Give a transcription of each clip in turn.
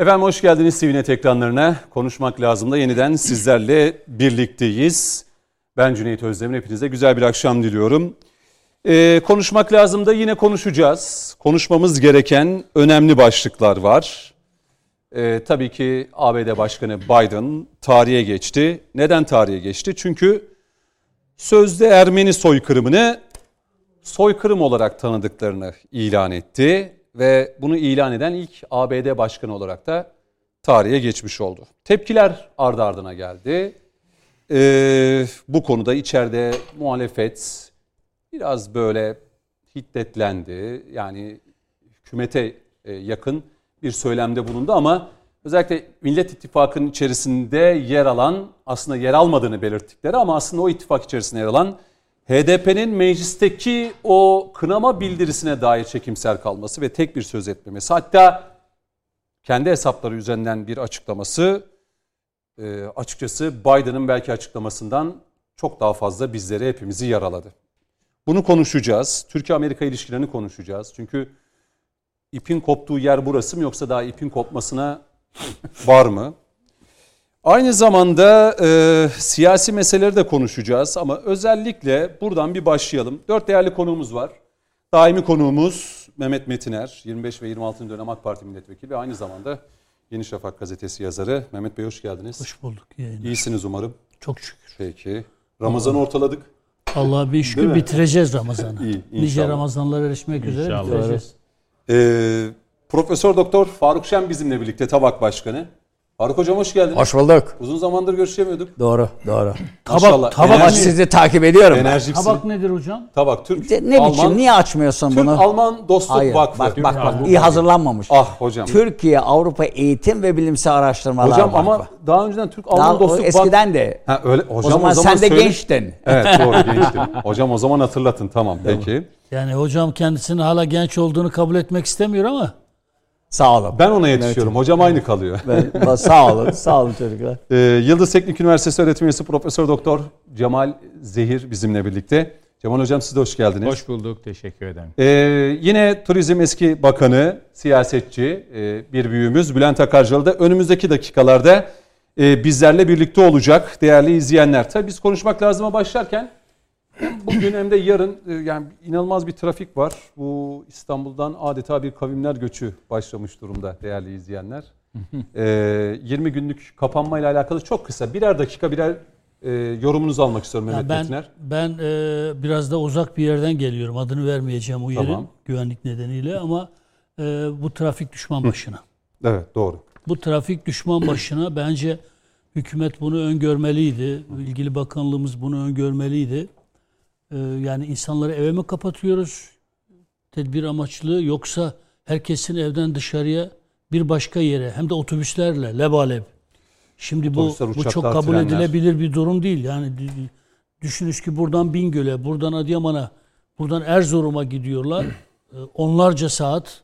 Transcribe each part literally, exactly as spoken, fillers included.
Efendim hoş geldiniz T V Net ekranlarına. Konuşmak lazım da yeniden sizlerle birlikteyiz. Ben Cüneyt Özdemir, hepinize güzel bir akşam diliyorum. Ee, konuşmak lazım da yine konuşacağız. Konuşmamız gereken önemli başlıklar var. Ee, tabii ki A B D Başkanı Biden tarihe geçti. Neden tarihe geçti? Çünkü sözde Ermeni soykırımını soykırım olarak tanıdıklarını ilan etti. Ve bunu ilan eden ilk A B D Başkanı olarak da tarihe geçmiş oldu. Tepkiler ardı ardına geldi. Ee, bu konuda içeride muhalefet biraz böyle hiddetlendi. Yani hükümete yakın bir söylemde bulundu ama özellikle Millet İttifakı'nın içerisinde yer alan, aslında yer almadığını belirttikleri ama aslında o ittifak içerisinde yer alan H D P'nin meclisteki o kınama bildirisine dair çekimser kalması ve tek bir söz etmemesi, hatta kendi hesapları üzerinden bir açıklaması e, açıkçası Biden'ın belki açıklamasından çok daha fazla bizleri, hepimizi yaraladı. Bunu konuşacağız. Türkiye-Amerika ilişkilerini konuşacağız. Çünkü ipin koptuğu yer burası mı, yoksa daha ipin kopmasına var mı? Aynı zamanda e, siyasi meseleleri de konuşacağız ama özellikle buradan bir başlayalım. Dört değerli konuğumuz var. Daimi konuğumuz Mehmet Metiner, yirmi beş ve yirmi altıncı dönem AK Parti milletvekili ve aynı zamanda Yeni Şafak gazetesi yazarı. Mehmet Bey hoş geldiniz. Hoş bulduk. Yayınlar. İyisiniz umarım. Çok şükür. Peki. Ramazan'ı ortaladık. Allah'a bir şükür bitireceğiz Ramazan'ı. İyi, nice Ramazanlara erişmek üzere İnşallah. bitireceğiz. Ee, Profesör Doktor Faruk Şen bizimle birlikte, Tabak Başkanı. Faruk Hocam hoş geldiniz. Hoş bulduk. Uzun zamandır görüşemiyorduk. Doğru, doğru. Tabak, tabak enerji, sizi takip ediyorum. Tabak nedir hocam? Tabak Türk. De, ne Alman, biçim, niye açmıyorsun Türk, bunu? Alman Dostluk Hayır, Vakfı. Bak bak bak, iyi hazırlanmamış. Ah hocam. Türkiye Avrupa Eğitim ve Bilimsel Araştırmalar Hocam Vakfı. ama daha önceden Türk Alman daha, Dostluk Vakfı. Eskiden de. Ha, öyle. Hocam, o zaman, o zaman sen de söyle... gençtin. Evet doğru, gençtim. Hocam o zaman hatırlatın, tamam peki. Yani hocam kendisinin hala genç olduğunu kabul etmek istemiyor ama. Sağ olun. Ben ona yetişiyorum. Evet. Hocam aynı kalıyor. Ben, sağ olun. Sağ olun çocuklar. Ee, Yıldız Teknik Üniversitesi öğretim üyesi Profesör Doktor Cemal Zehir bizimle birlikte. Cemal Hocam siz de hoş geldiniz. Hoş bulduk. Teşekkür ederim. Ee, yine Turizm eski bakanı, siyasetçi, e, bir büyüğümüz Bülent Akarcalı da önümüzdeki dakikalarda e, bizlerle birlikte olacak değerli izleyenler. Tabii biz konuşmak lazıma başlarken hem bugün hem de yarın yani inanılmaz bir trafik var. Bu İstanbul'dan adeta bir kavimler göçü başlamış durumda değerli izleyenler. ee, yirmi günlük kapanmayla alakalı çok kısa birer dakika birer e, yorumunuzu almak istiyorum Mehmet ben, Metiner. Ben e, biraz da uzak bir yerden geliyorum. Adını vermeyeceğim o yerin, tamam, güvenlik nedeniyle ama e, bu trafik düşman başına. Evet doğru. Bu trafik düşman başına bence hükümet bunu öngörmeliydi. İlgili bakanlığımız bunu öngörmeliydi. Yani insanları eve mi kapatıyoruz tedbir amaçlı, yoksa herkesin evden dışarıya bir başka yere, hem de otobüslerle lebalep. Şimdi bu, Otobüsler, uçaklar, bu çok kabul trenler. edilebilir bir durum değil. Yani düşünün ki buradan Bingöl'e, buradan Adıyaman'a, buradan Erzurum'a gidiyorlar. Onlarca saat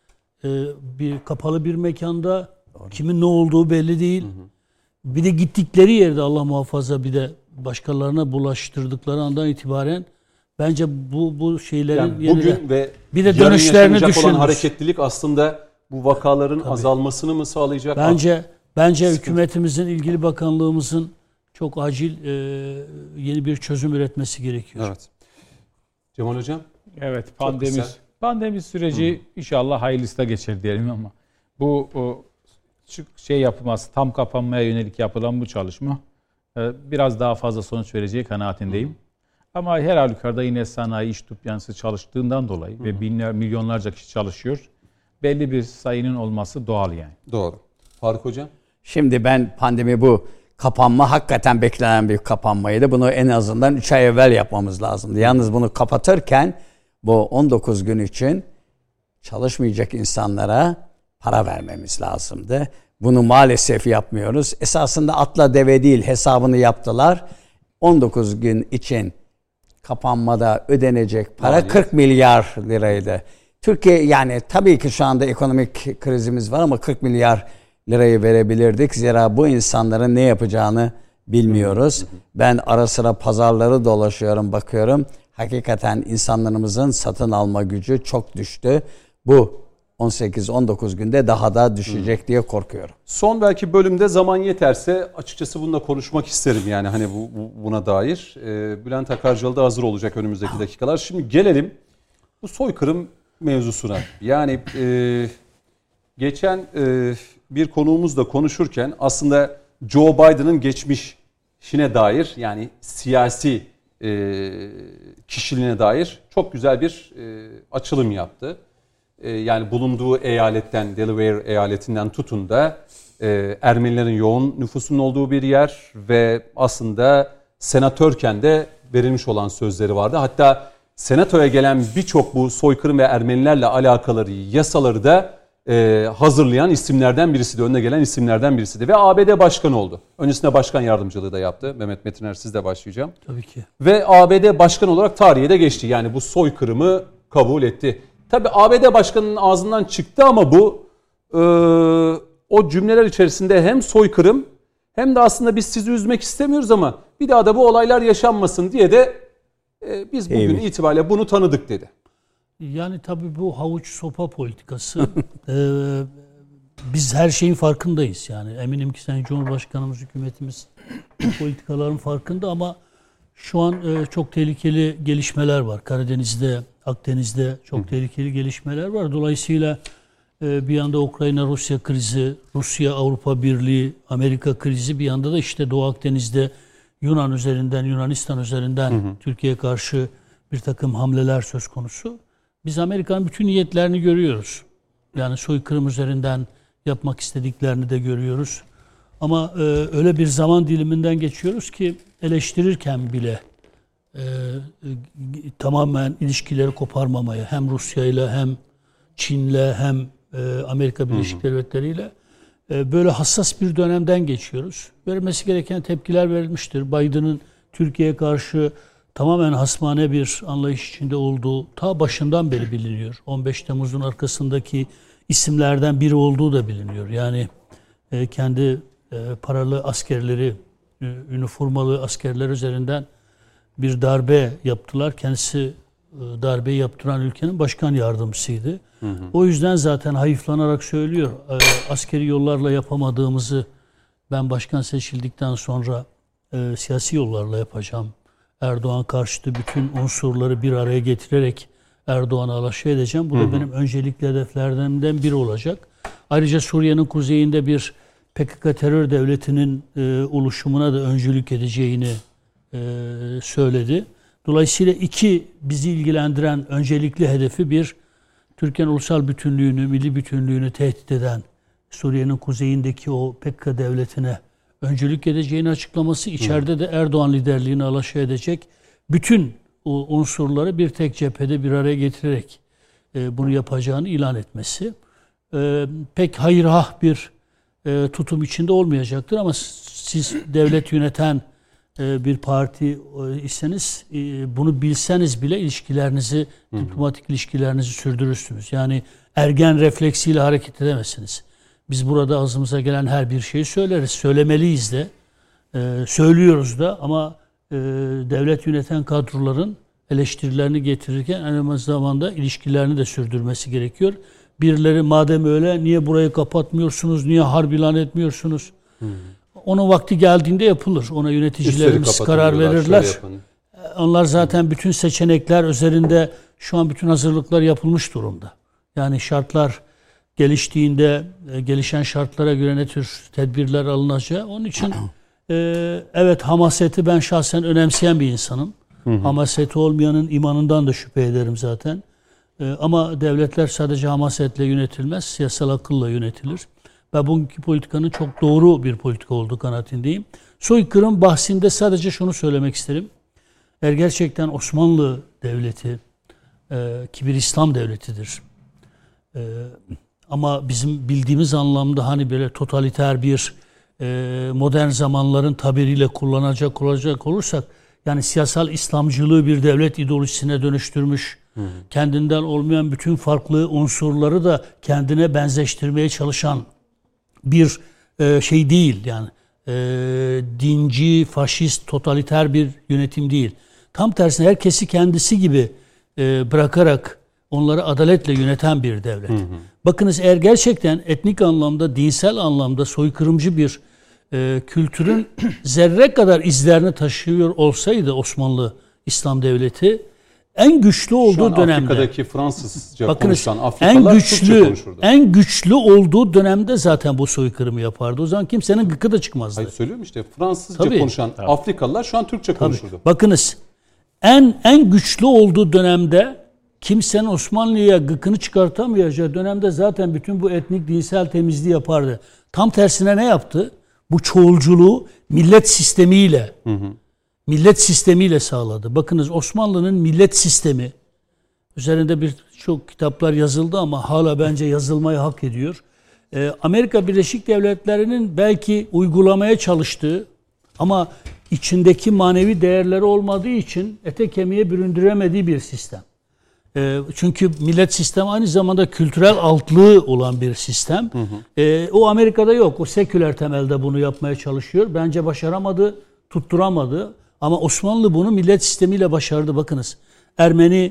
bir kapalı bir mekanda, kimin ne olduğu belli değil. Hı hı. Bir de gittikleri yerde Allah muhafaza bir de başkalarına bulaştırdıkları andan itibaren bence bu bu şeylerin yani bugün yeniden, ve bir de dönüşlerini düşünürüz. Olan hareketlilik aslında bu vakaların Tabii. azalmasını mı sağlayacak? Bence bence Sıkıntı. hükümetimizin, ilgili bakanlığımızın çok acil e, yeni bir çözüm üretmesi gerekiyor. Evet. Cemal Hocam? Evet, pandemi pandemi süreci Hı. inşallah hayırlısı da geçer diyelim ama bu o, şey yapılması, tam kapanmaya yönelik yapılan bu çalışma biraz daha fazla sonuç vereceği kanaatindeyim. Hı. Ama her halükarda yine sanayi, iş toplantısı çalıştığından dolayı Hı. ve binler, milyonlarca kişi çalışıyor. Belli bir sayının olması doğal yani. Doğru. Faruk Hocam? Şimdi ben pandemi bu kapanma hakikaten beklenen bir kapanmaydı. Bunu en azından üç ay evvel yapmamız lazımdı. Yalnız bunu kapatırken bu on dokuz gün için çalışmayacak insanlara para vermemiz lazımdı. Bunu maalesef yapmıyoruz. Esasında atla deve değil, hesabını yaptılar. on dokuz gün için kapanmada ödenecek para Maliyet. kırk milyar liraydı. Türkiye, yani tabii ki şu anda ekonomik krizimiz var ama kırk milyar lirayı verebilirdik. Zira bu insanların ne yapacağını bilmiyoruz. Ben ara sıra pazarları dolaşıyorum, bakıyorum. Hakikaten insanlarımızın satın alma gücü çok düştü. Bu on sekiz on dokuz günde daha da düşecek hmm. diye korkuyorum. Son belki bölümde zaman yeterse açıkçası bununla konuşmak isterim yani hani bu, bu buna dair. Ee, Bülent Akarcalı da hazır olacak önümüzdeki dakikalar. Şimdi gelelim bu soykırım mevzusuna. Yani e, geçen e, bir konuğumuzla konuşurken aslında Joe Biden'ın geçmişine dair yani siyasi e, kişiliğine dair çok güzel bir e, açılım yaptı. E, yani bulunduğu eyaletten, Delaware eyaletinden tutun da e, Ermenilerin yoğun nüfusunun olduğu bir yer ve aslında senatörken de verilmiş olan sözleri vardı. Hatta senatoya gelen birçok bu soykırım ve Ermenilerle alakalı yasaları da e, hazırlayan isimlerden birisi de, önüne gelen isimlerden birisi de ve A B D başkanı oldu. Öncesinde başkan yardımcılığı da yaptı. Mehmet Metiner, sizle başlayacağım. Tabii ki. Ve A B D başkanı olarak tarihe de geçti. Yani bu soykırımı kabul etti. Tabii A B D başkanının ağzından çıktı ama bu e, o cümleler içerisinde hem soykırım hem de aslında biz sizi üzmek istemiyoruz ama bir daha da bu olaylar yaşanmasın diye de e, biz bugün evet. itibariyle bunu tanıdık dedi. Yani tabii bu havuç sopa politikası e, biz her şeyin farkındayız. Yani eminim ki Sayın Cumhurbaşkanımız, hükümetimiz bu politikaların farkında ama şu an e, çok tehlikeli gelişmeler var. Karadeniz'de, Akdeniz'de çok Hı. tehlikeli gelişmeler var. Dolayısıyla e, bir yanda Ukrayna-Rusya krizi, Rusya-Avrupa Birliği, Amerika krizi, bir yanda da işte Doğu Akdeniz'de Yunan üzerinden, Yunanistan üzerinden hı hı. Türkiye'ye karşı bir takım hamleler söz konusu. Biz Amerika'nın bütün niyetlerini görüyoruz. Yani soykırım üzerinden yapmak istediklerini de görüyoruz. Ama e, öyle bir zaman diliminden geçiyoruz ki eleştirirken bile e, e, tamamen ilişkileri koparmamaya, hem Rusya ile hem Çin'le hem e, Amerika Birleşik Devletleri ile e, böyle hassas bir dönemden geçiyoruz. Verilmesi gereken tepkiler verilmiştir. Biden'ın Türkiye'ye karşı tamamen hasmane bir anlayış içinde olduğu ta başından beri biliniyor. on beş Temmuz'un arkasındaki isimlerden biri olduğu da biliniyor. Yani e, kendi e, paralı askerleri, e, üniformalı askerler üzerinden bir darbe yaptılar. Kendisi e, darbeyi yaptıran ülkenin başkan yardımcısıydı. Hı hı. O yüzden zaten hayıflanarak söylüyor. E, askeri yollarla yapamadığımızı ben başkan seçildikten sonra e, siyasi yollarla yapacağım. Erdoğan karşıtı bütün unsurları bir araya getirerek Erdoğan'ı alaşağı edeceğim. Bu da hı hı. benim öncelikli hedeflerimden biri olacak. Ayrıca Suriye'nin kuzeyinde bir P K K terör devletinin e, oluşumuna da öncülük edeceğini e, söyledi. Dolayısıyla iki bizi ilgilendiren öncelikli hedefi, bir Türkiye'nin ulusal bütünlüğünü, milli bütünlüğünü tehdit eden Suriye'nin kuzeyindeki o P K K devletine öncülük edeceğini açıklaması, içeride de Erdoğan liderliğini alaşağı edecek bütün o unsurları bir tek cephede bir araya getirerek e, bunu yapacağını ilan etmesi. E, pek hayırhah bir e, tutum içinde olmayacaktır ama siz devlet yöneten e, bir parti e, iseniz e, bunu bilseniz bile ilişkilerinizi, Hı-hı. diplomatik ilişkilerinizi sürdürürsünüz. Yani ergen refleksiyle hareket edemezsiniz. Biz burada ağzımıza gelen her bir şeyi söyleriz. Söylemeliyiz de. E, söylüyoruz da ama e, devlet yöneten kadroların eleştirilerini getirirken aynı zamanda ilişkilerini de sürdürmesi gerekiyor. Birileri madem öyle niye burayı kapatmıyorsunuz, niye harp ilan etmiyorsunuz? Hmm. Onun vakti geldiğinde yapılır. Ona yöneticilerimiz karar verirler. Onlar zaten bütün seçenekler üzerinde şu an bütün hazırlıklar yapılmış durumda. Yani şartlar geliştiğinde gelişen şartlara göre ne tür tedbirler alınacağı. Onun için e, evet hamaseti ben şahsen önemseyen bir insanım. Hı hı. Hamaseti olmayanın imanından da şüphe ederim zaten. E, ama devletler sadece hamasetle yönetilmez, siyasal akılla yönetilir. Ve bugünkü politikanın çok doğru bir politika olduğu kanaatindeyim. Soykırım bahsinde sadece şunu söylemek isterim. Eğer gerçekten Osmanlı Devleti e, ki bir İslam devletidir. E, ama bizim bildiğimiz anlamda hani böyle totaliter bir e, modern zamanların tabiriyle kullanacak olacak olursak, yani siyasal İslamcılığı bir devlet ideolojisine dönüştürmüş, hı hı. kendinden olmayan bütün farklı unsurları da kendine benzeştirmeye çalışan bir e, şey değil. Yani e, dinci, faşist, totaliter bir yönetim değil. Tam tersine herkesi kendisi gibi e, bırakarak onları adaletle yöneten bir devlet. Hı hı. Bakınız eğer gerçekten etnik anlamda, dinsel anlamda soykırımcı bir e, kültürün zerre kadar izlerini taşıyor olsaydı Osmanlı İslam Devleti, en güçlü olduğu Şu an dönemde, Afrika'daki Fransızca bakınız, konuşan Afrikalılar en Türkçe güçlü konuşurdu. en güçlü olduğu dönemde zaten bu soykırımı yapardı. O zaman kimsenin gıkı da çıkmazdı. Hayır, söylüyorum işte Fransızca Tabii. konuşan Tabii. Afrikalılar şu an Türkçe Tabii. konuşurdu. Bakınız en en güçlü olduğu dönemde kimsenin Osmanlı'ya gıkını çıkartamayacağı dönemde zaten bütün bu etnik dinsel temizliği yapardı. Tam tersine ne yaptı? Bu çoğulculuğu millet sistemiyle hı hı. millet sistemiyle sağladı. Bakınız Osmanlı'nın millet sistemi üzerinde birçok kitaplar yazıldı ama hala bence yazılmayı hak ediyor. Ee, Amerika Birleşik Devletleri'nin belki uygulamaya çalıştığı ama içindeki manevi değerleri olmadığı için ete kemiğe büründüremediği bir sistem. Ee, çünkü millet sistemi aynı zamanda kültürel altlığı olan bir sistem. Hı hı. Ee, o Amerika'da yok. O seküler temelde bunu yapmaya çalışıyor. Bence başaramadı, tutturamadı. Ama Osmanlı bunu millet sistemiyle başardı. Bakınız Ermeni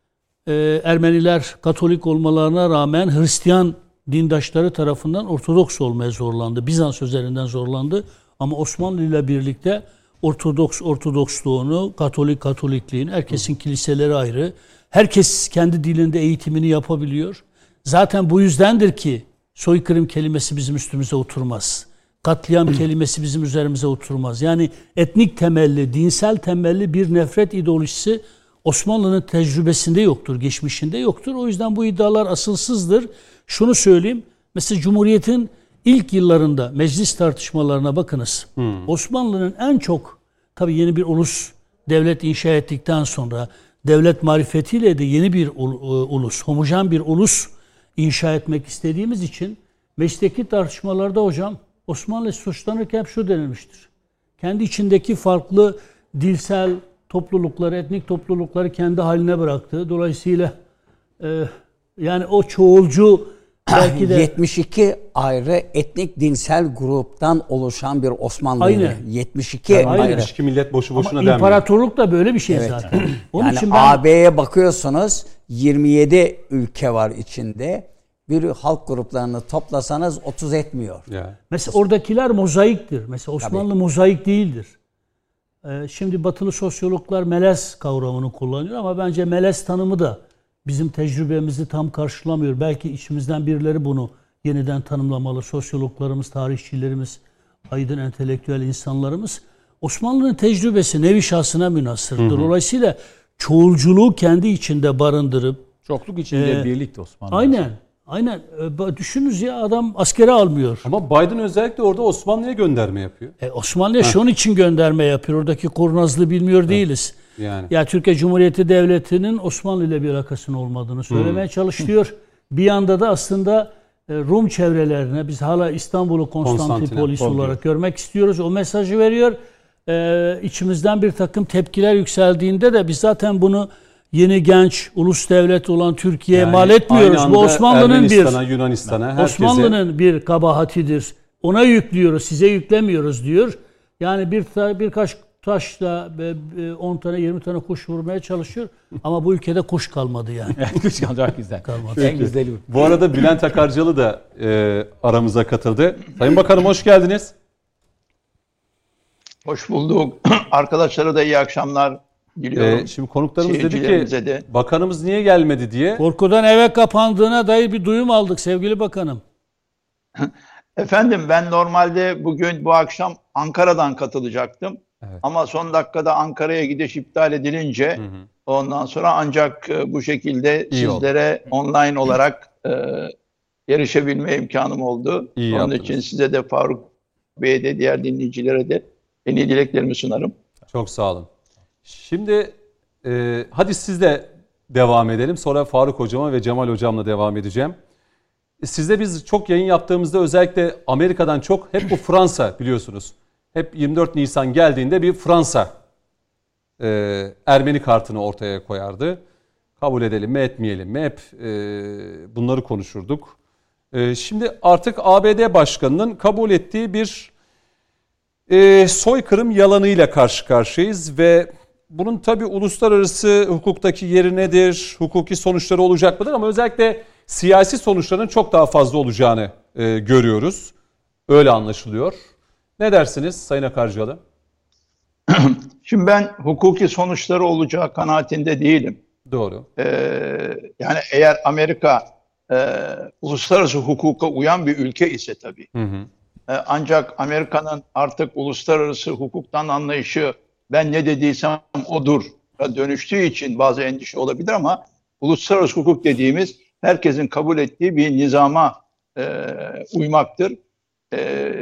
e, Ermeniler Katolik olmalarına rağmen Hristiyan dindaşları tarafından Ortodoks olmaya zorlandı. Bizans üzerinden zorlandı. Ama Osmanlı ile birlikte Ortodoks Ortodoksluğunu, Katolik Katolikliğini, herkesin kiliseleri ayrı. Herkes kendi dilinde eğitimini yapabiliyor. Zaten bu yüzdendir ki soykırım kelimesi bizim üstümüze oturmaz. Katliam kelimesi bizim üzerimize oturmaz. Yani etnik temelli, dinsel temelli bir nefret ideolojisi Osmanlı'nın tecrübesinde yoktur, geçmişinde yoktur. O yüzden bu iddialar asılsızdır. Şunu söyleyeyim, mesela Cumhuriyet'in ilk yıllarında meclis tartışmalarına bakınız. Hmm. Osmanlı'nın en çok, tabii yeni bir ulus devlet inşa ettikten sonra devlet marifetiyle de yeni bir ulus, homojen bir ulus inşa etmek istediğimiz için meclisteki tartışmalarda hocam Osmanlı suçlanırken hep şu denilmiştir. Kendi içindeki farklı dilsel toplulukları, etnik toplulukları kendi haline bıraktı. Dolayısıyla e, yani o çoğulcu belki de yetmiş iki ayrı etnik dinsel gruptan oluşan bir Osmanlı. Aynen. yetmiş iki Aynen. ayrı. yetmiş iki millet boşu boşuna ama denmiyor. imparatorluk da böyle bir şey Evet. zaten. Onun Yani için ben A B'ye bakıyorsunuz yirmi yedi ülke var içinde. Bir halk gruplarını toplasanız otuz etmiyor. Ya. mesela oradakiler mozaiktir. Mesela Osmanlı Tabii. mozaik değildir. Ee, şimdi batılı sosyologlar melez kavramını kullanıyor ama bence melez tanımı da bizim tecrübemizi tam karşılamıyor. Belki içimizden birileri bunu yeniden tanımlamalı. Sosyologlarımız, tarihçilerimiz, aydın entelektüel insanlarımız. Osmanlı'nın tecrübesi nevi şahsına münhasırdır. Dolayısıyla çoğulculuğu kendi içinde barındırıp Çokluk içinde Ee, birlikti Osmanlı. aynen, aynen. Ee, düşününüz ya adam askere almıyor. Ama Biden özellikle orada Osmanlı'ya gönderme yapıyor. E, Osmanlı'ya şunun için gönderme yapıyor. Oradaki kurnazlığı bilmiyor değiliz. Yani. Ya Türkiye Cumhuriyeti Devleti'nin Osmanlı ile bir alakasının olmadığını söylemeye çalışıyor. Bir yanda da aslında e, Rum çevrelerine biz hala İstanbul'u Konstantinopolis Konstantinopol olarak görmek istiyoruz. O mesajı veriyor. E, içimizden bir takım tepkiler yükseldiğinde de biz zaten bunu yeni genç ulus devlet olan Türkiye'ye Yani mal etmiyoruz. aynı Bu anda Osmanlı'nın bir Ermenistan'a, Yunanistan'a, herkese. Osmanlı'nın bir kabahatidir. Ona yüklüyoruz, size yüklemiyoruz diyor. Yani bir ta, birkaç taşla on tane yirmi tane kuş vurmaya çalışıyor. Ama bu ülkede kuş kalmadı yani. Kuş çok güzel. Kalmadı. En güzeli bu. Bu arada Bülent Akarcalı da e, aramıza katıldı. Sayın Bakanım hoş geldiniz. Hoş bulduk. Arkadaşlara da iyi akşamlar diliyorum. E, şimdi konuklarımız dedi ki Seyircilerimize de. bakanımız niye gelmedi diye. Korkudan eve kapandığına dair bir duyum aldık sevgili bakanım. Efendim ben normalde bugün bu akşam Ankara'dan katılacaktım. Evet. Ama son dakikada Ankara'ya gidiş iptal edilince Hı hı. ondan sonra ancak e, bu şekilde İyi sizlere online olarak e, erişebilme imkanım oldu. İyi Onun yaptınız. için size de Faruk Bey'e de diğer dinleyicilere de en iyi dileklerimi sunarım. Çok sağ olun. Şimdi e, hadi sizle devam edelim. Sonra Faruk Hocama ve Cemal Hocam'la devam edeceğim. E, sizle biz çok yayın yaptığımızda özellikle Amerika'dan çok hep bu Fransa biliyorsunuz. Hep yirmi dört Nisan geldiğinde bir Fransa e, Ermeni kartını ortaya koyardı. Kabul edelim mi etmeyelim mi hep e, bunları konuşurduk. E, şimdi artık A B D Başkanı'nın kabul ettiği bir e, soykırım yalanıyla karşı karşıyayız ve bunun tabii uluslararası hukuktaki yeri nedir, hukuki sonuçları olacak mıdır ama özellikle siyasi sonuçların çok daha fazla olacağını e, görüyoruz. Öyle anlaşılıyor. Ne dersiniz Sayın Akarcalı? Şimdi ben hukuki sonuçları olacağı kanaatinde değilim. Doğru. Ee, yani eğer Amerika e, uluslararası hukuka uyan bir ülke ise tabii. Hı hı. E, ancak Amerika'nın artık uluslararası hukuktan anlayışı ben ne dediysem odur dönüştüğü için bazı endişe olabilir ama uluslararası hukuk dediğimiz herkesin kabul ettiği bir nizama e, uymaktır. E,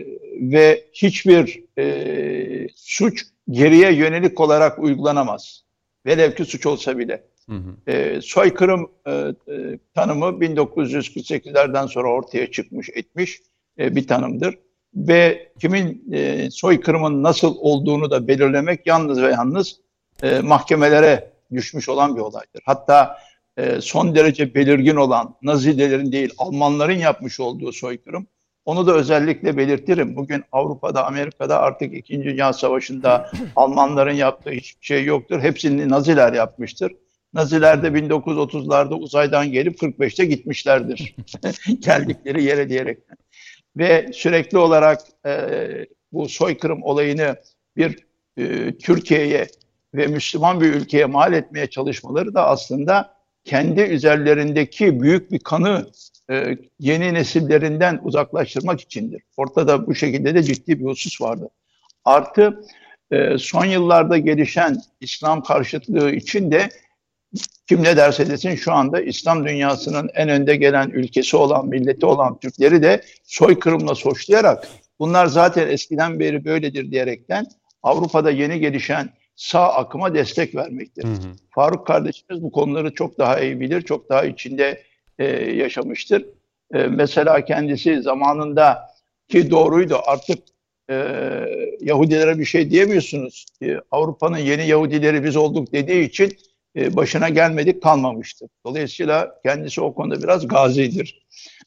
ve hiçbir e, suç geriye yönelik olarak uygulanamaz. Velev ki suç olsa bile. Hı hı. E, soykırım e, e, tanımı bin dokuz yüz kırk sekizlerden sonra ortaya çıkmış etmiş e, bir tanımdır. Ve kimin e, soykırımın nasıl olduğunu da belirlemek yalnız ve yalnız e, mahkemelere düşmüş olan bir olaydır. Hatta e, son derece belirgin olan Nazilerin değil Almanların yapmış olduğu soykırım, onu da özellikle belirtirim. Bugün Avrupa'da, Amerika'da artık İkinci Dünya Savaşı'nda Almanların yaptığı hiçbir şey yoktur. Hepsini Naziler yapmıştır. Naziler de bin dokuz yüz otuzlarda uzaydan gelip kırk beşte gitmişlerdir. Geldikleri yere diyerekten. Ve sürekli olarak e, bu soykırım olayını bir e, Türkiye'ye ve Müslüman bir ülkeye mal etmeye çalışmaları da aslında kendi üzerlerindeki büyük bir kanı e, yeni nesillerinden uzaklaştırmak içindir. Ortada bu şekilde de ciddi bir husus vardı. Artı e, son yıllarda gelişen İslam karşıtlığı için de kim ne derse desin şu anda İslam dünyasının en önde gelen ülkesi olan, milleti olan Türkleri de soykırımla suçlayarak bunlar zaten eskiden beri böyledir diyerekten Avrupa'da yeni gelişen sağ akıma destek vermektir. Hı hı. Faruk kardeşimiz bu konuları çok daha iyi bilir, çok daha içinde e, yaşamıştır. E, mesela kendisi zamanında ki doğruydu artık e, Yahudilere bir şey diyemiyorsunuz. E, Avrupa'nın yeni Yahudileri biz olduk dediği için e, başına gelmedik kalmamıştı. Dolayısıyla kendisi o konuda biraz gazidir.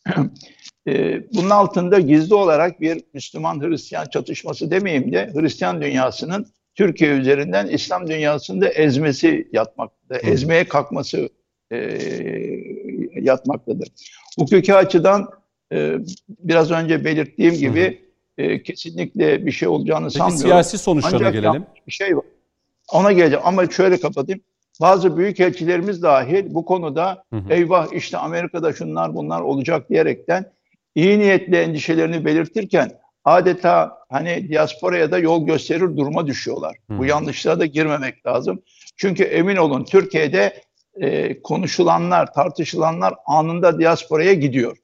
e, bunun altında gizli olarak bir Müslüman-Hristiyan çatışması demeyeyim de Hristiyan dünyasının Türkiye üzerinden İslam dünyasında ezmesi yatmaktadır. Ezmeye kalkması e, yatmaktadır. Hukuki açıdan e, biraz önce belirttiğim gibi e, kesinlikle bir şey olacağını Peki, sanmıyorum. siyasi sonuçlarına Ancak gelelim. Bir şey var. Ona geleceğim ama şöyle kapatayım. Bazı büyükelçilerimiz dahil bu konuda hı hı. eyvah işte Amerika'da şunlar bunlar olacak diyerekten iyi niyetli endişelerini belirtirken adeta hani diasporaya da yol gösterir duruma düşüyorlar. Hmm. Bu yanlışlara da girmemek lazım. Çünkü emin olun Türkiye'de e, konuşulanlar, tartışılanlar anında diasporaya gidiyor.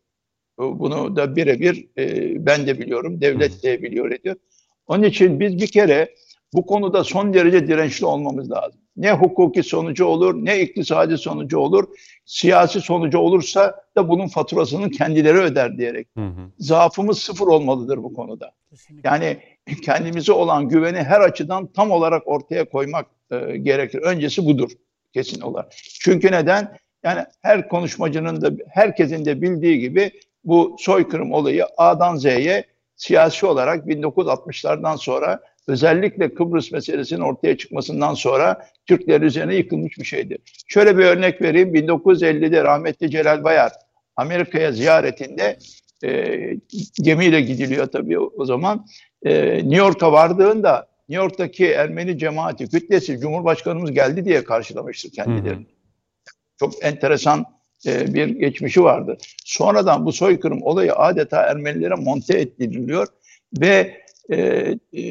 Bunu da birebir e, ben de biliyorum, devlet de biliyor ediyor. Onun için biz bir kere bu konuda son derece dirençli olmamız lazım. Ne hukuki sonucu olur, ne iktisadi sonucu olur, siyasi sonucu olursa da bunun faturasını kendileri öder diyerek. Hı hı. Zaafımız sıfır olmalıdır bu konuda. Kesinlikle. Yani kendimize olan güveni her açıdan tam olarak ortaya koymak e, gerekir. Öncesi budur kesin olarak. Çünkü neden? Yani her konuşmacının da herkesin de bildiği gibi bu soykırım olayı A'dan Z'ye siyasi olarak bin dokuz yüz altmışlardan sonra özellikle Kıbrıs meselesinin ortaya çıkmasından sonra Türkler üzerine yıkılmış bir şeydi. Şöyle bir örnek vereyim. bin dokuz yüz ellide rahmetli Celal Bayar Amerika'ya ziyaretinde e, gemiyle gidiliyor tabii o, o zaman. E, New York'a vardığında New York'taki Ermeni cemaati kütlesi Cumhurbaşkanımız geldi diye karşılamıştır kendilerini. Hı hı. Çok enteresan e, bir geçmişi vardı. Sonradan bu soykırım olayı adeta Ermenilere monte ediliyor ve e, e,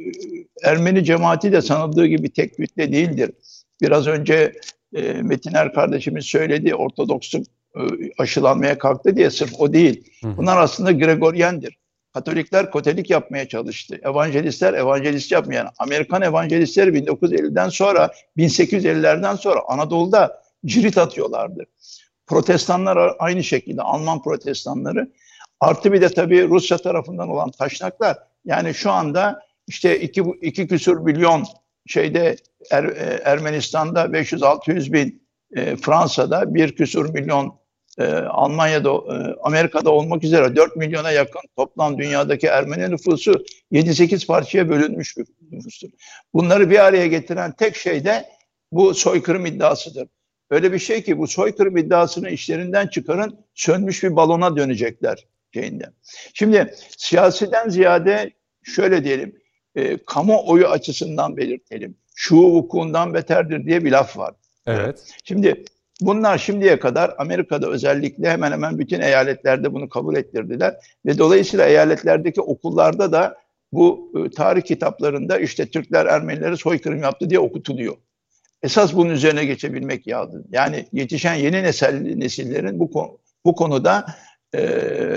Ermeni cemaati de sanıldığı gibi tek kütle değildir. Biraz önce e, Metiner kardeşimiz söyledi, Ortodoksluk e, aşılanmaya kalktı diye sırf o değil. Bunlar aslında Gregoryendir. Katolikler Katolik yapmaya çalıştı. Evangelistler evangelist yapmayan. Amerikan evangelistleri bin dokuz yüz elliden sonra, bin sekiz yüz ellilerden sonra Anadolu'da cirit atıyorlardı. Protestanlar aynı şekilde, Alman protestanları. Artı bir de tabii Rusya tarafından olan taşnaklar. Yani şu anda işte iki, iki küsur milyon şeyde er, Ermenistan'da beş yüz altı yüz bin, e, Fransa'da bir küsur milyon e, Almanya'da, e, Amerika'da olmak üzere dört milyona yakın toplam dünyadaki Ermeni nüfusu yedi sekiz parçaya bölünmüş bir nüfustur. Bunları bir araya getiren tek şey de bu soykırım iddiasıdır. Öyle bir şey ki bu soykırım iddiasını işlerinden çıkarın, sönmüş bir balona dönecekler şeyinde. Şimdi siyasiden ziyade şöyle diyelim, e, kamuoyu açısından belirtelim. Şu vukuundan beterdir diye bir laf var. Evet. Şimdi bunlar şimdiye kadar Amerika'da özellikle hemen hemen bütün eyaletlerde bunu kabul ettirdiler. Ve dolayısıyla eyaletlerdeki okullarda da bu e, tarih kitaplarında işte Türkler Ermenileri soykırım yaptı diye okutuluyor. Esas bunun üzerine geçebilmek lazım. Yani yetişen yeni nesil, nesillerin bu, bu konuda e,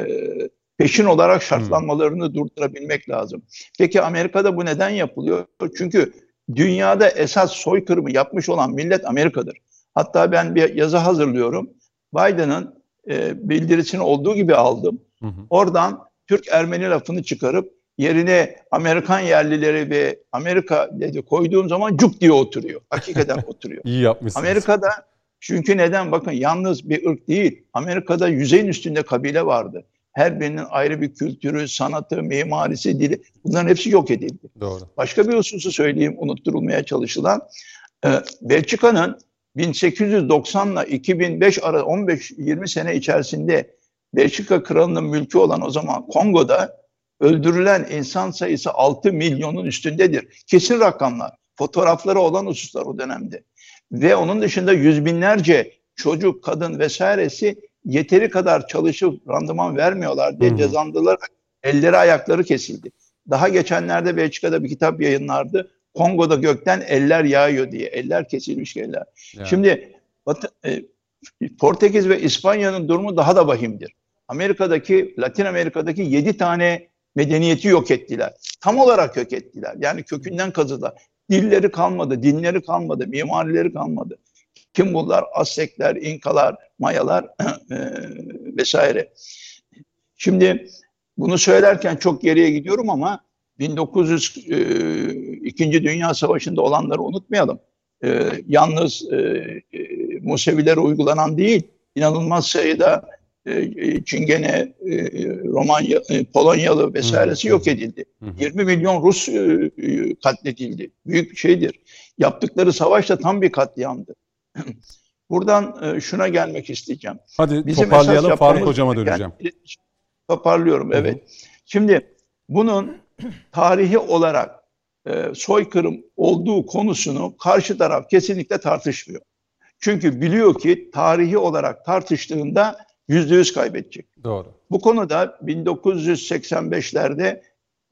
peşin olarak şartlanmalarını hmm. durdurabilmek lazım. Peki Amerika'da bu neden yapılıyor? Çünkü dünyada esas soykırımı yapmış olan millet Amerika'dır. Hatta ben bir yazı hazırlıyorum. Biden'ın e, bildirisini olduğu gibi aldım. Hı hı. Oradan Türk-Ermeni lafını çıkarıp yerine Amerikan yerlileri ve Amerika dedi koyduğum zaman cuk diye oturuyor. Hakikaten oturuyor. İyi yapmışsınız. Amerika'da çünkü neden? Bakın yalnız bir ırk değil. Amerika'da yüzeyin üstünde kabile vardı. Her birinin ayrı bir kültürü, sanatı, mimarisi, dili. Bunların hepsi yok edildi. Doğru. Başka bir hususu söyleyeyim, unutturulmaya çalışılan. Ee, Belçika'nın bin sekiz yüz doksanla iki bin beş arası on beş yirmi sene içerisinde Belçika kralının mülkü olan o zaman Kongo'da öldürülen insan sayısı altı milyonun üstündedir. Kesin rakamlar, fotoğrafları olan hususlar o dönemde. Ve onun dışında yüz binlerce çocuk, kadın vesairesi yeteri kadar çalışıp randıman vermiyorlar diye cezalandırılarak elleri ayakları kesildi. Daha geçenlerde Belçika'da bir kitap yayınlardı. Kongo'da gökten eller yağıyor diye. Eller kesilmiş eller. Yani. Şimdi Batı, e, Portekiz ve İspanya'nın durumu daha da vahimdir. Amerika'daki, Latin Amerika'daki yedi tane medeniyeti yok ettiler. Tam olarak yok ettiler. Yani kökünden kazıdılar. Dilleri kalmadı, dinleri kalmadı, mimarileri kalmadı. Kim bunlar? Aztekler, İnkalar, Mayalar e, vesaire. Şimdi bunu söylerken çok geriye gidiyorum ama bin dokuz yüz İkinci Dünya Savaşı'nda olanları unutmayalım. E, yalnız e, e, Musevilere uygulanan değil, inanılmaz sayıda e, Çingene, e, Romanya, e, Polonyalı vesairesi yok edildi. yirmi milyon Rus e, katledildi. Büyük bir şeydir. Yaptıkları savaş da tam bir katliamdı. Buradan e, şuna gelmek isteyeceğim. Hadi Bizim toparlayalım, Faruk Hocam'a döneceğim. Yani, toparlıyorum, evet. Hı hı. Şimdi bunun tarihi olarak e, soykırım olduğu konusunu karşı taraf kesinlikle tartışmıyor. Çünkü biliyor ki tarihi olarak tartıştığında yüzde yüz kaybedecek. Doğru. Bu konuda bin dokuz yüz seksen beşlerde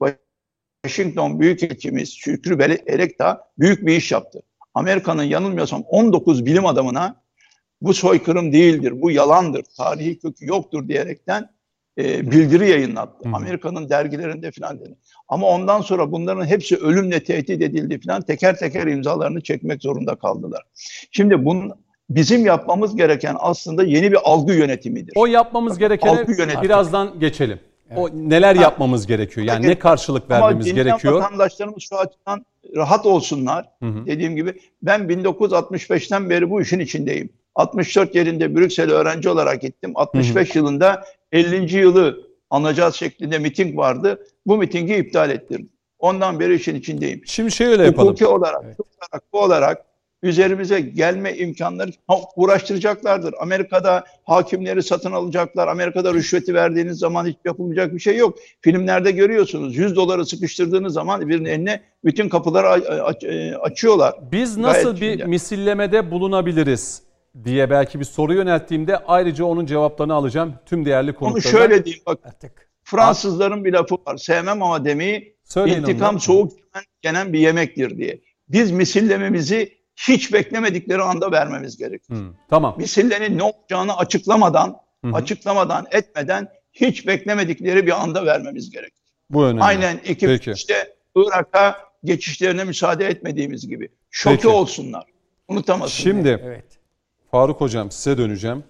Washington Büyükelçimiz Şükrü Elekta büyük bir iş yaptı. Amerika'nın yanılmıyorsam on dokuz bilim adamına bu soykırım değildir, bu yalandır, tarihi kökü yoktur diyerekten e, bildiri yayınlattı. Amerika'nın dergilerinde falan dedi. Ama ondan sonra bunların hepsi ölümle tehdit edildi falan, teker teker imzalarını çekmek zorunda kaldılar. Şimdi bunun bizim yapmamız gereken aslında yeni bir algı yönetimidir. O yapmamız gerekene birazdan geçelim. Evet. O neler ha, yapmamız gerekiyor? Yani ne karşılık vermemiz ama gerekiyor? Ama vatandaşlarımız şu açıdan rahat olsunlar. Hı hı. Dediğim gibi ben bin dokuz yüz altmış beşten beri bu işin içindeyim. altmış dört yerinde Brüksel'e öğrenci olarak gittim. altmış beş hı hı. yılında ellinci yılı anacağız şeklinde miting vardı. Bu mitingi iptal ettirdim. Ondan beri işin içindeyim. Şimdi şey öyle yapalım. Hukuki olarak, evet. olarak, bu olarak üzerimize gelme imkanları uğraştıracaklardır. Amerika'da hakimleri satın alacaklar. Amerika'da rüşveti verdiğiniz zaman hiç yapılmayacak bir şey yok. Filmlerde görüyorsunuz. yüz doları sıkıştırdığınız zaman birinin eline bütün kapıları aç, açıyorlar. Biz nasıl Gayet bir şimdi. misillemede bulunabiliriz diye belki bir soru yönelttiğimde ayrıca onun cevaplarını alacağım tüm değerli konuklardan. Onu şöyle diyeyim bak. Fransızların bir lafı var. Sevmem ama demeyi Söyleyin intikam ondan. soğuk yenen bir yemektir diye. Biz misillememizi hiç beklemedikleri anda vermemiz gerekiyor. Hmm, tamam. Misillenin ne olacağını açıklamadan, Hı-hı. açıklamadan, etmeden hiç beklemedikleri bir anda vermemiz gerekiyor. Bu önemli. Aynen iki işte Irak'a geçişlerine müsaade etmediğimiz gibi. Şoke Peki. olsunlar. Unutamasınlar. Şimdi evet. Faruk Hocam size döneceğim.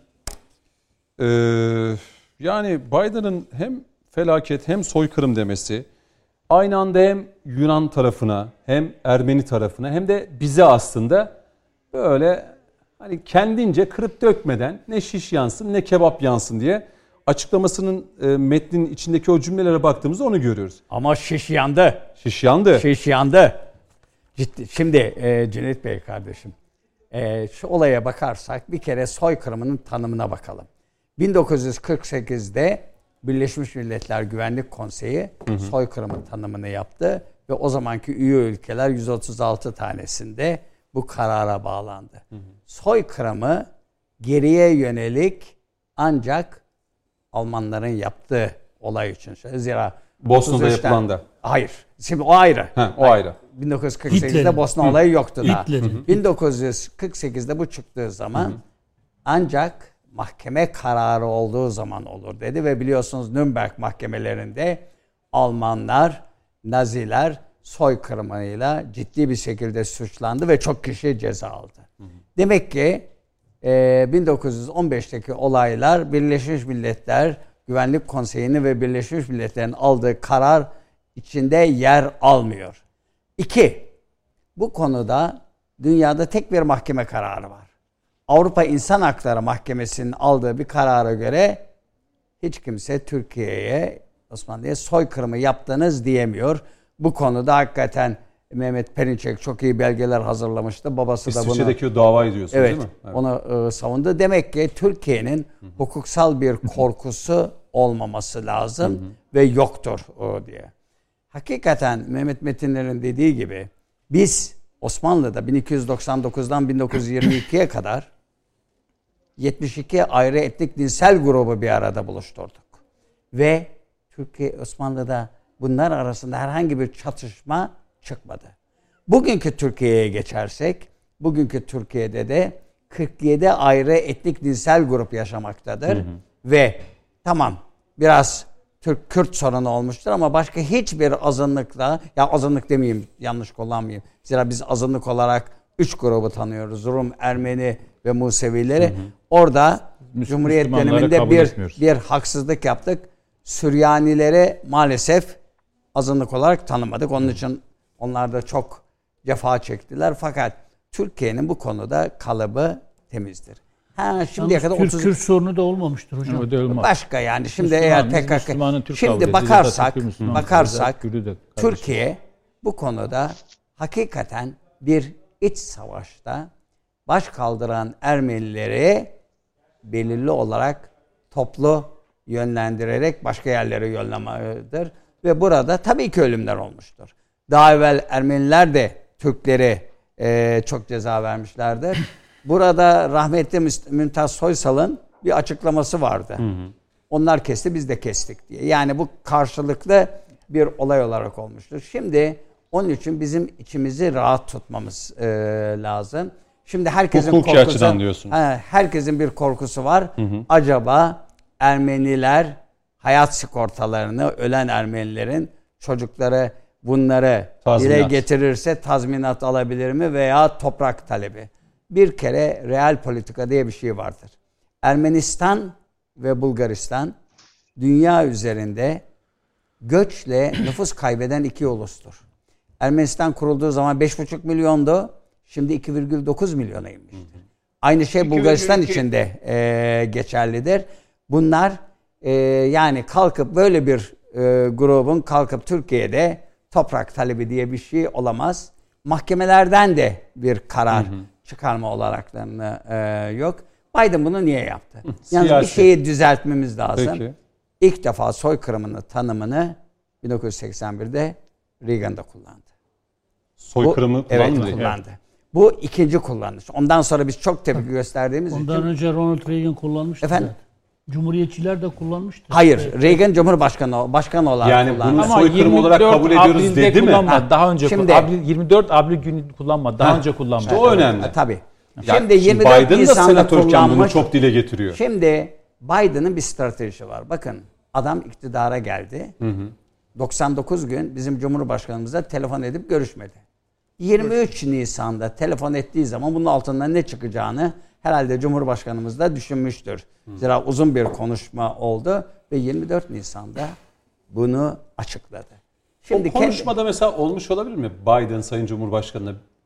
Ee, yani Biden'ın hem felaket hem soykırım demesi aynı anda hem Yunan tarafına hem Ermeni tarafına hem de bize aslında böyle hani kendince kırıp dökmeden ne şiş yansın ne kebap yansın diye açıklamasının e, metnin içindeki o cümlelere baktığımızda onu görüyoruz. Ama şiş yandı. Şiş yandı. Şiş yandı. Ciddi. Şimdi e, Cüneyt Bey kardeşim, e, şu olaya bakarsak bir kere soykırımının tanımına bakalım. bin dokuz yüz kırk sekizde Birleşmiş Milletler Güvenlik Konseyi hı hı. soykırımın tanımını yaptı ve o zamanki üye ülkeler yüz otuz altı tanesinde bu karara bağlandı. Hı hı. Soykırımı geriye yönelik ancak Almanların yaptığı olay için. Zira Bosna'da yapılan da. Hayır. Şimdi o ayrı. Ha, o Hayır. ayrı. bin dokuz yüz kırk sekizde Hitler'in. Bosna Hı. olayı yoktu daha. Hitler'in. bin dokuz yüz kırk sekizde bu çıktığı zaman hı hı. ancak mahkeme kararı olduğu zaman olur dedi ve biliyorsunuz Nürnberg mahkemelerinde Almanlar, Naziler soykırımıyla ciddi bir şekilde suçlandı ve çok kişi ceza aldı. Hı hı. Demek ki e, bin dokuz yüz on beşteki olaylar Birleşmiş Milletler Güvenlik Konseyi'ni ve Birleşmiş Milletler'in aldığı karar içinde yer almıyor. İki, bu konuda dünyada tek bir mahkeme kararı var. Avrupa İnsan Hakları Mahkemesi'nin aldığı bir karara göre hiç kimse Türkiye'ye, Osmanlı'ya soykırımı yaptınız diyemiyor. Bu konuda hakikaten Mehmet Perinçek çok iyi belgeler hazırlamıştı. Babası da bunu... İsviçre'deki o davayı diyorsunuz evet, değil mi? Evet, onu e, savundu. Demek ki Türkiye'nin hukuksal bir korkusu olmaması lazım hı hı. ve yoktur o diye. Hakikaten Mehmet Metinler'in dediği gibi biz Osmanlı'da bin iki yüz doksan dokuzdan bin dokuz yüz yirmi ikiye kadar yetmiş iki ayrı etnik dinsel grubu bir arada buluşturduk. Ve Türkiye Osmanlı'da bunlar arasında herhangi bir çatışma çıkmadı. Bugünkü Türkiye'ye geçersek, bugünkü Türkiye'de de kırk yedi ayrı etnik dinsel grup yaşamaktadır. Hı hı. Ve tamam biraz Türk-Kürt sorunu olmuştur ama başka hiçbir azınlıkla, ya azınlık demeyeyim, yanlış kullanmayayım. Zira biz azınlık olarak üç grubu tanıyoruz. Rum, Ermeni ve Musevileri. Hı hı. Orada Müs- Cumhuriyet döneminde bir, bir haksızlık yaptık. Süryanileri maalesef azınlık olarak tanımadık. Onun için onlar da çok cefa çektiler. Fakat Türkiye'nin bu konuda kalıbı temizdir. Ha şimdiye kadar Türk otuz Kürt sorunu da olmamıştır hocam. Evet, başka yani şimdi Müslüman, eğer P K K şimdi bakarsak bakarsak Türkiye bu konuda hakikaten bir iç savaşta baş kaldıran Ermenileri belirli olarak toplu yönlendirerek başka yerlere yollamadadır ve burada tabii ki ölümler olmuştur. Daha evvel Ermeniler de Türkleri e, çok ceza vermişlerdir. Burada rahmetli Mümtaz Soysal'ın bir açıklaması vardı. Hı hı. Onlar kesti, biz de kestik diye. Yani bu karşılıklı bir olay olarak olmuştur. Şimdi onun için bizim içimizi rahat tutmamız e, lazım. Şimdi herkesin hukuki korkusu, açıdan diyorsun. He, herkesin bir korkusu var. Hı hı. Acaba Ermeniler hayat sigortalarını ölen Ermenilerin çocukları bunları tazminat. dile getirirse tazminat alabilir mi veya toprak talebi? Bir kere real politika diye bir şey vardır. Ermenistan ve Bulgaristan dünya üzerinde göçle nüfus kaybeden iki ulustur. Ermenistan kurulduğu zaman beş buçuk milyondu. Şimdi iki virgül dokuz milyona inmiştir. Aynı şey Bulgaristan için de e, geçerlidir. Bunlar e, yani kalkıp böyle bir e, grubun kalkıp Türkiye'de toprak talebi diye bir şey olamaz. Mahkemelerden de bir karar hı hı. çıkarma olaraklarını e, yok. Biden bunu niye yaptı? Yani bir şeyi düzeltmemiz lazım. Peki. İlk defa soykırımının tanımını bin dokuz yüz seksen birde Reagan'da kullandı. Soykırımı Bu, kullandı. Evet, kullandı. Bu ikinci kullanış. Ondan sonra biz çok tepki gösterdiğimiz Ondan için. Ondan önce Ronald Reagan kullanmıştı. Efendim? Zaten. Cumhuriyetçiler de kullanmıştı. Hayır. Evet. Reagan Cumhurbaşkanı başkan olarak yani kullandı. bunu soykırım olarak kabul ediyoruz dedi mi? Ha, daha önce şimdi, yirmi dört Abril günü kullanmadı. Daha ha, önce kullanmadı. İşte o önemli. Ha, tabii. Yani şimdi yirmi dört Biden da senatörken bunu çok dile getiriyor. Şimdi Biden'ın bir stratejisi var. Bakın adam iktidara geldi. Hı hı. doksan dokuz gün bizim Cumhurbaşkanımıza telefon edip görüşmedi. yirmi üç Nisan'da telefon ettiği zaman bunun altından ne çıkacağını herhalde Cumhurbaşkanımız da düşünmüştür. Zira uzun bir konuşma oldu ve yirmi dört Nisan'da bunu açıkladı. Şimdi o konuşmada kendi... mesela olmuş olabilir mi Biden Sayın Cumhurbaşkanı'na?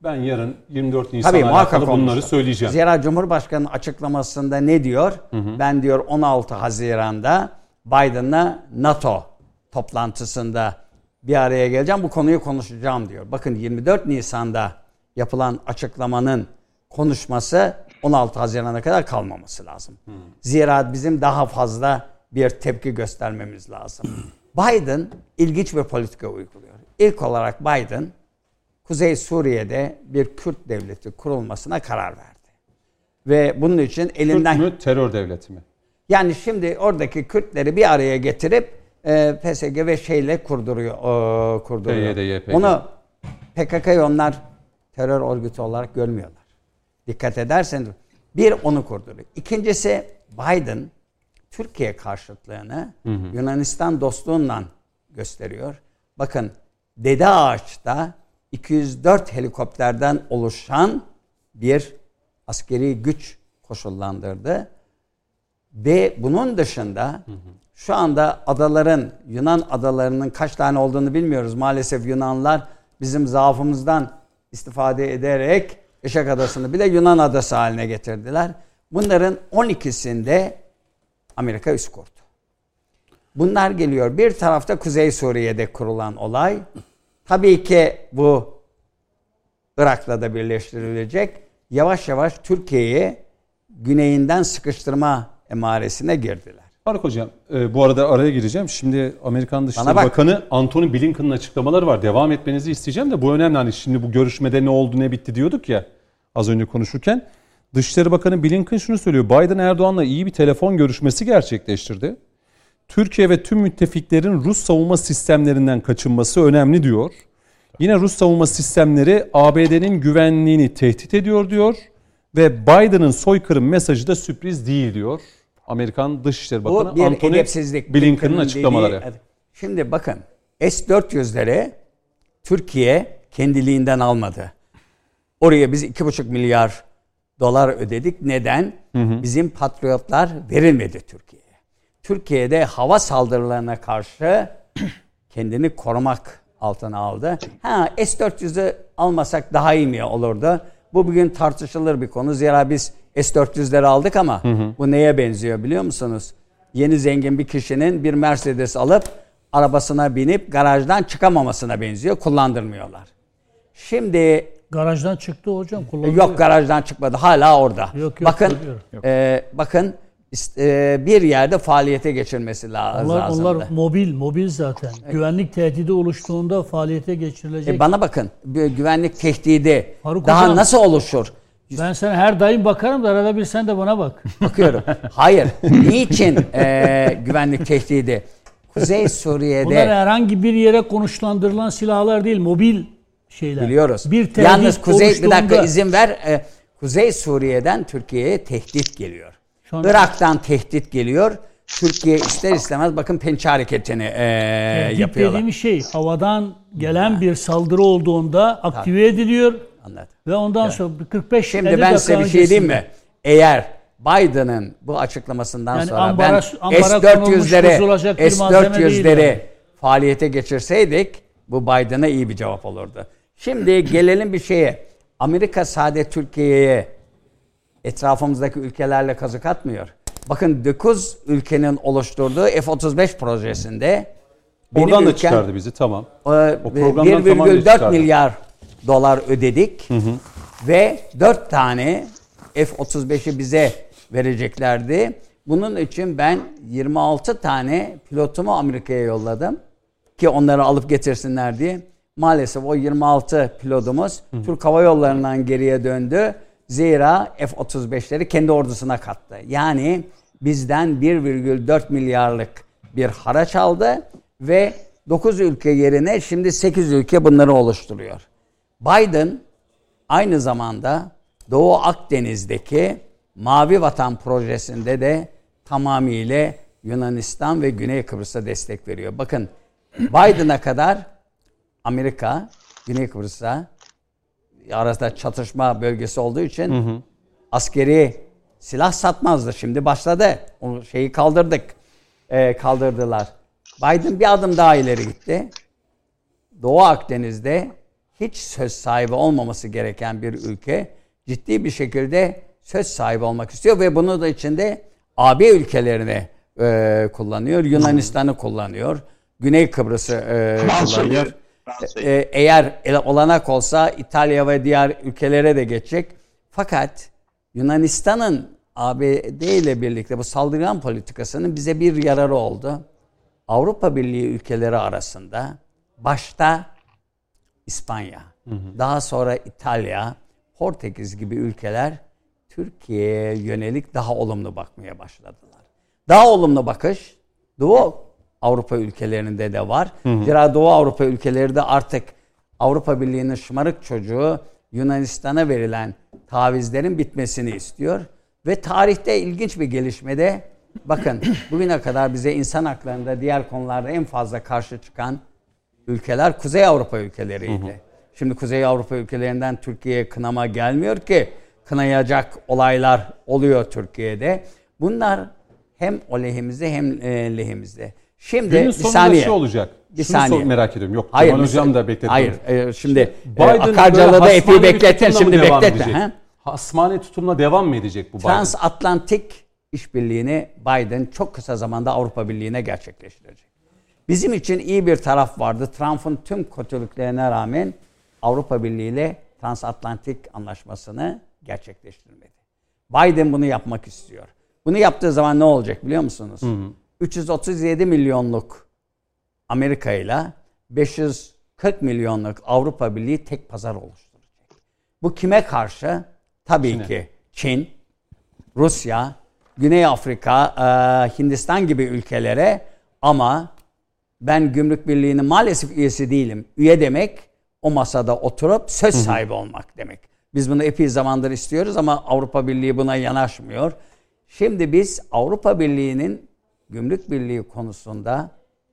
Ben yarın yirmi dört Nisan'la Tabii muhakkak alakalı bunları olmuştur. söyleyeceğim. Zira Cumhurbaşkanı'nın açıklamasında ne diyor? Hı hı. Ben diyor on altı Haziran'da Biden'la NATO toplantısında bir araya geleceğim. Bu konuyu konuşacağım diyor. Bakın yirmi dört Nisan'da yapılan açıklamanın konuşması on altı Haziran'a kadar kalmaması lazım. Hı. Zira bizim daha fazla bir tepki göstermemiz lazım. Biden ilginç bir politika uyguluyor. İlk olarak Biden Kuzey Suriye'de bir Kürt devleti kurulmasına karar verdi. Ve bunun için elinden... Kürt mü, terör devleti mi? Yani şimdi oradaki Kürtleri bir araya getirip e, P S G ve şeyle kurduruyor. O, kurduruyor. P Y D, Y P G. Onu P K K'yı onlar terör örgütü olarak görmüyorlar. Dikkat ederseniz bir onu kurduruyor. İkincisi Biden Türkiye karşıtlığını hı hı. Yunanistan dostluğundan gösteriyor. Bakın Dede Ağaç'ta iki yüz dört helikopterden oluşan bir askeri güç koşullandırdı. Ve bunun dışında hı hı. şu anda adaların, Yunan adalarının kaç tane olduğunu bilmiyoruz. Maalesef Yunanlar bizim zaafımızdan istifade ederek Eşek Adası'nı bile Yunan adası haline getirdiler. Bunların on ikisinde Amerika üst kurdu. Bunlar geliyor. Bir tarafta Kuzey Suriye'de kurulan olay. Tabii ki bu Irak'la da birleştirilecek. Yavaş yavaş Türkiye'yi güneyinden sıkıştırma emaresine girdiler. Faruk Hocam, e, bu arada araya gireceğim. Şimdi Amerikan Dışişleri Bakanı Antony Blinken'ın açıklamaları var. Devam etmenizi isteyeceğim de bu önemli. Hani şimdi bu görüşmede ne oldu ne bitti diyorduk ya az önce konuşurken. Dışişleri Bakanı Blinken şunu söylüyor. Biden Erdoğan'la iyi bir telefon görüşmesi gerçekleştirdi. Türkiye ve tüm müttefiklerin Rus savunma sistemlerinden kaçınması önemli diyor. Yine Rus savunma sistemleri A B D'nin güvenliğini tehdit ediyor diyor. Ve Biden'ın soykırım mesajı da sürpriz değil diyor. Amerikan Dışişleri Bakanı Bu Antony Blinken'ın açıklamaları. Dediği, şimdi bakın S dört yüzleri Türkiye kendiliğinden almadı. Oraya biz iki buçuk milyar dolar ödedik. Neden? Hı hı. Bizim patriotlar verilmedi Türkiye'ye. Türkiye'de hava saldırılarına karşı kendini korumak altına aldı. Ha S dört yüzü almasak daha iyi mi olurdu? Bu bugün tartışılır bir konu. Zira biz S dört yüzleri aldık ama hı hı. bu neye benziyor biliyor musunuz? Yeni zengin bir kişinin bir Mercedes alıp arabasına binip garajdan çıkamamasına benziyor. Kullandırmıyorlar. Şimdi garajdan çıktı hocam. Yok garajdan çıkmadı. Hala orada. Yok, yok, bakın e, bakın e, bir yerde faaliyete geçirmesi lazım. Onlar, onlar mobil, mobil zaten. Güvenlik tehdidi oluştuğunda faaliyete geçirilecek. E, bana bakın. Güvenlik tehdidi Faruk daha hocam, nasıl oluşur? Ben sana her daim bakarım da arada bir sen de bana bak. Bakıyorum. Hayır. Niçin e, güvenlik tehdidi? Kuzey Suriye'de... Bunlar herhangi bir yere konuşlandırılan silahlar değil. Mobil şeyler. Biliyoruz. Bir Yalnız Kuzey, bir dakika izin ver. E, Kuzey Suriye'den Türkiye'ye tehdit geliyor. An... Irak'tan tehdit geliyor. Türkiye ister istemez bakın pençe hareketini e, yapıyorlar. Tehdit dediğim şey havadan gelen bir saldırı olduğunda aktive ediliyor. Anladım. Ve ondan evet. sonra kırk beş Şimdi ben size bir şey diyeyim mi? Eğer Biden'ın bu açıklamasından yani sonra ambara, ben S dört yüzleri S dört yüzleri faaliyete geçirseydik bu Biden'a iyi bir cevap olurdu. Şimdi gelelim bir şeye. Amerika sadece Türkiye'ye etrafımızdaki ülkelerle kazık atmıyor. Bakın dokuz ülkenin oluşturduğu F otuz beş projesinde oradan da çıkardı bizi tamam. bir virgül dört milyar dolar ödedik. Hı hı. Ve dört tane F otuz beşi bize vereceklerdi. Bunun için ben yirmi altı tane pilotumu Amerika'ya yolladım ki onları alıp getirsinler diye. Maalesef o yirmi altı pilotumuz hı. Türk Hava Yolları'ndan geriye döndü. Zira F otuz beşleri kendi ordusuna kattı. Yani bizden bir virgül dört milyarlık bir haraç aldı ve dokuz ülke yerine şimdi sekiz ülke bunları oluşturuyor. Biden aynı zamanda Doğu Akdeniz'deki Mavi Vatan projesinde de tamamıyla Yunanistan ve Güney Kıbrıs'a destek veriyor. Bakın Biden'a kadar Amerika, Güney Kıbrıs'a arasında çatışma bölgesi olduğu için hı hı. askeri silah satmazdı. Şimdi başladı. O şeyi kaldırdık. Ee, kaldırdılar. Biden bir adım daha ileri gitti. Doğu Akdeniz'de hiç söz sahibi olmaması gereken bir ülke ciddi bir şekilde söz sahibi olmak istiyor ve bunu da içinde A B ülkelerini e, kullanıyor. Yunanistan'ı kullanıyor. Güney Kıbrıs'ı e, kullanıyor. E, eğer olanak olsa İtalya ve diğer ülkelere de geçecek. Fakat Yunanistan'ın A B D ile birlikte bu saldırgan politikasının bize bir yararı oldu. Avrupa Birliği ülkeleri arasında başta İspanya, hı hı. daha sonra İtalya, Portekiz gibi ülkeler Türkiye'ye yönelik daha olumlu bakmaya başladılar. Daha olumlu bakış Doğu Avrupa ülkelerinde de var. Zira Doğu Avrupa ülkeleri de artık Avrupa Birliği'nin şımarık çocuğu Yunanistan'a verilen tavizlerin bitmesini istiyor. Ve tarihte ilginç bir gelişmede bakın bugüne kadar bize insan haklarında diğer konularda en fazla karşı çıkan ülkeler Kuzey Avrupa ülkeleriydi. Hı hı. Şimdi Kuzey Avrupa ülkelerinden Türkiye'ye kınama gelmiyor ki. Kınayacak olaylar oluyor Türkiye'de. Bunlar hem o lehimizde hem e, lehimizde. Şimdi Günün bir sonunda saniye. şey olacak. Bir Şunu saniye. sor, merak ediyorum. Yok hayır, Kemal Hocam da beklettim. Hayır. E, şimdi Biden e, Akarcalı'da epey beklettin. Şimdi bekletme. Ha? Hasmane tutumla devam mı edecek bu Biden? Transatlantik işbirliğini Biden çok kısa zamanda Avrupa Birliği'ne gerçekleştirecek. Bizim için iyi bir taraf vardı. Trump'ın tüm kötülüklerine rağmen Avrupa Birliği ile transatlantik anlaşmasını gerçekleştirmedi. Biden bunu yapmak istiyor. Bunu yaptığı zaman ne olacak biliyor musunuz? Hı hı. üç yüz otuz yedi milyonluk Amerika ile beş yüz kırk milyonluk Avrupa Birliği tek pazar oluşturacak. Bu kime karşı? Tabii Çin'e. ki Çin, Rusya, Güney Afrika, Hindistan gibi ülkelere, ama ben Gümrük Birliği'nin maalesef üyesi değilim. Üye demek o masada oturup söz sahibi olmak demek. Biz bunu epey zamandır istiyoruz ama Avrupa Birliği buna yanaşmıyor. Şimdi biz Avrupa Birliği'nin Gümrük Birliği konusunda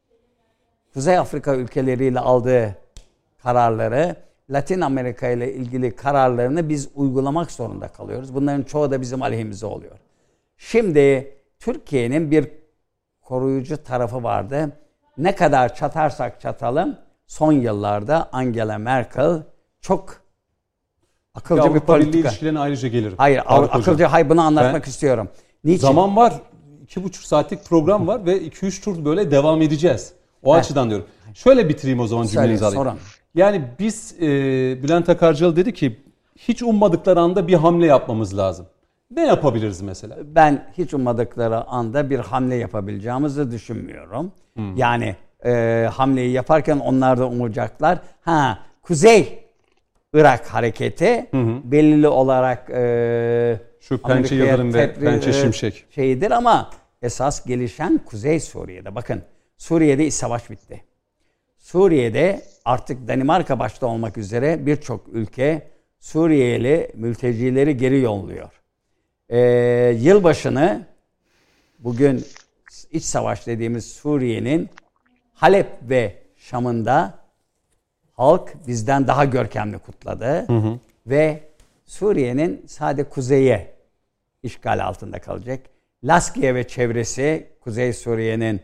Kuzey Afrika ülkeleriyle aldığı kararları, Latin Amerika ile ilgili kararlarını biz uygulamak zorunda kalıyoruz. Bunların çoğu da bizim aleyhimize oluyor. Şimdi Türkiye'nin bir koruyucu tarafı vardı. Ne kadar çatarsak çatalım, son yıllarda Angela Merkel çok akılcı Avrupa bir politika. Birliği ilişkilerine ayrıca gelirim. Hayır, Avrupa akılcı. Hayır, bunu anlatmak ben, istiyorum. Niçin? Zaman var. iki buçuk saatlik program var ve iki üç tur böyle devam edeceğiz. O Heh. açıdan diyorum. Şöyle bitireyim o zaman cümlenizi alayım. Sorun. Yani biz e, Bülent Akarcalı dedi ki hiç ummadıkları anda bir hamle yapmamız lazım. Ne yapabiliriz mesela? Ben hiç ummadıkları anda bir hamle yapabileceğimizi düşünmüyorum. Hmm. Yani e, hamleyi yaparken onlar da umacaklar. Ha, Kuzey Irak hareketi hı hı. belirli olarak e, şu Pençe Yıldırım ve Pençe Şimşek şeyidir ama esas gelişen Kuzey Suriye'de. Bakın Suriye'de iç savaş bitti. Suriye'de artık Danimarka başta olmak üzere birçok ülke Suriyeli mültecileri geri yolluyor. Ee, yılbaşını bugün iç savaş dediğimiz Suriye'nin Halep ve Şam'ında halk bizden daha görkemli kutladı. Hı hı. Ve Suriye'nin sadece kuzeye işgal altında kalacak. Laskiye ve çevresi, Kuzey Suriye'nin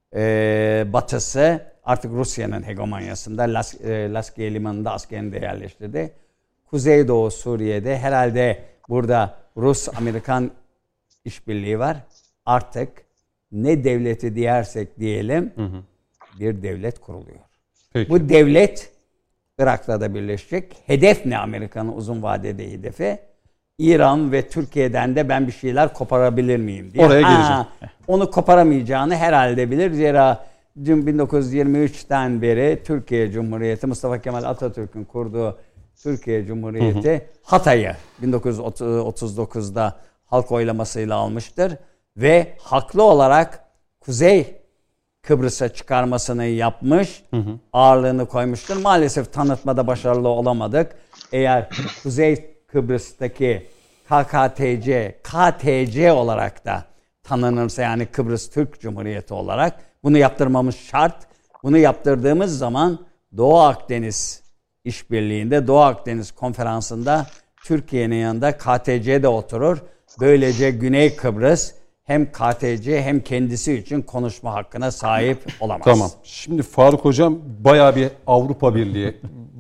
e, batısı artık Rusya'nın hegemonyasında. Las, e, Laskiye limanında askerini de yerleştirdi. Kuzeydoğu Suriye'de herhalde burada Rus-Amerikan işbirliği var. Artık ne devleti diyersek diyelim hı hı. bir devlet kuruluyor. Peki. Bu devlet Irak'ta da birleşecek. Hedef ne Amerika'nın uzun vadede hedefi? İran ve Türkiye'den de ben bir şeyler koparabilir miyim diye. Oraya geleceğim. Onu koparamayacağını herhalde bilir. Zira bin dokuz yüz yirmi üçten beri Türkiye Cumhuriyeti, Mustafa Kemal Atatürk'ün kurduğu Türkiye Cumhuriyeti hı hı. Hatay'ı bin dokuz yüz otuz dokuzda halk oylamasıyla almıştır. Ve haklı olarak Kuzey Kıbrıs'a çıkarmasını yapmış, hı hı. ağırlığını koymuştur. Maalesef tanıtmada başarılı olamadık. Eğer Kuzey Kıbrıs'taki K K T C, K T C olarak da tanınırsa, yani Kıbrıs Türk Cumhuriyeti olarak bunu yaptırmamız şart. Bunu yaptırdığımız zaman Doğu Akdeniz İşbirliği'nde, Doğu Akdeniz Konferansı'nda Türkiye'nin yanında K T C de oturur. Böylece Güney Kıbrıs hem K T C hem kendisi için konuşma hakkına sahip olamaz. Tamam. Şimdi Faruk Hocam bayağı bir Avrupa Birliği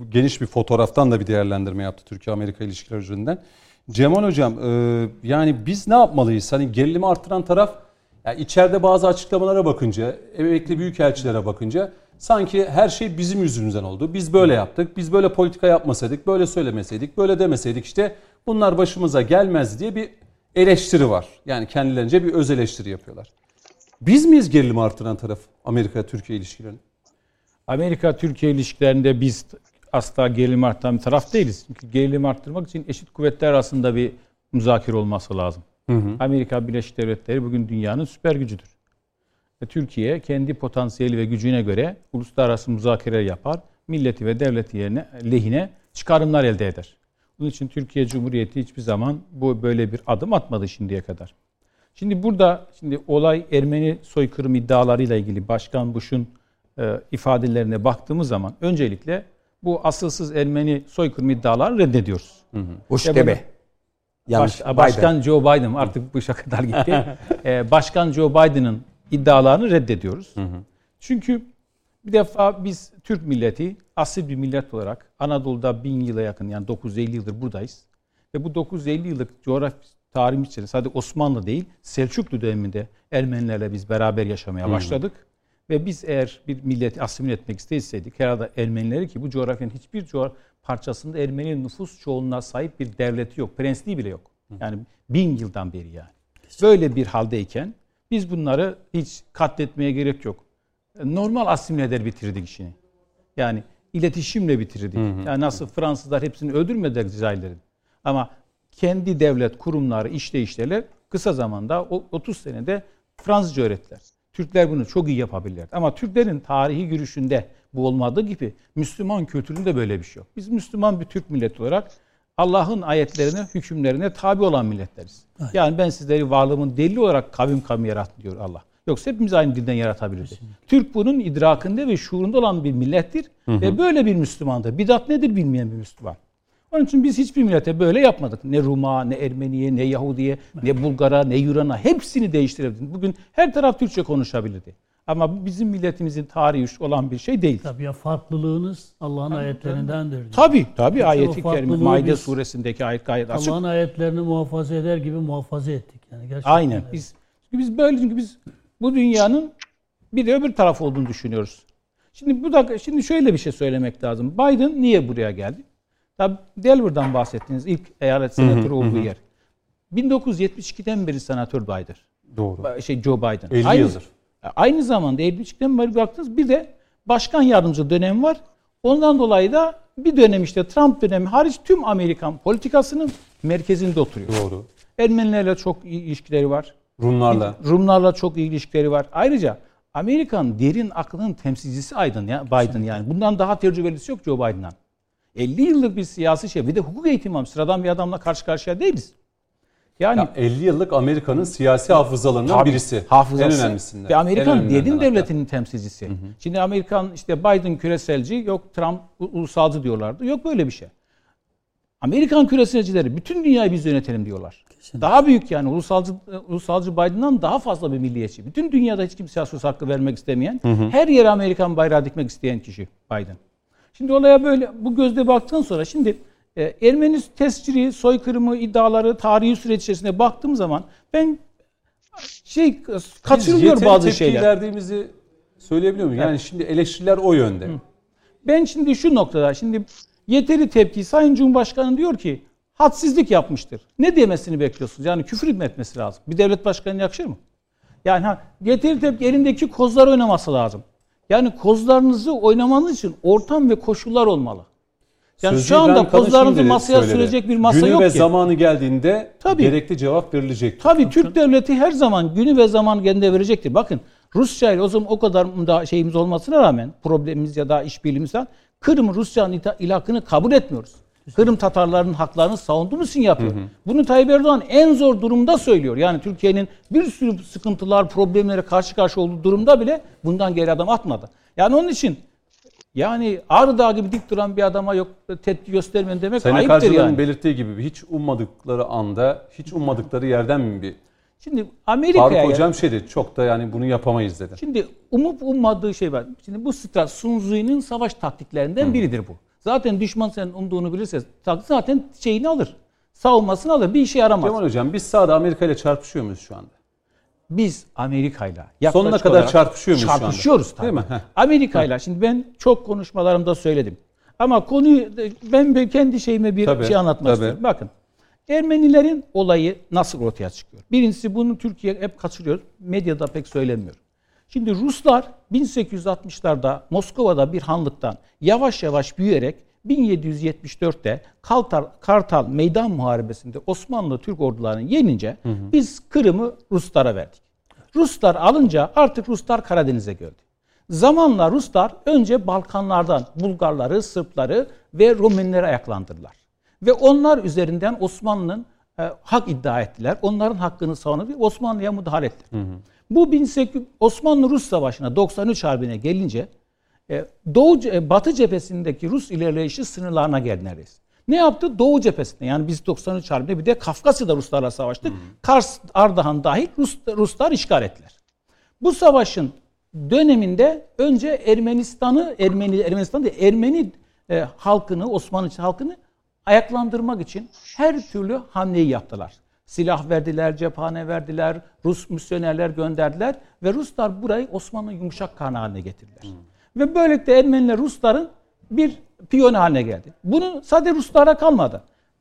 geniş bir fotoğraftan da bir değerlendirme yaptı Türkiye-Amerika ilişkileri üzerinden. Cemal Hocam e, yani biz ne yapmalıyız? Hani gerilimi arttıran taraf, yani içeride bazı açıklamalara bakınca, emekli büyükelçilere bakınca sanki her şey bizim yüzümüzden oldu. Biz böyle yaptık, biz böyle politika yapmasaydık, böyle söylemeseydik, böyle demeseydik işte bunlar başımıza gelmez diye bir eleştiri var. Yani kendilerince bir öz eleştiri yapıyorlar. Biz miyiz gerilimi artıran taraf Amerika-Türkiye ilişkilerinin? Amerika-Türkiye ilişkilerinde biz asla gerilim arttıran bir taraf değiliz. Çünkü gerilim arttırmak için eşit kuvvetler arasında bir müzakere olması lazım. Hı hı. Amerika Birleşik Devletleri bugün dünyanın süper gücüdür. Ve Türkiye kendi potansiyeli ve gücüne göre uluslararası müzakereler yapar, milleti ve devleti yerine, lehine çıkarımlar elde eder. Bunun için Türkiye Cumhuriyeti hiçbir zaman bu böyle bir adım atmadı şimdiye kadar. Şimdi burada şimdi olay Ermeni soykırım iddialarıyla ilgili Başkan Bush'un e, ifadelerine baktığımız zaman öncelikle bu asılsız Ermeni soykırım iddialarını reddediyoruz. Hı hı. Bush gibi. Baş, Başkan Joe Biden artık Bush'a kadar gitti. ee, Başkan Joe Biden'ın iddialarını reddediyoruz. Hı hı. Çünkü bir defa biz Türk milleti asil bir millet olarak Anadolu'da bin yıla yakın yani dokuz yüz elli yıldır buradayız. Ve bu dokuz yüz elli yıllık coğrafi tarihimiz içerisinde sadece Osmanlı değil Selçuklu döneminde Ermenilerle biz beraber yaşamaya başladık. Hı hı. Ve biz eğer bir milleti asimile etmek isteyseydik herhalde Ermenileri ki bu coğrafyanın hiçbir coğraf parçasında Ermeni nüfus çoğunluğuna sahip bir devleti yok. Prensliği bile yok. Yani bin yıldan beri yani. Böyle bir haldeyken biz bunları hiç katletmeye gerek yok. Normal asimile eder bitirdik işini. Yani iletişimle bitirdik. Hı hı. Yani nasıl Fransızlar hepsini öldürmediler Cezayirlerin. Ama kendi devlet kurumları işleyişlerle kısa zamanda otuz senede Fransızca öğrettiler. Türkler bunu çok iyi yapabilirler. Ama Türklerin tarihi görüşünde bu olmadığı gibi Müslüman kültüründe böyle bir şey yok. Biz Müslüman bir Türk milleti olarak Allah'ın ayetlerine, hükümlerine tabi olan milletleriz. Evet. Yani ben sizleri varlığımın delili olarak kavim kavim yarattım diyor Allah. Yoksa hepimiz aynı dilden yaratabilirdi. Kesinlikle. Türk bunun idrakinde ve şuurunda olan bir millettir. Hı hı. Ve böyle bir Müslümandır. Bidat nedir bilmeyen bir Müslüman. Onun için biz hiçbir millete böyle yapmadık. Ne Rum'a, ne Ermeniye, ne Yahudi'ye, ne Bulgar'a, ne Yunan'a hepsini değiştirebilirdik. Bugün her taraf Türkçe konuşabilirdi. Ama bizim milletimizin tarihi olan bir şey değil. Tabii ya farklılığınız Allah'ın tabii, ayetlerindendir. Diyor. Tabii tabii ayet-i kerime Maide suresindeki ayet gayet açık. Allah'ın ayetlerini muhafaza eder gibi muhafaza ettik yani gerçekten. Aynen. Evet. Biz biz böyle çünkü biz bu dünyanın bir de öbür tarafı olduğunu düşünüyoruz. Şimdi bu da şimdi şöyle bir şey söylemek lazım. Biden niye buraya geldi? Tabii Delaware'dan bahsettiğiniz ilk eyalet senatörü olduğu yer. bin dokuz yüz yetmiş ikiden beri senatör Biden. Doğru. Şey Joe Biden. elli Aynı, yıldır. Aynı zamanda yetmiş ikiden beri baktınız bir de başkan yardımcısı dönemi var. Ondan dolayı da bir dönem işte Trump dönemi hariç tüm Amerikan politikasının merkezinde oturuyor. Doğru. Ermenilerle çok iyi ilişkileri var. Rumlarla. Rumlarla çok iyi ilişkileri var. Ayrıca Amerikan derin aklının temsilcisi Biden, ya, Biden yani. Bundan daha tecrübelisi yok Joe Biden'dan. elli yıllık bir siyasi şey. Bir de hukuk eğitimi almış. Sıradan bir adamla karşı karşıya değiliz. Yani ya elli yıllık Amerika'nın siyasi hafızalarından tabii, birisi. Hafızası. En önemlisinden. Ve Amerikan en derin hatta. devletinin temsilcisi. Hı hı. Şimdi Amerikan işte Biden küreselci, yok Trump ulusalcı diyorlardı. Yok böyle bir şey. Amerikan küreselcileri bütün dünyayı biz yönetelim diyorlar. Kesinlikle. Daha büyük yani ulusalcı ulusalcı Biden'dan daha fazla bir milliyetçi. Bütün dünyada hiç kimseye söz hakkı vermek istemeyen, hı hı. her yere Amerikan bayrağı dikmek isteyen kişi Biden. Şimdi olaya böyle bu gözle baktıktan sonra şimdi e, Ermeni tescili, soykırımı, iddiaları, tarihi süreç içerisinde baktığım zaman ben şey kaçırılıyor bazı şeyler. Biz verdiğimizi söyleyebiliyor muyum? Evet. Yani şimdi eleştiriler o yönde. Hı. Ben şimdi şu noktada şimdi yeteri tepki Sayın Cumhurbaşkanı diyor ki hadsizlik yapmıştır. Ne demesini bekliyorsunuz? Yani küfür mü etmesi lazım? Bir devlet başkanına yakışır mı? Yani ha, yeteri tepki elindeki kozlar oynaması lazım. Yani kozlarınızı oynamanız için ortam ve koşullar olmalı. Yani Sözü şu anda kozlarınızı masaya söyledi. Sürecek bir masa günü yok ki. Günü ve zamanı geldiğinde tabii, gerekli cevap verilecek. Tabii Türk devleti her zaman günü ve zaman kendine verecektir. Bakın Rusya ile o zaman o kadar da şeyimiz olmasına rağmen problemimiz ya da işbirliğimizden Kırım Rusya'nın ilhakını kabul etmiyoruz. Kırım Tatarlarının haklarını savunduğumuz için yapıyor. Hı hı. Bunu Tayyip Erdoğan en zor durumda söylüyor. Yani Türkiye'nin bir sürü sıkıntılar, problemlere karşı karşı olduğu durumda bile bundan geri adım atmadı. Yani onun için yani Ağrı Dağı gibi dik duran bir adama yok tepki göstermeyin demek Sayın ayıptır yani. yani. belirttiği gibi hiç ummadıkları anda, hiç ummadıkları yerden mi bir... Şimdi Amerika'ya... Faruk Hocam şey dedi, çok da yani bunu yapamayız dedi. Şimdi umup ummadığı şey var. Şimdi bu strateji Sun Tzu'nun savaş taktiklerinden Hı. biridir bu. Zaten düşman senin umduğunu bilirse zaten şeyini alır. Savunmasını alır. Bir işe yaramaz. Cemal Hocam biz sahada Amerika ile çarpışıyor muyuz şu anda? Biz Amerika'yla sonuna kadar çarpışıyor muyuz şu anda? Çarpışıyoruz tabii. Değil mi? Amerika'yla. Şimdi ben çok konuşmalarımda söyledim. Ama konuyu ben kendi şeyime bir tabii, şey anlatmak tabii. istiyorum. Bakın. Ermenilerin olayı nasıl ortaya çıkıyor? Birincisi bunu Türkiye hep kaçırıyor. Medyada pek söylemiyor. Şimdi Ruslar bin sekiz yüz altmışlarda Moskova'da bir hanlıktan yavaş yavaş büyüyerek bin yedi yüz yetmiş dörtte Kartal, Kartal Meydan Muharebesi'nde Osmanlı Türk ordularını yenince hı hı. biz Kırım'ı Ruslara verdik. Ruslar alınca artık Ruslar Karadeniz'e geldi. Zamanla Ruslar önce Balkanlardan Bulgarları, Sırpları ve Romenleri ayaklandırdılar. Ve onlar üzerinden Osmanlı'nın e, hak iddia ettiler. Onların hakkını savunup Osmanlı'ya müdahale ettiler. Hı hı. Bu bin sekiz yüz Osmanlı-Rus Savaşı'na doksan üç Harbi'ne gelince e, Doğu e, Batı cephesindeki Rus ilerleyişi sınırlarına geldi neredeyse. Ne yaptı? Doğu cephesinde yani biz doksan üç Harbi'nde bir de Kafkasya'da Ruslarla savaştık. Hı hı. Kars, Ardahan dahil Rus, Ruslar işgal ettiler. Bu savaşın döneminde önce Ermenistan'ı Ermeni Ermenistan değil, Ermeni e, halkını, Osmanlı halkını ayaklandırmak için her türlü hamleyi yaptılar. Silah verdiler, cephane verdiler, Rus misyonerler gönderdiler ve Ruslar burayı Osmanlı yumuşak karnı haline getirdiler. Hmm. Ve böylelikle Ermeniler Rusların bir piyonu haline geldi. Bunun sadece Ruslara kalmadı.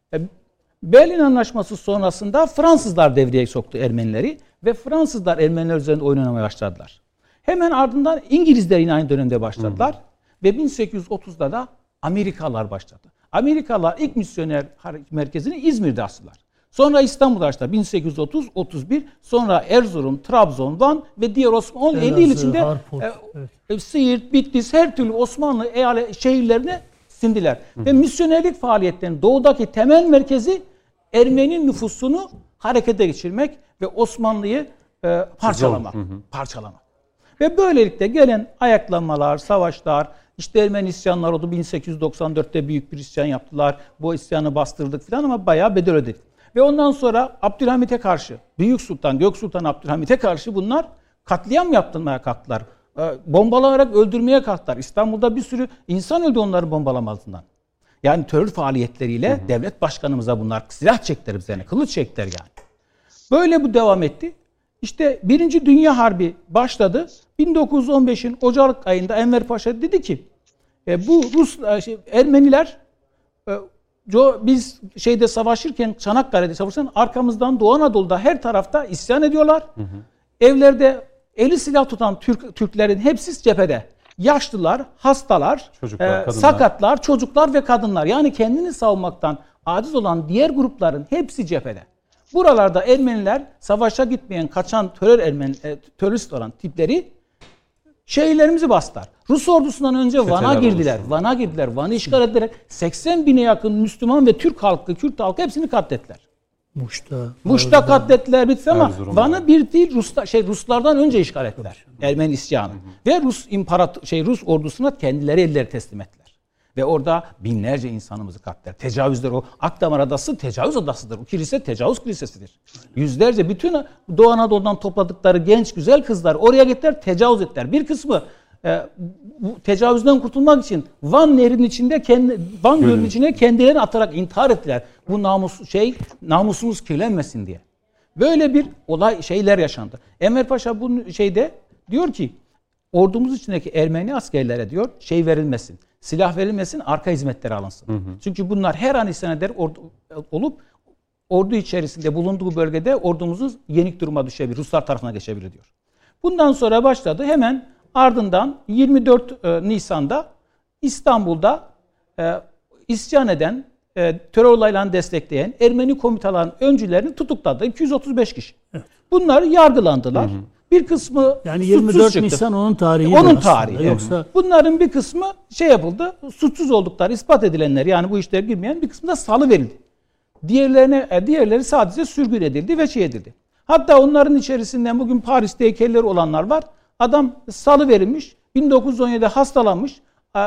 Berlin Anlaşması sonrasında Fransızlar devreye soktu Ermenileri ve Fransızlar Ermeniler üzerinde oynamaya başladılar. Hemen ardından İngilizler yine aynı dönemde başladılar hmm. ve bin sekiz yüz otuzda da Amerikalılar başladı. Amerikalılar ilk misyoner merkezini İzmir'de açtılar. Sonra İstanbul'da açtılar. bin sekiz yüz otuz otuz bir sonra Erzurum, Trabzon, Van ve diğer Osmanlı elli yıl içinde Harput, e, evet. Siirt, Bitlis her türlü Osmanlı eyalet şehirlerine sindiler. Hı. Ve misyonerlik faaliyetlerinin doğudaki temel merkezi Ermeni nüfusunu harekete geçirmek ve Osmanlı'yı e, parçalamak. Hı hı. parçalamak. Ve böylelikle gelen ayaklanmalar, savaşlar, İşte Ermeni isyanlar oldu. bin sekiz yüz doksan dörtte büyük bir isyan yaptılar. Bu isyanı bastırdık falan ama bayağı bedel ödedik. Ve ondan sonra Abdülhamit'e karşı, Büyük Sultan, Gök Sultan Abdülhamit'e karşı bunlar katliam yaptırmaya kalktılar. Bombalayarak öldürmeye kalktılar. İstanbul'da bir sürü insan öldü onları bombalamazından. Yani terör faaliyetleriyle hı hı. devlet başkanımıza bunlar silah çektiler üzerine, kılıç çektiler yani. Böyle bu devam etti. İşte Birinci Dünya Harbi başladı. bin dokuz yüz on beşin Ocak ayında Enver Paşa dedi ki e, bu Rus şey, Ermeniler e, co, biz şeyde savaşırken Çanakkale'de savaşırken arkamızdan Doğu Anadolu'da her tarafta isyan ediyorlar. Hı hı. Evlerde eli silah tutan Türk Türklerin hepsi cephede. Yaşlılar, hastalar, çocuklar, e, sakatlar, çocuklar ve kadınlar. Yani kendini savunmaktan aciz olan diğer grupların hepsi cephede. Buralarda Ermeniler savaşa gitmeyen, kaçan terör Ermeni, e, terörist olan tipleri şehirlerimizi bastılar. Rus ordusundan önce Feteler Van'a girdiler. Olsun. Van'a girdiler. Van'ı işgal ettiler. seksen bine yakın Müslüman ve Türk halkı, Kürt halkı hepsini katlettiler. Muş'ta. Muş'ta katlettiler bitti ama Van'ı bir değil Ruslar şey Ruslardan önce işgal ettiler. Ermeni isyanı. Hı hı. Ve Rus imparator şey Rus ordusuna kendileri elleri teslim ettiler. Ve orada binlerce insanımızı katler. Tecavüzler o Akdamar Adası tecavüz adasıdır. O kilise tecavüz kilisesidir. Yüzlerce bütün Doğu Anadolu'dan topladıkları genç güzel kızlar oraya gittiler tecavüz ettiler. Bir kısmı e, bu tecavüzden kurtulmak için Van Nehri'nin içinde kendi Van Gölü'nün içine kendilerini atarak intihar ettiler. Bu namus şey namusumuz kirlenmesin diye. Böyle bir olay şeyler yaşandı. Enver Paşa bu şeyde diyor ki ordumuz içindeki Ermeni askerlere diyor şey verilmesin. Silah verilmesin, arka hizmetleri alınsın. Hı hı. Çünkü bunlar her an isyan eder ordu, olup ordu içerisinde bulunduğu bölgede ordumuzu yenik duruma düşebilir, Ruslar tarafına geçebilir diyor. Bundan sonra başladı. Hemen ardından yirmi dört Nisan'da İstanbul'da e, isyan eden, e, terör olaylarını destekleyen Ermeni komitaların öncülerini tutukladı. iki yüz otuz beş kişi. Evet. Bunlar yargılandılar. Hı hı. Bir kısmı yani yirmi dört Nisan onun tarihi. Onun tarihi. Yoksa bunların bir kısmı şey yapıldı. Suçsuz oldukları ispat edilenler yani bu işlere girmeyen bir kısmı da salı verildi. Diğerlerine diğerleri sadece sürgün edildi ve şey edildi. Hatta onların içerisinden bugün Paris'te heykelleri olanlar var. Adam salı verilmiş. bin dokuz yüz on yedide hastalanmış.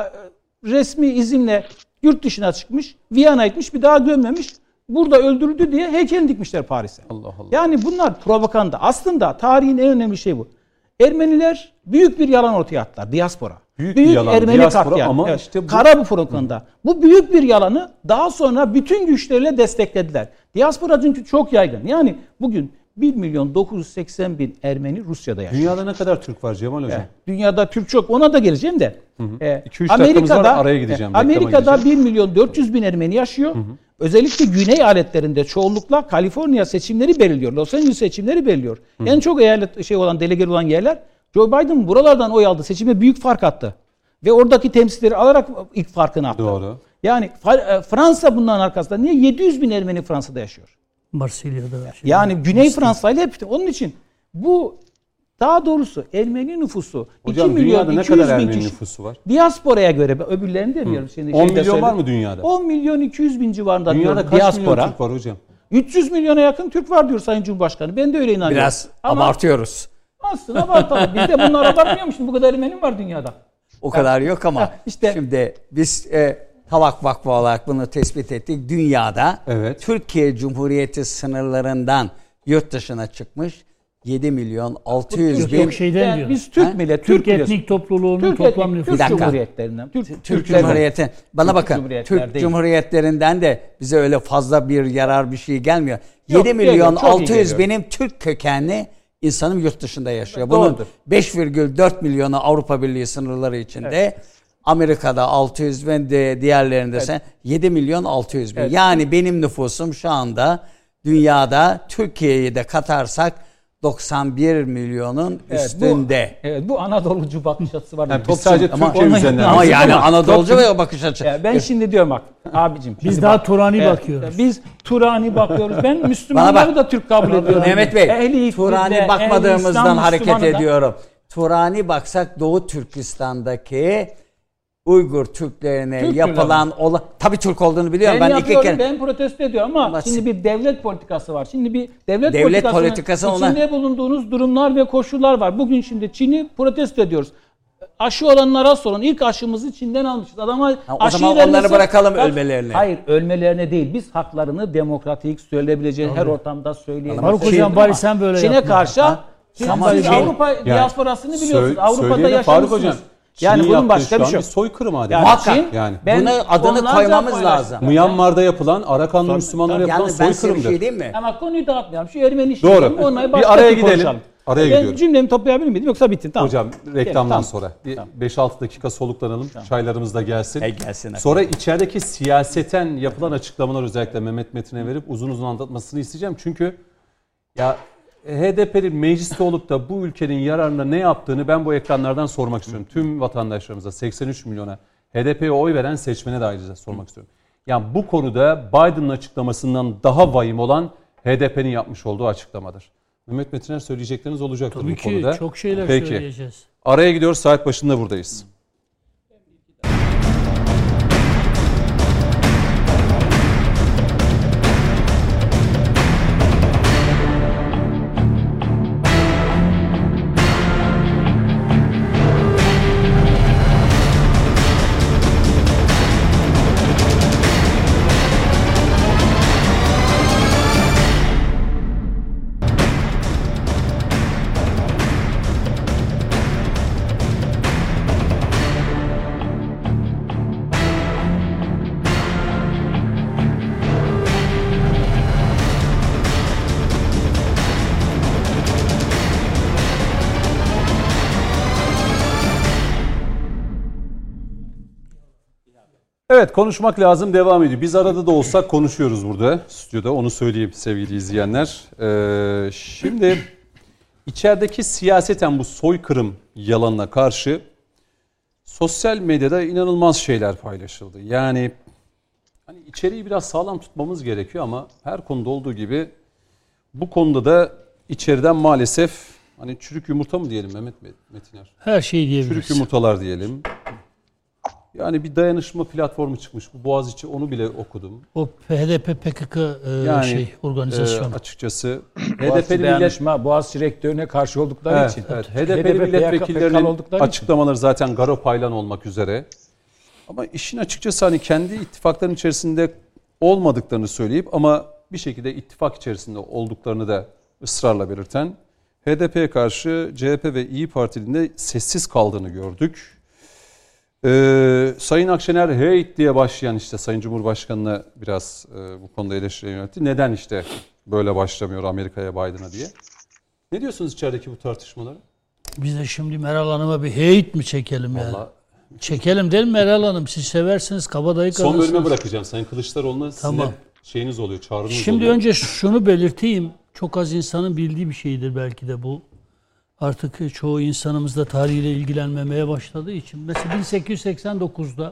Resmi izinle yurt dışına çıkmış. Viyana'ya gitmiş. Bir daha gömmemiş. Burada öldürüldü diye heykelini dikmişler Paris'e. Allah Allah. Yani bunlar propaganda. Aslında tarihin en önemli şeyi bu. Ermeniler büyük bir yalan ortaya attılar. Diaspora. Büyük, büyük bir yalan. Ermeni Diaspora katliamı. ama Evet, işte bu... Kara bu propaganda. Bu büyük bir yalanı daha sonra bütün güçleriyle desteklediler. Diaspora çünkü çok yaygın. Yani bugün bir milyon dokuz yüz seksen bin Ermeni Rusya'da yaşıyor. Dünyada ne kadar Türk var Cemal Hocam? Evet, dünyada Türk çok. Ona da geleceğim de. E, iki üç dakikamız var, araya gideceğim, e, Amerika'da reklama bir milyon dört yüz bin Ermeni yaşıyor. Hı hı. Özellikle güney eyaletlerinde çoğunlukla Kaliforniya seçimleri belirliyor. Los Angeles seçimleri belirliyor. Hı. En çok eyalet şey olan delegal olan yerler. Joe Biden buralardan oy aldı. Seçime büyük fark attı. Ve oradaki temsilcileri alarak ilk farkını attı. Doğru. Yani Fransa bunların arkasında. Niye? yedi yüz bin Ermeni Fransa'da yaşıyor. Marsilya'da. Şey yani Güney Fransa ile hep. Onun için bu daha doğrusu Ermeni nüfusu Hocam, iki milyon ne iki yüz kadar bin Ermeni kişi. nüfusu var? Diasporaya göre öbürlerini demiyorum. Şimdi on milyon var mı dünyada? on milyon iki yüz bin civarında dünyada diyorum. kaç Diaspora. milyon Türk var hocam? üç yüz milyona yakın Türk var diyor Sayın Cumhurbaşkanı. Ben de öyle inanıyorum. Biraz Ama abartıyoruz. aslında abartalım. Biz de bunları abartmıyormuş. Bu kadar Ermeni var dünyada. O kadar yok ama Ha, işte- şimdi biz e, Havak Vakfı olarak bunu tespit ettik. Dünyada Evet. Türkiye Cumhuriyeti sınırlarından yurt dışına çıkmış yedi milyon altı yüz bin Yok şeyden Yani diyor. biz Türk Ha? milleti, Türk biliyorsun. etnik topluluğunun Türk toplam etnik, nüfusu. Türk dakika. Cumhuriyetlerinden. Türk, Türk Türklerden. Cumhuriyeti. Bana Türk bakın. Cumhuriyetler Türk değil. Cumhuriyetlerinden de bize öyle fazla bir yarar bir şey gelmiyor. Yok, yedi milyon geliyor, çok iyi altı yüz geliyor. benim Türk kökenli insanım yurt dışında yaşıyor. Evet, Bunun doğrudur. beş virgül dört milyonu Avrupa Birliği sınırları içinde. Amerika'da altı yüz bin de diğerlerinde Evet. sen yedi milyon altı yüz bin. Evet. Yani benim nüfusum şu anda dünyada Türkiye'yi de katarsak doksan bir milyonun Evet, üstünde. Bu, evet, bu Anadolucu bakış açısı var. Yani biz Topçu- sadece Ama- Türkiye üzerinden. Ama Biz- yani Anadolucu Topçu- ve o bakış açısı. Ya ben şimdi diyorum bak abicim. Biz şimdi daha bak, Turani e, bakıyoruz. Biz Turani bakıyoruz. Ben Bana Müslümanları bak. da Türk kabul ediyorum. Mehmet Bey, Ehli Turani İslam'da, bakmadığımızdan Ehli İslam hareket Müslümanı da- ediyorum. Turani baksak Doğu Türkistan'daki Uygur Türklerine Türk yapılan ola tabii Türk olduğunu biliyorum. Ben, Ben, iki yapıyorum, kere ben protesto ediyorum ama Ama şimdi bir devlet politikası var. Şimdi bir devlet, Devlet politikasının politikası ona- içinde bulunduğunuz durumlar ve koşullar var. Bugün şimdi Çin'i protesto ediyoruz. Aşı olanlara sorun. İlk aşımızı Çin'den almışız. Adama Ha, o aşıyı zaman vermesi- onları bırakalım Bak, ölmelerine. Hayır, ölmelerine değil. Biz haklarını demokratik söyleyebileceğiz. Her ortamda söyleyebiliriz. Faruk Hocam, bari sen böyle Çin'e yapma. karşı Ha? Siz, Ama siz şey- Avrupa diasporasını biliyorsunuz. Sö- Avrupa'da söyleyelim Faruk yaşamışsınız. Hocam. Yani Çin'in bunun yaptığı başka şu bir an şey bir yok. soykırım adeta. Yani Muhakkak. Çin, Yani. ben Buna adını onlarca koymamız paylaştım. lazım. Myanmar'da yapılan Arakanlı Müslümanlara yapılan yani ben size bir soykırımdır. şey diyeyim mi? Ama konuyu dağıtmayalım. Şu Ermeni işi. Doğru. Onunla Bir araya gidelim. konuşalım. Araya ben gidiyorum. cümlemi toplayabilir miydim yoksa bitti. Tamam. Hocam reklamdan Tamam. sonra bir Tamam. beş altı dakika soluklanalım. Çaylarımız da gelsin. E, gelsin. Sonra içerideki siyaseten yapılan açıklamalar özellikle Mehmet Metin'e verip uzun uzun anlatmasını isteyeceğim. Çünkü ya H D P'nin mecliste olup da bu ülkenin yararına ne yaptığını ben bu ekranlardan sormak istiyorum. Tüm vatandaşlarımıza, seksen üç milyona H D P'ye oy veren seçmene de ayrıca sormak istiyorum. Yani bu konuda Biden'ın açıklamasından daha vahim olan H D P'nin yapmış olduğu açıklamadır. Mehmet Metiner, söyleyecekleriniz olacaktır Tabii bu ki konuda. çok şeyler Peki. söyleyeceğiz. Araya gidiyoruz, saat başında buradayız. Evet, konuşmak lazım devam ediyor. Biz arada da olsak konuşuyoruz burada stüdyoda, onu söyleyeyim sevgili izleyenler. Ee, şimdi içerideki siyaseten bu soykırım yalanına karşı sosyal medyada inanılmaz şeyler paylaşıldı. Yani hani içeriği biraz sağlam tutmamız gerekiyor ama her konuda olduğu gibi bu konuda da içeriden maalesef hani çürük yumurta mı diyelim Mehmet Metiner? Her şeyi diyebiliriz. Çürük yumurtalar diyelim. Yani bir dayanışma platformu çıkmış. Bu Boğaziçi, onu bile okudum. O H D P P K K e, Yani, şey organizasyon. E, açıkçası H D Boğaziçi P'li millet dayanışma Boğaziçi rektörüne karşı oldukları evet, için. evet, H D P'li milletvekillerinin açıklamaları zaten Garo Paylan olmak üzere. Ama işin açıkçası hani kendi ittifakların içerisinde olmadıklarını söyleyip ama bir şekilde ittifak içerisinde olduklarını da ısrarla belirten H D P'ye karşı C H P ve İYİ Parti'nin de sessiz kaldığını gördük. Ee, Sayın Akşener hate diye başlayan işte Sayın Cumhurbaşkanı'na biraz e, bu konuda eleştiri yöneltti. Neden işte böyle başlamıyor Amerika'ya Biden'a diye. Ne diyorsunuz içerideki bu tartışmalara? Biz de şimdi Meral Hanım'a bir hate mi çekelim yani? Vallahi Çekelim değil mi Meral Hanım? Siz seversiniz, kabadayı son kalırsınız. bölüme bırakacağım. Sayın Kılıçdaroğlu'na sizin Tamam. hep şeyiniz oluyor, çağrınız Şimdi oluyor. önce şunu belirteyim. Çok az insanın bildiği bir şeydir belki de bu. Artık çoğu insanımız da tarihiyle ilgilenmemeye başladığı için. Mesela bin sekiz yüz seksen dokuzda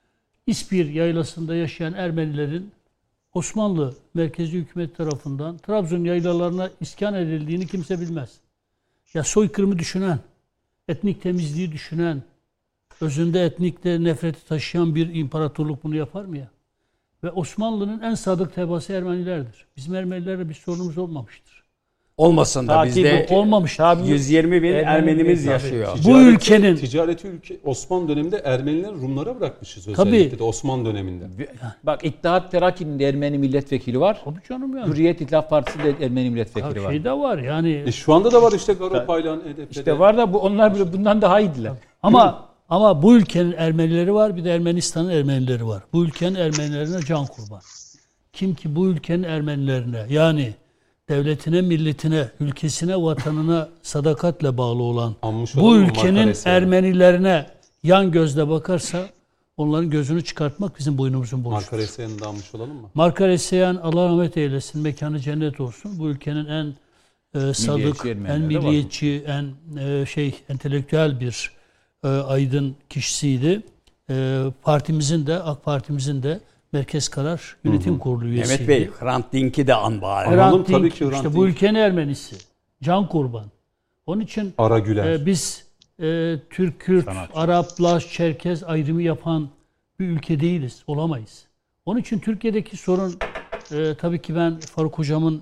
İspir yaylasında yaşayan Ermenilerin Osmanlı merkezi hükümet tarafından Trabzon yaylalarına iskan edildiğini kimse bilmez. Ya soykırımı düşünen, etnik temizliği düşünen, özünde etnikle nefreti taşıyan bir imparatorluk bunu yapar mı ya? Ve Osmanlı'nın en sadık tebaası Ermenilerdir. Bizim Ermenilerle bir sorunumuz olmamıştır. Olmasın da Takibi bizde Olmamış. yüz yirmi bin Ermeni Ermenimiz tabii. yaşıyor. Bu ülkenin- ticareti ülke Osmanlı döneminde Ermeniler Rumlara bırakmışız Tabii. özellikle de Osmanlı döneminde. Bak İttihat Terakki'nin de Ermeni milletvekili var. Tabii canım yani. Hürriyet İtilaf Partisi de Ermeni milletvekili Ya var. şey de var yani. E şu anda da var işte Garopaylan, H D P'de. İşte var da bu onlar bile bundan daha iyiydiler. Ama ama bu ülkenin Ermenileri var, bir de Ermenistan'ın Ermenileri var. Bu ülkenin Ermenilerine can kurban. Kim ki bu ülkenin Ermenilerine, yani devletine, milletine, ülkesine, vatanına sadakatle bağlı olan Anmış bu olalım mı ülkenin Marka Resey'e? Ermenilerine yan gözle bakarsa onların gözünü çıkartmak bizim boynumuzun borcudur. Marka Resey'ini de almış olalım mı? Marka Reseyan Allah rahmet eylesin, mekanı cennet olsun. Bu ülkenin en e, sadık, Ermeniler en de var. milliyetçi, en e, şey entelektüel bir e, aydın kişisiydi. E, partimizin de, AK Parti'mizin de Merkez Karar Yönetim Kurulu üyesiydi. Mehmet Bey, Hrant Dink'i de an bari. Hrant Hrant tabii Dink, ki Hrant işte Dink. bu ülkenin Ermenisi. Can kurban. Onun için Ara Güler. e, biz e, Türk, Kürt, Arap, Laz, Çerkez ayrımı yapan bir ülke değiliz. Olamayız. Onun için Türkiye'deki sorun e, tabii ki ben Faruk Hocam'ın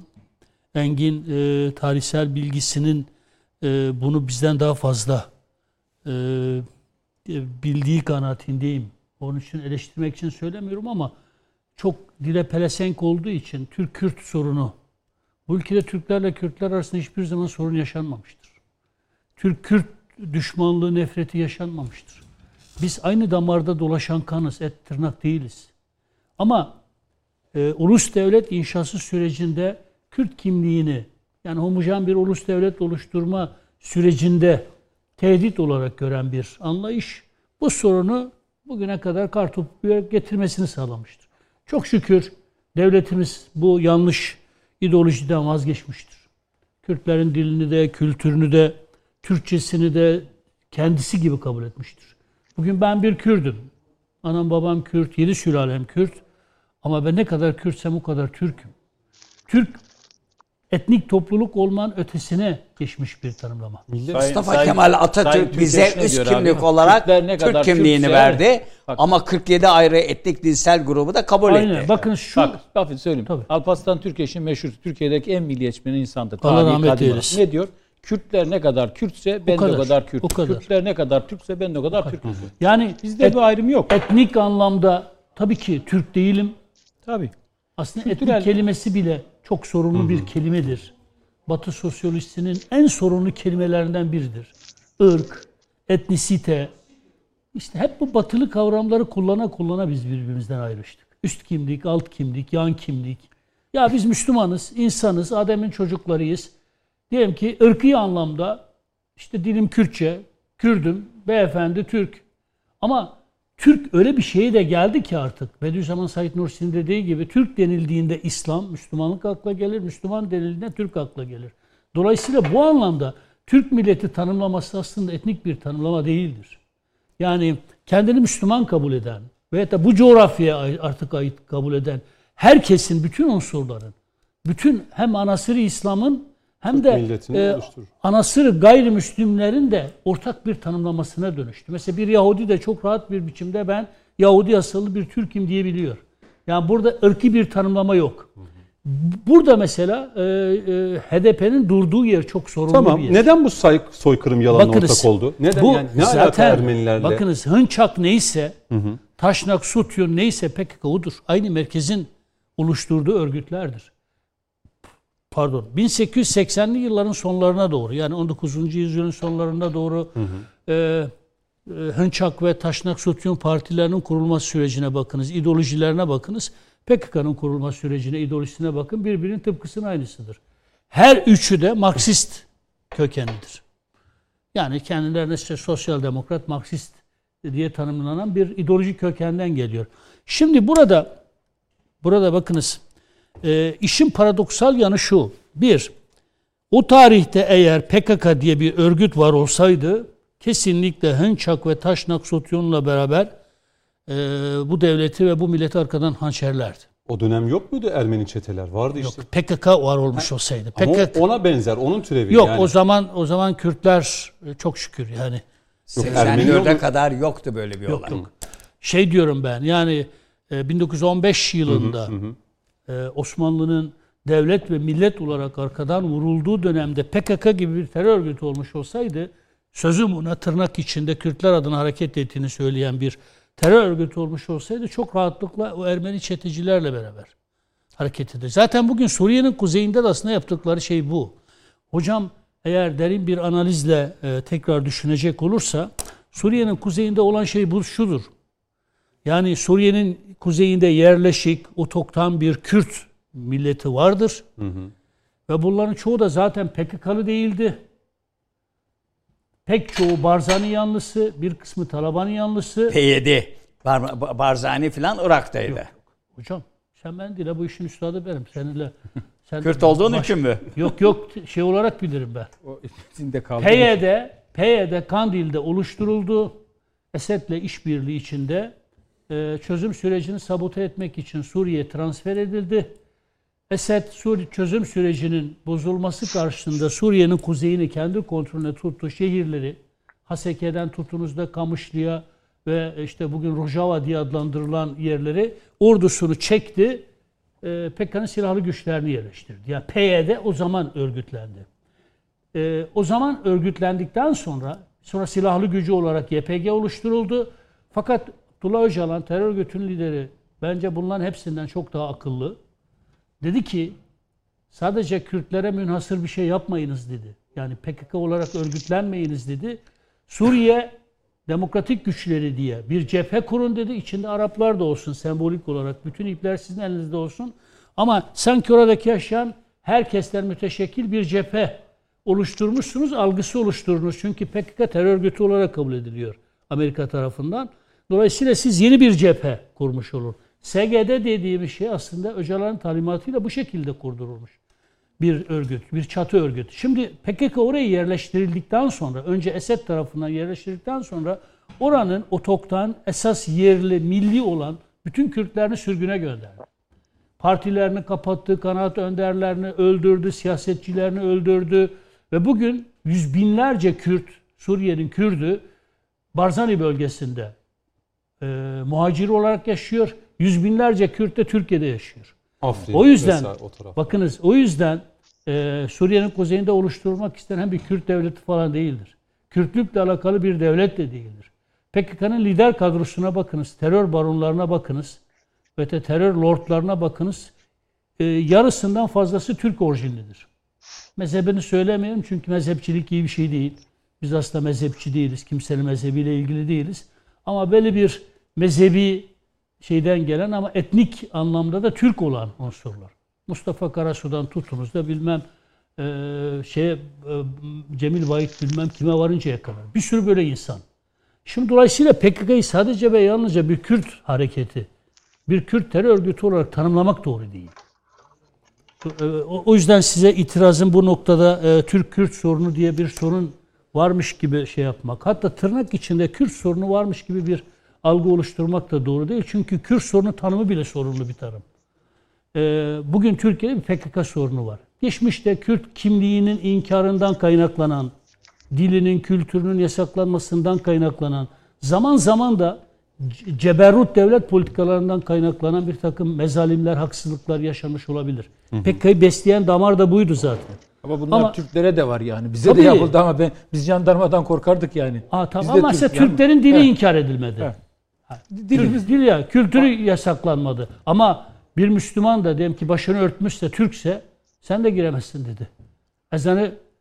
engin e, tarihsel bilgisinin e, bunu bizden daha fazla e, bildiği kanaatindeyim. Onun için eleştirmek için söylemiyorum ama çok dile pelesenk olduğu için Türk-Kürt sorunu, bu ülkede Türklerle Kürtler arasında hiçbir zaman sorun yaşanmamıştır. Türk-Kürt düşmanlığı, nefreti yaşanmamıştır. Biz aynı damarda dolaşan kanız, et tırnak değiliz. Ama e, ulus devlet inşası sürecinde Kürt kimliğini, yani homojen bir ulus devlet oluşturma sürecinde tehdit olarak gören bir anlayış, bu sorunu bugüne kadar kartopuya getirmesini sağlamıştır. Çok şükür devletimiz bu yanlış ideolojiden vazgeçmiştir. Kürtlerin dilini de, kültürünü de, Türkçesini de kendisi gibi kabul etmiştir. Bugün ben bir Kürdüm. Anam babam Kürt, yedi sülalem Kürt. Ama ben ne kadar Kürtsem o kadar Türk'üm. Türk, etnik topluluk olmanın ötesine geçmiş bir tanımlama. Mustafa Sayın- Kemal Atatürk Sayın bize Türkeş ne üst diyor kimlik abi? olarak Kürtler ne Türk kadar kimliğini Kürtse- verdi. Bak- Ama kırk yedi ayrı etnik dilsel grubu da kabul Aynen. etti. Bakın şu Bak, Bak söyleyeyim. Tabii. Alparslan Türkeş'in meşhur Türkiye'deki en milliyetçi bir insandır. Allah Tarihi rahmet kadim olarak. eylesin. Ne diyor? Kürtler ne kadar Kürtse ben de kadar, o kadar Kürt. o kadar. Kürtler ne kadar Türkse ben de o kadar Türk'üm. yani Bizde et- bir ayrım yok. etnik anlamda tabii ki Türk değilim. Tabii. Aslında Kültürel- etnik kelimesi bile çok sorunlu bir kelimedir. Batı sosyolojisinin en sorunlu kelimelerinden biridir. Irk, etnisite, işte hep bu batılı kavramları kullana kullana biz birbirimizden ayrıştık. Üst kimlik, alt kimlik, yan kimlik. Ya biz Müslümanız, insanız, Adem'in çocuklarıyız. Diyelim ki ırkî anlamda işte dilim Kürtçe, Kürdüm, beyefendi Türk. Ama Türk öyle bir şeye de geldi ki artık. Bediüzzaman Said Nursi'nin dediği gibi Türk denildiğinde İslam, Müslümanlık akla gelir. Müslüman denildiğinde Türk akla gelir. Dolayısıyla bu anlamda Türk milleti tanımlaması aslında etnik bir tanımlama değildir. Yani kendini Müslüman kabul eden veyahut da bu coğrafyaya artık ait kabul eden herkesin, bütün unsurların, bütün hem anasırı İslam'ın hem Türk de milletini e, oluşturur. anasırı gayrimüslimlerin de ortak bir tanımlamasına dönüştü. Mesela bir Yahudi de çok rahat bir biçimde ben Yahudi asıllı bir Türk'üm diyebiliyor. Yani burada ırkî bir tanımlama yok. Burada mesela e, e, H D P'nin durduğu yer çok sorunlu Tamam. bir yer. Neden bu say- soykırım yalanına Bakınız, ortak oldu? Neden bu yani? Ne alaka zaten, Ermenilerle? bakınız Hınçak neyse, Taşnak, Sutyon neyse P K K odur. Aynı merkezin oluşturduğu örgütlerdir. Pardon. bin sekiz yüz seksenli yılların sonlarına doğru, yani on dokuzuncu yüzyılın sonlarına doğru e, Hınçak ve Taşnak Sotyun partilerinin kurulması sürecine bakınız, ideolojilerine bakınız. P K K'nın kurulma sürecine, ideolojisine bakın. Birbirinin tıpkısının aynısıdır. Her üçü de Marksist kökenlidir. Yani kendilerine işte sosyal demokrat, Marksist diye tanımlanan bir ideolojik kökenden geliyor. Şimdi burada burada bakınız e, işin paradoksal yanı şu. Bir, o tarihte eğer P K K diye bir örgüt var olsaydı kesinlikle Hınçak ve Taşnak Sotyun'la beraber e, bu devleti ve bu milleti arkadan hançerlerdi. O dönem yok muydu Ermeni çeteler? Vardı Yok, işte. P K K var olmuş ha, olsaydı. Ama P K K ona benzer, onun türevi yok yani. o zaman o zaman Kürtler çok şükür yani. seksen dörde kadar yoktu böyle bir Yok olay. yok. Şey diyorum ben yani e, bin dokuz yüz on beş yılında Hı hı hı. e, Osmanlı'nın devlet ve millet olarak arkadan vurulduğu dönemde P K K gibi bir terör örgütü olmuş olsaydı, sözüm ona tırnak içinde Kürtler adına hareket ettiğini söyleyen bir terör örgütü olmuş olsaydı çok rahatlıkla o Ermeni çetecilerle beraber hareket eder. Zaten bugün Suriye'nin kuzeyinde de aslında yaptıkları şey bu. Hocam eğer derin bir analizle e, tekrar düşünecek olursa Suriye'nin kuzeyinde olan şey bu şudur. Yani Suriye'nin kuzeyinde yerleşik, otoktan bir Kürt milleti vardır. Hı hı. Ve bunların çoğu da zaten P K K'lı değildi. Pek çoğu Barzani yanlısı, bir kısmı Taliban yanlısı. P Y D, Bar- Barzani filan Irak'taydı. Yok, yok. Hocam sen ben değil, bu işin üstadı benim. Seninle sen Kürt olduğun için mi? Yok yok, şey olarak bilirim ben. O içinde kaldı. P Y D, P Y D Kandil'de oluşturuldu. Esed'le işbirliği içinde e, çözüm sürecini sabote etmek için Suriye'ye transfer edildi. Esed Suriye çözüm sürecinin bozulması karşısında Suriye'nin kuzeyini kendi kontrolüne tuttu, şehirleri Haseke'den tutunuz da Kamışlı'ya ve işte bugün Rojava diye adlandırılan yerleri ordusunu çekti. E, P K K'nın silahlı güçlerini yerleştirdi. Yani P Y D o zaman örgütlendi. E, o zaman örgütlendikten sonra sonra silahlı gücü olarak Y P G oluşturuldu. Fakat Abdullah Öcalan terör örgütünün lideri bence bunların hepsinden çok daha akıllı. Dedi ki sadece Kürtlere münhasır bir şey yapmayınız dedi. Yani P K K olarak örgütlenmeyiniz dedi. Suriye demokratik güçleri diye bir cephe kurun dedi. İçinde Araplar da olsun sembolik olarak. Bütün ipler sizin elinizde olsun. Ama sanki oradaki yaşayan herkesten müteşekkil bir cephe oluşturmuşsunuz, algısı oluşturdunuz. Çünkü P K K terör örgütü olarak kabul ediliyor Amerika tarafından. Dolayısıyla siz yeni bir cephe kurmuş olur. S G D dediğimiz şey aslında Öcalan'ın talimatıyla bu şekilde kurdurulmuş bir örgüt, bir çatı örgütü. Şimdi P K K oraya yerleştirildikten sonra, önce Esed tarafından yerleştirildikten sonra oranın otoktan, esas yerli, milli olan bütün Kürtlerini sürgüne gönderdi. Partilerini kapattı, kanaat önderlerini öldürdü, siyasetçilerini öldürdü ve bugün yüz binlerce Kürt, Suriye'nin Kürdü Barzani bölgesinde e, muhacir olarak yaşıyor. Yüz binlerce Kürt de Türkiye'de yaşıyor. Afrin, o yüzden o bakınız o yüzden e, Suriye'nin kuzeyinde oluşturulmak istenen bir Kürt devleti falan değildir. Kürtlükle alakalı bir devlet de değildir. P K K'nın lider kadrosuna bakınız, terör baronlarına bakınız ve de terör lordlarına bakınız. E, yarısından fazlası Türk orijinlidir. Mezhebini söylemiyorum çünkü mezhepçilik iyi bir şey değil. Biz aslında mezhepçi değiliz, kimsenin mezhebiyle ilgili değiliz. Ama böyle bir mezhebi şeyden gelen ama etnik anlamda da Türk olan unsurlar. Mustafa Karasu'dan tutunuz da bilmem e, şey e, Cemil Bayık bilmem kime varıncaya kadar. Bir sürü böyle insan. Şimdi dolayısıyla P K K'yı sadece ve yalnızca bir Kürt hareketi, bir Kürt terör örgütü olarak tanımlamak doğru değil. E, o, o yüzden size itirazım bu noktada e, Türk-Kürt sorunu diye bir sorun varmış gibi şey yapmak. Hatta tırnak içinde Kürt sorunu varmış gibi bir algı oluşturmak da doğru değil. Çünkü Kürt sorunu tanımı bile sorunlu bir tanım. Ee, bugün Türkiye'de bir P K K sorunu var. Geçmişte Kürt kimliğinin inkarından kaynaklanan, dilinin, kültürünün yasaklanmasından kaynaklanan, zaman zaman da ceberrut devlet politikalarından kaynaklanan bir takım mezalimler, haksızlıklar yaşanmış olabilir. P K K'yı besleyen damar da buydu zaten. Ama bunlar ama, Türklere de var yani. Bize tabii, de yapıldı ama ben biz jandarmadan korkardık yani. Aa, tamam, biz ama Türk, mesela yani, Türklerin dili he. inkar edilmedi. He. Dilimiz dil ya, kültürü yasaklanmadı. Ama bir Müslüman da diyelim ki başını örtmüşse, Türkse sen de giremezsin dedi. Ezanı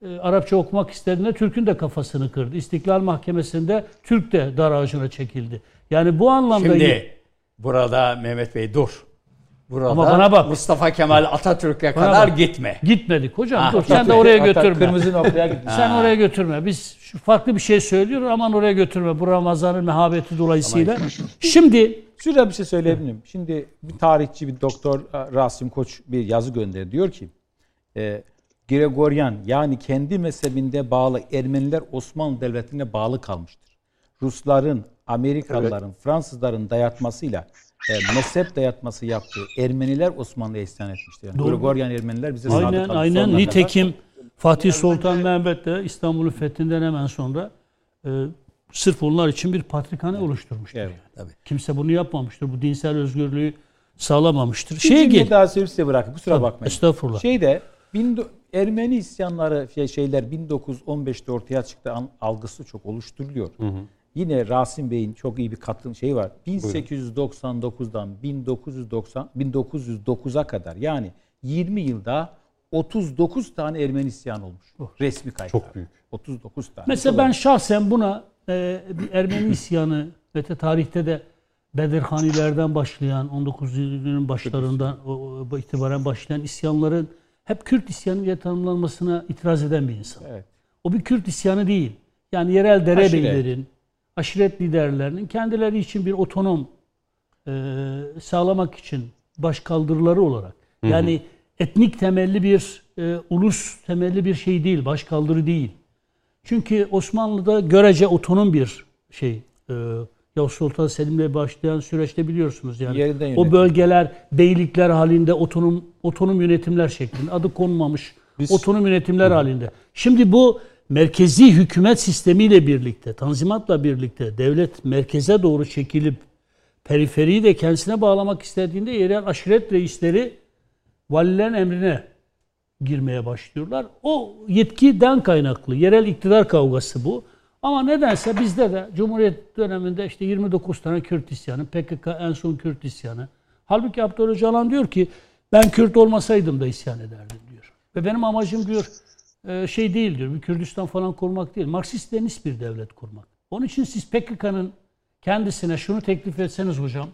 e, Arapça okumak istediğinde Türk'ün de kafasını kırdı. İstiklal Mahkemesi'nde Türk de dar ağacına çekildi. Yani bu anlamda... Şimdi burada Mehmet Bey dur. Burada Ama bana bak. Mustafa Kemal Atatürk'e Bana kadar bak. gitme. Gitmedik hocam. Ha, dur, sen de gitme. oraya Hatta götürme. kırmızı noktaya gitti. Sen oraya götürme. Biz şu farklı bir şey söylüyoruz, aman oraya götürme. Bu Ramazan'ın mehabeti dolayısıyla. Şimdi Şurada bir şey söyleyebilir miyim? Şimdi bir tarihçi, bir doktor Rasim Koç bir yazı gönderdi. Diyor ki e, Gregorian yani kendi mezhebinde bağlı Ermeniler Osmanlı Devleti'ne bağlı kalmıştır. Rusların, Amerikalıların, evet. Fransızların dayatmasıyla e, mezhep dayatması yaptığı Ermeniler Osmanlı'ya isyan etmiştir. Yani Gregorian Ermeniler bize sadık aynen, kaldı. aynen. Nitekim Fatih Sultan Mehmet de İstanbul'un fethinden hemen sonra e, sırf onlar için bir patrikhane evet. oluşturmuştur. Evet. Yani. Tabii. Kimse bunu yapmamıştır. Bu dinsel özgürlüğü sağlamamıştır. Bir Şeye cümle gel. daha söyleyip size bırakın. Kusura Tabii, bakmayın. Estağfurullah. Şeyde bin, Ermeni isyanları şey, şeyler bin dokuz yüz on beşte ortaya çıktı algısı çok oluşturuluyor. Hı hı. Yine Rasim Bey'in çok iyi bir katkı şeyi var. bin sekiz yüz doksan dokuzdan bin dokuz yüz doksan bin dokuz yüz dokuza kadar yani yirmi yılda otuz dokuz tane Ermeni isyanı olmuş. Oh. Resmi kayıtlar. Çok büyük. otuz dokuz tane. Mesela ben şahsen buna e, bir Ermeni isyanı ve tarihte de Bedirhanilerden başlayan on dokuzuncu yüzyılın başlarından o, o, itibaren başlayan isyanların hep Kürt isyanı diye tanımlanmasına itiraz eden bir insan. Evet. O bir Kürt isyanı değil. Yani yerel derebeylerin, aşiret liderlerinin kendileri için bir otonom e, sağlamak için başkaldırıları olarak. Hı hı. Yani etnik temelli bir, e, ulus temelli bir şey değil, başkaldırı değil. Çünkü Osmanlı'da görece otonom bir şey. E, Yavuz Sultan Selim'le başlayan süreçte biliyorsunuz yani. O bölgeler beylikler halinde otonom otonom yönetimler şeklinde adı konmamış Biz, otonom yönetimler hı. halinde. Şimdi bu merkezi hükümet sistemiyle birlikte, tanzimatla birlikte devlet merkeze doğru çekilip periferiyi de kendisine bağlamak istediğinde yerel aşiret reisleri valilerin emrine girmeye başlıyorlar. O yetkiden kaynaklı yerel iktidar kavgası bu. Ama nedense bizde de Cumhuriyet döneminde işte yirmi dokuz tane Kürt isyanı, P K K en son Kürt isyanı. Halbuki Abdullah Öcalan diyor ki ben Kürt olmasaydım da isyan ederdim diyor. Ve benim amacım diyor şey değil diyor, bir Kürdistan falan kurmak değil. Marksist-Leninist bir devlet kurmak. Onun için siz P K K'nın kendisine şunu teklif etseniz hocam,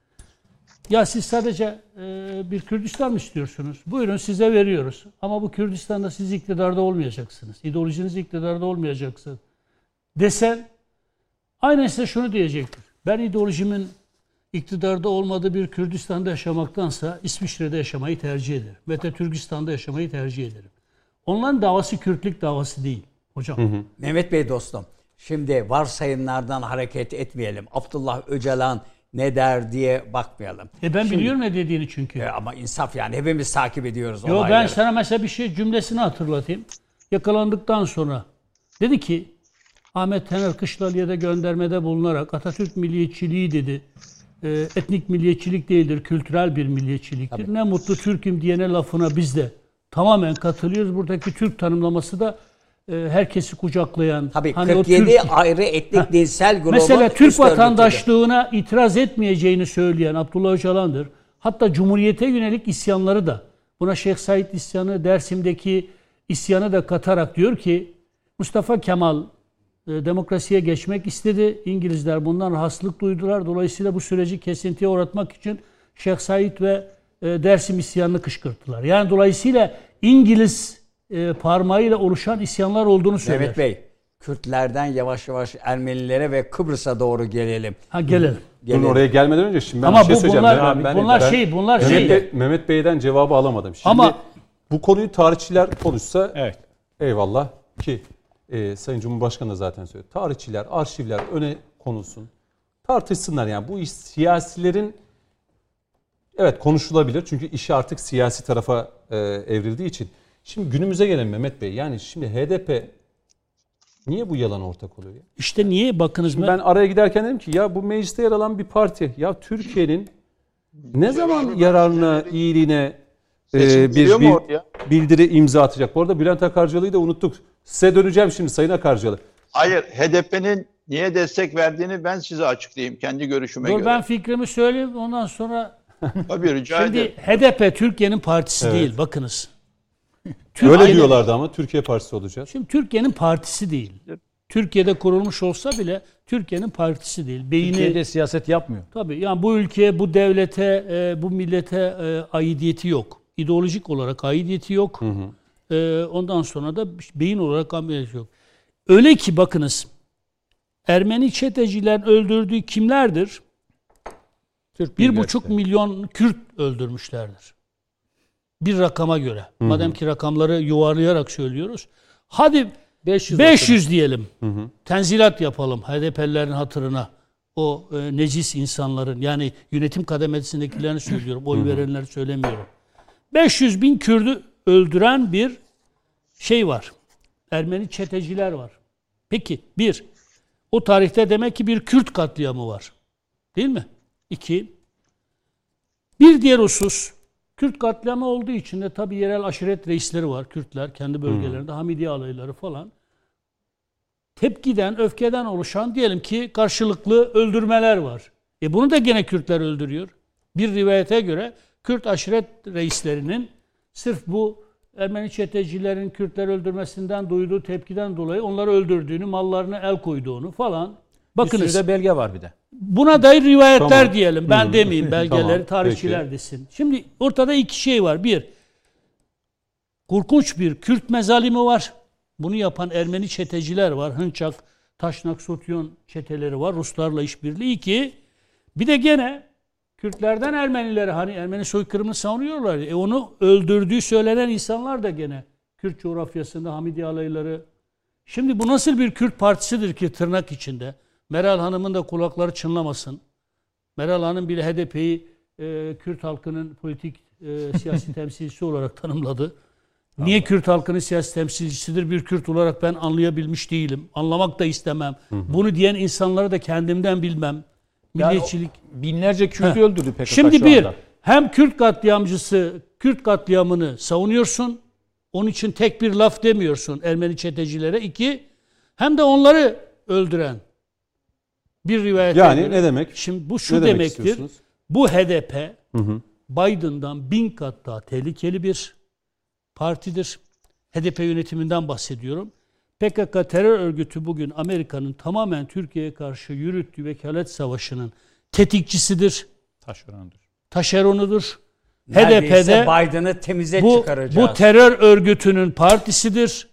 ya siz sadece bir Kürdistan mı istiyorsunuz? Buyurun size veriyoruz. Ama bu Kürdistan'da siz iktidarda olmayacaksınız. İdeolojiniz iktidarda olmayacaksınız. Desen, aynen size şunu diyecektir. Ben ideolojimin iktidarda olmadığı bir Kürdistan'da yaşamaktansa İsviçre'de yaşamayı tercih ederim. Ve de Türkistan'da yaşamayı tercih ederim. Onların davası Kürtlük davası değil hocam. Hı hı. Mehmet Bey dostum, şimdi varsayımlardan hareket etmeyelim. Abdullah Öcalan ne der diye bakmayalım. E ben şimdi, biliyorum ne dediğini çünkü. E ama insaf yani hepimiz takip ediyoruz Yo, olayları. Ben sana mesela bir şey cümlesini hatırlatayım. Yakalandıktan sonra dedi ki Ahmet Taner Kışlalı'ya da göndermede bulunarak Atatürk milliyetçiliği dedi. E, etnik milliyetçilik değildir, kültürel bir milliyetçiliktir. Tabii. Ne mutlu Türk'üm diyene lafına biz de tamamen katılıyoruz. Buradaki Türk tanımlaması da e, herkesi kucaklayan. Tabii hani kırk yedi o Türk, ayrı etnik dinsel grubun mesela Türk vatandaşlığına itiraz etmeyeceğini söyleyen Abdullah Öcalan'dır. Hatta Cumhuriyete yönelik isyanları da buna Şeyh Said isyanı, Dersim'deki isyanı da katarak diyor ki Mustafa Kemal demokrasiye geçmek istedi. İngilizler bundan rahatsızlık duydular. Dolayısıyla bu süreci kesintiye uğratmak için Şeyh Said ve Dersim isyanını kışkırttılar. Yani dolayısıyla İngiliz parmağıyla oluşan isyanlar olduğunu söyler. Mehmet Bey, Kürtlerden yavaş yavaş Ermenilere ve Kıbrıs'a doğru gelelim. Ha gelelim. Bunun oraya gelmeden önce şimdi ben Ama bir şey bu, söyleyeceğim. bunlar, ben, ben, bunlar ben, şey, bunlar Mehmet şey. Bey, Mehmet Bey'den cevabı alamadım. Şimdi Ama bu konuyu tarihçiler konuşsa evet. Eyvallah ki e, Sayın Cumhurbaşkanı da zaten söyledi. Tarihçiler, arşivler öne konulsun. Tartışsınlar yani. Bu iş siyasilerin evet konuşulabilir. Çünkü işi artık siyasi tarafa e, evrildiği için. Şimdi günümüze gelelim Mehmet Bey. Yani şimdi H D P niye bu yalan ortak oluyor ya? İşte niye bakınız şimdi ben araya giderken dedim ki ya bu mecliste yer alan bir parti. Ya Türkiye'nin ne zaman yararına, iyiliğine e, bir, bir bildiri imza atacak? Bu arada Bülent Akarcalı'yı da unuttuk. Size döneceğim şimdi Sayın Akarcalı. Hayır, H D P'nin niye destek verdiğini ben size açıklayayım kendi görüşüme Dur, göre. Ben fikrimi söyleyeyim ondan sonra. Tabii rica Şimdi ederim. H D P Türkiye'nin partisi evet. değil bakınız. Öyle diyorlardı ama Türkiye Partisi olacağız. Şimdi Türkiye'nin partisi değil. Türkiye'de kurulmuş olsa bile Türkiye'nin partisi değil. Beyni, Türkiye'de siyaset yapmıyor. tabii yani bu ülkeye, bu devlete, e, bu millete e, aidiyeti yok. İdeolojik olarak aidiyeti yok. Hı hı. E, ondan sonra da beyin olarak aidiyeti yok. Öyle ki bakınız, Ermeni çetecilerin öldürdüğü kimlerdir? Türk Bir buçuk milyon Kürt öldürmüşlerdir. Bir rakama göre. Hı hı. Madem ki rakamları yuvarlayarak söylüyoruz. Hadi beş yüz, beş yüz diyelim. Hı hı. Tenzilat yapalım H D P'lilerin hatırına. O e, necis insanların, yani yönetim kademesindekilerini söylüyorum. Oy verenleri söylemiyorum. beş yüz bin Kürt'ü öldüren bir şey var. Ermeni çeteciler var. Peki bir, o tarihte demek ki bir Kürt katliamı var. Değil mi? İki, bir diğer husus, Kürt katliamı olduğu için de tabii yerel aşiret reisleri var. Kürtler kendi bölgelerinde, hmm. Hamidiye alayları falan. Tepkiden, öfkeden oluşan diyelim ki karşılıklı öldürmeler var. E bunu da gene Kürtler öldürüyor. Bir rivayete göre Kürt aşiret reislerinin sırf bu Ermeni çetecilerin Kürtler öldürmesinden duyduğu tepkiden dolayı onları öldürdüğünü, mallarına el koyduğunu falan. Bakınız. Bir sürü de belge var bir de. Buna dair rivayetler tamam. diyelim. Ben Hı. demeyeyim, belgeleri Tamam. tarihçiler Peki. desin. Şimdi ortada iki şey var. Bir, korkunç bir Kürt mezalimi var. Bunu yapan Ermeni çeteciler var. Hınçak, Taşnak, Sotyon çeteleri var. Ruslarla işbirliği. İki, bir de gene Kürtlerden Ermenileri, hani Ermeni soykırımını savunuyorlar. E onu öldürdüğü söylenen insanlar da gene Kürt coğrafyasında Hamidiye alayları. Şimdi bu nasıl bir Kürt partisidir ki tırnak içinde? Meral Hanım'ın da kulakları çınlamasın. Meral Hanım bile H D P'yi e, Kürt halkının politik e, siyasi temsilcisi olarak tanımladı. Niye Allah. Kürt halkının siyasi temsilcisidir bir Kürt olarak ben anlayabilmiş değilim. Anlamak da istemem. Hı hı. Bunu diyen insanları da kendimden bilmem. Milliyetçilik. Yani binlerce Kürt'ü öldürdü P K K Şimdi şu bir, anda. hem Kürt katliamcısı, Kürt katliamını savunuyorsun. Onun için tek bir laf demiyorsun Ermeni çetecilere. İki, hem de onları öldüren bir rivayet. Yani göre, ne demek? Şimdi bu şu ne demek demektir. Bu H D P hı hı. Biden'dan bin kat daha tehlikeli bir partidir. H D P yönetiminden bahsediyorum. P K K terör örgütü bugün Amerika'nın tamamen Türkiye'ye karşı yürüttüğü vekalet savaşının tetikçisidir. Taşeronudur. Taşeronudur. Neredeyse H D P'de Biden'ı temize bu, çıkaracağız. bu terör örgütünün partisidir.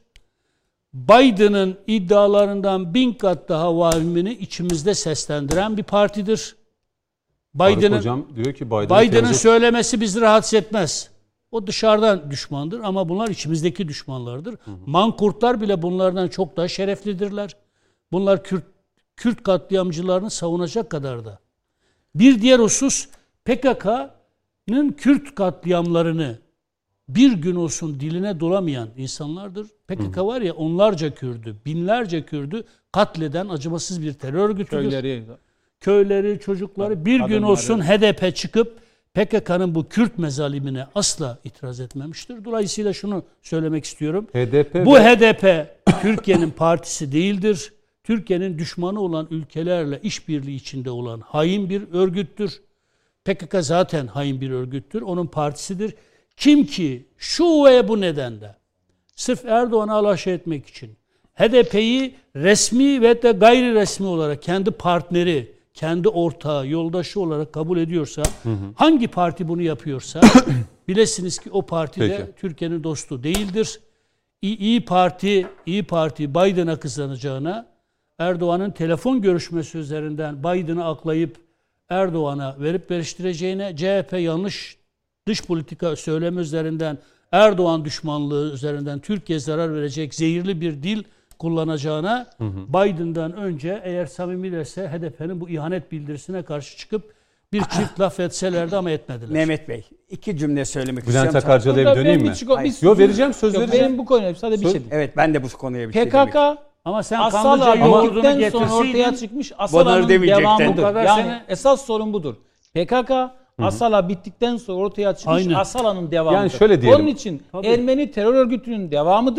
Biden'ın iddialarından bin kat daha vahimini içimizde seslendiren bir partidir. Biden'ın Hocam diyor ki Biden'ın Biden'ın temize... söylemesi bizi rahatsız etmez. O dışarıdan düşmandır ama bunlar içimizdeki düşmanlardır. Hı hı. Mankurtlar bile bunlardan çok daha şereflidirler. Bunlar Kürt, Kürt katliamcılarını savunacak kadar da. Bir diğer husus, P K K'nın Kürt katliamlarını bir gün olsun diline dolamayan insanlardır. P K K var ya, onlarca Kürt'ü, binlerce Kürt'ü katleden acımasız bir terör örgütüdür. Köyleri, Köyleri, çocukları bir kadınları. gün olsun H D P çıkıp P K K'nın bu Kürt mezalimine asla itiraz etmemiştir. Dolayısıyla şunu söylemek istiyorum. H D P bu ve... H D P Türkiye'nin partisi değildir. Türkiye'nin düşmanı olan ülkelerle işbirliği içinde olan hain bir örgüttür. P K K zaten hain bir örgüttür. Onun partisidir. Kim ki şu ve bu nedenle sırf Erdoğan'ı alaşağı etmek için H D P'yi resmi ve de gayri resmi olarak kendi partneri, kendi ortağı, yoldaşı olarak kabul ediyorsa, hı hı. hangi parti bunu yapıyorsa bilesiniz ki o parti de Peki. Türkiye'nin dostu değildir. İyi, İyi Parti, İyi Parti Biden'a kazanacağına, Erdoğan'ın telefon görüşmesi üzerinden Biden'ı aklayıp Erdoğan'a verip veriştireceğine, C H P yanlış dış politika söylemi üzerinden, Erdoğan düşmanlığı üzerinden Türkiye'ye zarar verecek zehirli bir dil kullanacağına, hı hı. Biden'dan önce eğer samimilerse H D P'nin bu ihanet bildirisine karşı çıkıp bir çift laf etselerdi ama etmediler. Mehmet Bey, iki cümle söylemek Bülent istiyorum. Akarcalı'ya bir döneyim mi? Yok vereceğim, söz Yok, vereceğim. Benim bu konuya sadece bir şey diyeyim. Evet, ben de bu konuya bir şey P K K demek. Ama sen Asala yoğurdunu bittikten getirseydin, sonra ortaya çıkmış Bunları Asala'nın demeyecektin. devamıdır. Yani sene... esas sorun budur. P K K Asala bittikten sonra ortaya çıkmış Aynen. Asala'nın devamıdır. Yani şöyle diyelim. Onun için Tabii. Ermeni terör örgütünün devamıdır.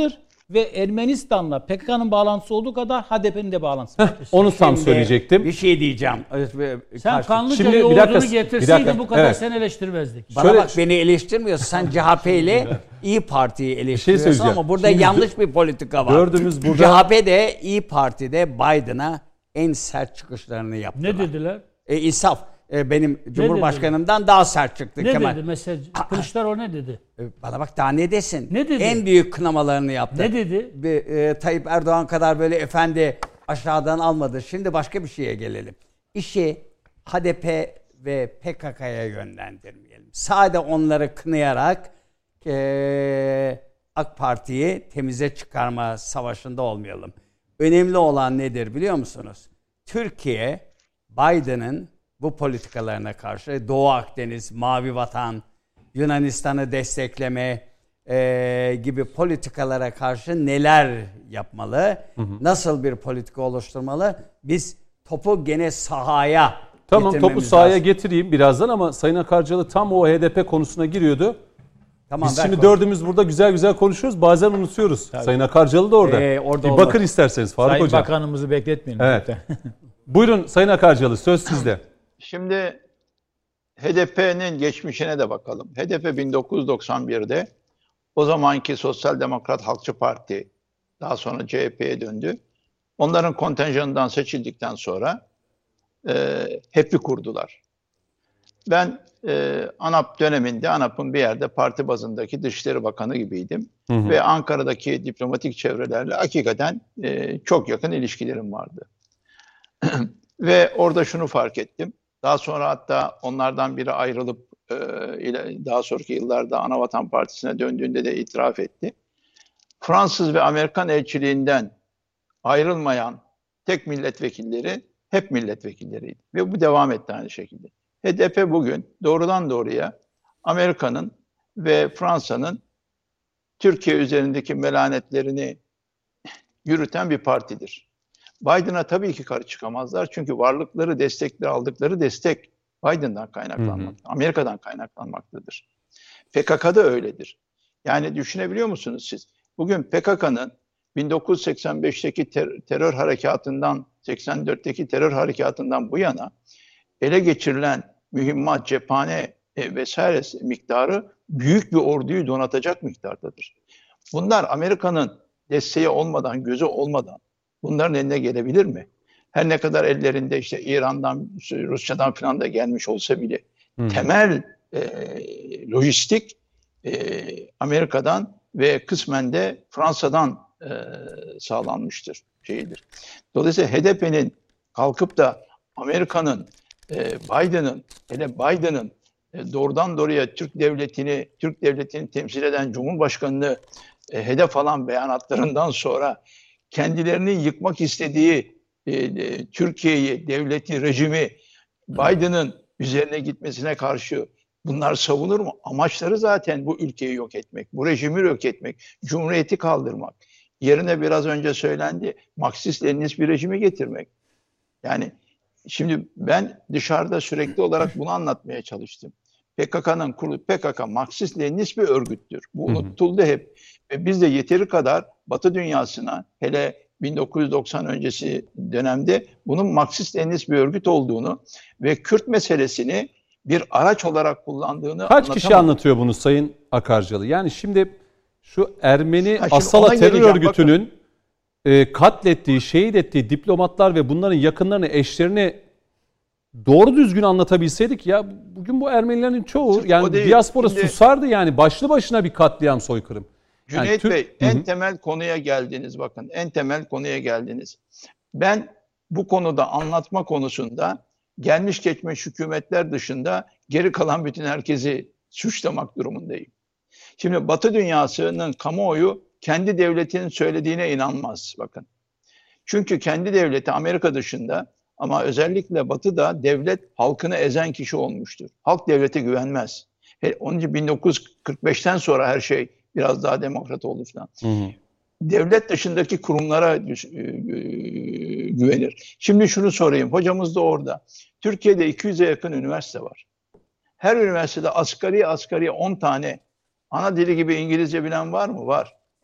Ve Ermenistan'la P K K'nın bağlantısı olduğu kadar H D P'nin de bağlantısı var. Onu tam Şimdi söyleyecektim. Bir şey diyeceğim. Sen Karşı- Kanlıca'yı Şimdi bir ordunu dakika, bir getirseydin dakika. bu kadar Evet. sen eleştirmezdik. Bana Şöyle- bak, beni eleştirmiyorsun. Sen C H P ile İyi Parti'yi eleştiriyorsun söyleyeceğim. ama burada Şimdi yanlış bir politika var. dördümüz burada- C H P de İyi Parti'de Biden'a en sert çıkışlarını yaptılar. Ne dediler? E, insaf. E, benim Cumhurbaşkanımdan daha sert çıktı Ne Kemal. dedi mesela? Kılıçdaroğlu ne dedi? E, Bana bak, daha ne desin? Ne dedi? En büyük kınamalarını yaptı. Ne dedi? Bir, e, Tayyip Erdoğan kadar böyle efendi aşağıdan almadı. Şimdi başka bir şeye gelelim. İşi H D P ve P K K'ya yönlendirmeyelim. Sadece onları kınayarak e, AK Parti'yi temize çıkarma savaşında olmayalım. Önemli olan nedir biliyor musunuz? Türkiye, Biden'ın bu politikalarına karşı Doğu Akdeniz, Mavi Vatan, Yunanistan'ı destekleme e, gibi politikalara karşı neler yapmalı? Hı hı. Nasıl bir politika oluşturmalı? Biz topu gene sahaya Tamam, topu getirmemiz sahaya lazım. getireyim birazdan ama Sayın Akarcalı tam o H D P konusuna giriyordu. Tamam, Biz ver şimdi konu. dördümüz burada güzel güzel konuşuyoruz. Bazen unutuyoruz. Sayın Akarcalı da orada. Ee, orada bir olmaz. bakın isterseniz Faruk Sayın Hocam. Bakanımızı bekletmeyelim. Evet. lütfen. Buyurun Sayın Akarcalı, söz sizde. Şimdi H D P'nin geçmişine de bakalım. H D P bin dokuz yüz doksan birde o zamanki Sosyal Demokrat Halkçı Parti, daha sonra C H P'ye döndü. Onların kontenjanından seçildikten sonra e, H E P'i kurdular. Ben e, ANAP döneminde, ANAP'ın bir yerde parti bazındaki Dışişleri Bakanı gibiydim. Hı hı. Ve Ankara'daki diplomatik çevrelerle hakikaten e, çok yakın ilişkilerim vardı. Ve orada şunu fark ettim. Daha sonra hatta onlardan biri ayrılıp e, daha sonraki yıllarda Anavatan Partisi'ne döndüğünde de itiraf etti. Fransız ve Amerikan elçiliğinden ayrılmayan tek milletvekilleri hep milletvekilleriydi. Ve bu devam etti aynı şekilde. H D P bugün doğrudan doğruya Amerika'nın ve Fransa'nın Türkiye üzerindeki melanetlerini yürüten bir partidir. Biden'a tabii ki karşı çıkamazlar. Çünkü varlıkları, destekleri, aldıkları destek Biden'dan kaynaklanmaktadır. Amerika'dan kaynaklanmaktadır. P K K da öyledir. Yani düşünebiliyor musunuz siz? Bugün P K K'nın bin dokuz yüz seksen beşteki ter- terör harekatından, seksen dörtteki terör harekatından bu yana ele geçirilen mühimmat, cephane e, vesaire miktarı büyük bir orduyu donatacak miktardadır. Bunlar Amerika'nın desteği olmadan, gözü olmadan bunların eline gelebilir mi? Her ne kadar ellerinde işte İran'dan, Rusya'dan falan da gelmiş olsa bile hmm. temel e, lojistik e, Amerika'dan ve kısmen de Fransa'dan e, sağlanmıştır, şeyidir. Dolayısıyla H D P'nin kalkıp da Amerika'nın, e, Biden'ın, hele Biden'ın e, doğrudan doğruya Türk devletini, Türk devletini temsil eden Cumhurbaşkanı'nı e, hedef alan beyanatlarından sonra kendilerinin yıkmak istediği e, e, Türkiye'yi, devleti, rejimi Biden'ın üzerine gitmesine karşı bunlar savunur mu? Amaçları zaten bu ülkeyi yok etmek, bu rejimi yok etmek, cumhuriyeti kaldırmak. Yerine biraz önce söylendi, Marksist-Leninist bir rejimi getirmek. Yani şimdi ben dışarıda sürekli olarak bunu anlatmaya çalıştım. P K K'nın kurulu, P K K Marksist-Leninist bir örgüttür. Bu unutuldu hep. Ve biz de yeteri kadar Batı dünyasına, hele bin dokuz yüz doksan öncesi dönemde bunun Marksist-Leninist bir örgüt olduğunu ve Kürt meselesini bir araç olarak kullandığını Kaç kişi anlatıyor bunu Sayın Akarcalı? Yani şimdi şu Ermeni ha, Asala terör örgütünün e, katlettiği, şehit ettiği diplomatlar ve bunların yakınlarını, eşlerini doğru düzgün anlatabilseydik ya bugün bu Ermenilerin çoğu sırf yani diaspora Şimdi, susardı yani başlı başına bir katliam, soykırım. Cüneyt yani, Bey Bey en temel konuya geldiniz bakın. En temel konuya geldiniz. Ben bu konuda anlatma konusunda gelmiş geçmiş hükümetler dışında geri kalan bütün herkesi suçlamak durumundayım. Şimdi Batı dünyasının kamuoyu kendi devletinin söylediğine inanmaz bakın. Çünkü kendi devleti Amerika dışında ama özellikle Batı'da devlet halkını ezen kişi olmuştur. Halk devlete güvenmez. Onun için bin dokuz yüz kırk beşten sonra her şey biraz daha demokrat oldu falan. Hı hı. Devlet dışındaki kurumlara güvenir. Şimdi şunu sorayım. Hocamız da orada. Türkiye'de iki yüze yakın üniversite var. Her üniversitede asgari asgari on tane ana dili gibi İngilizce bilen var mı? Var.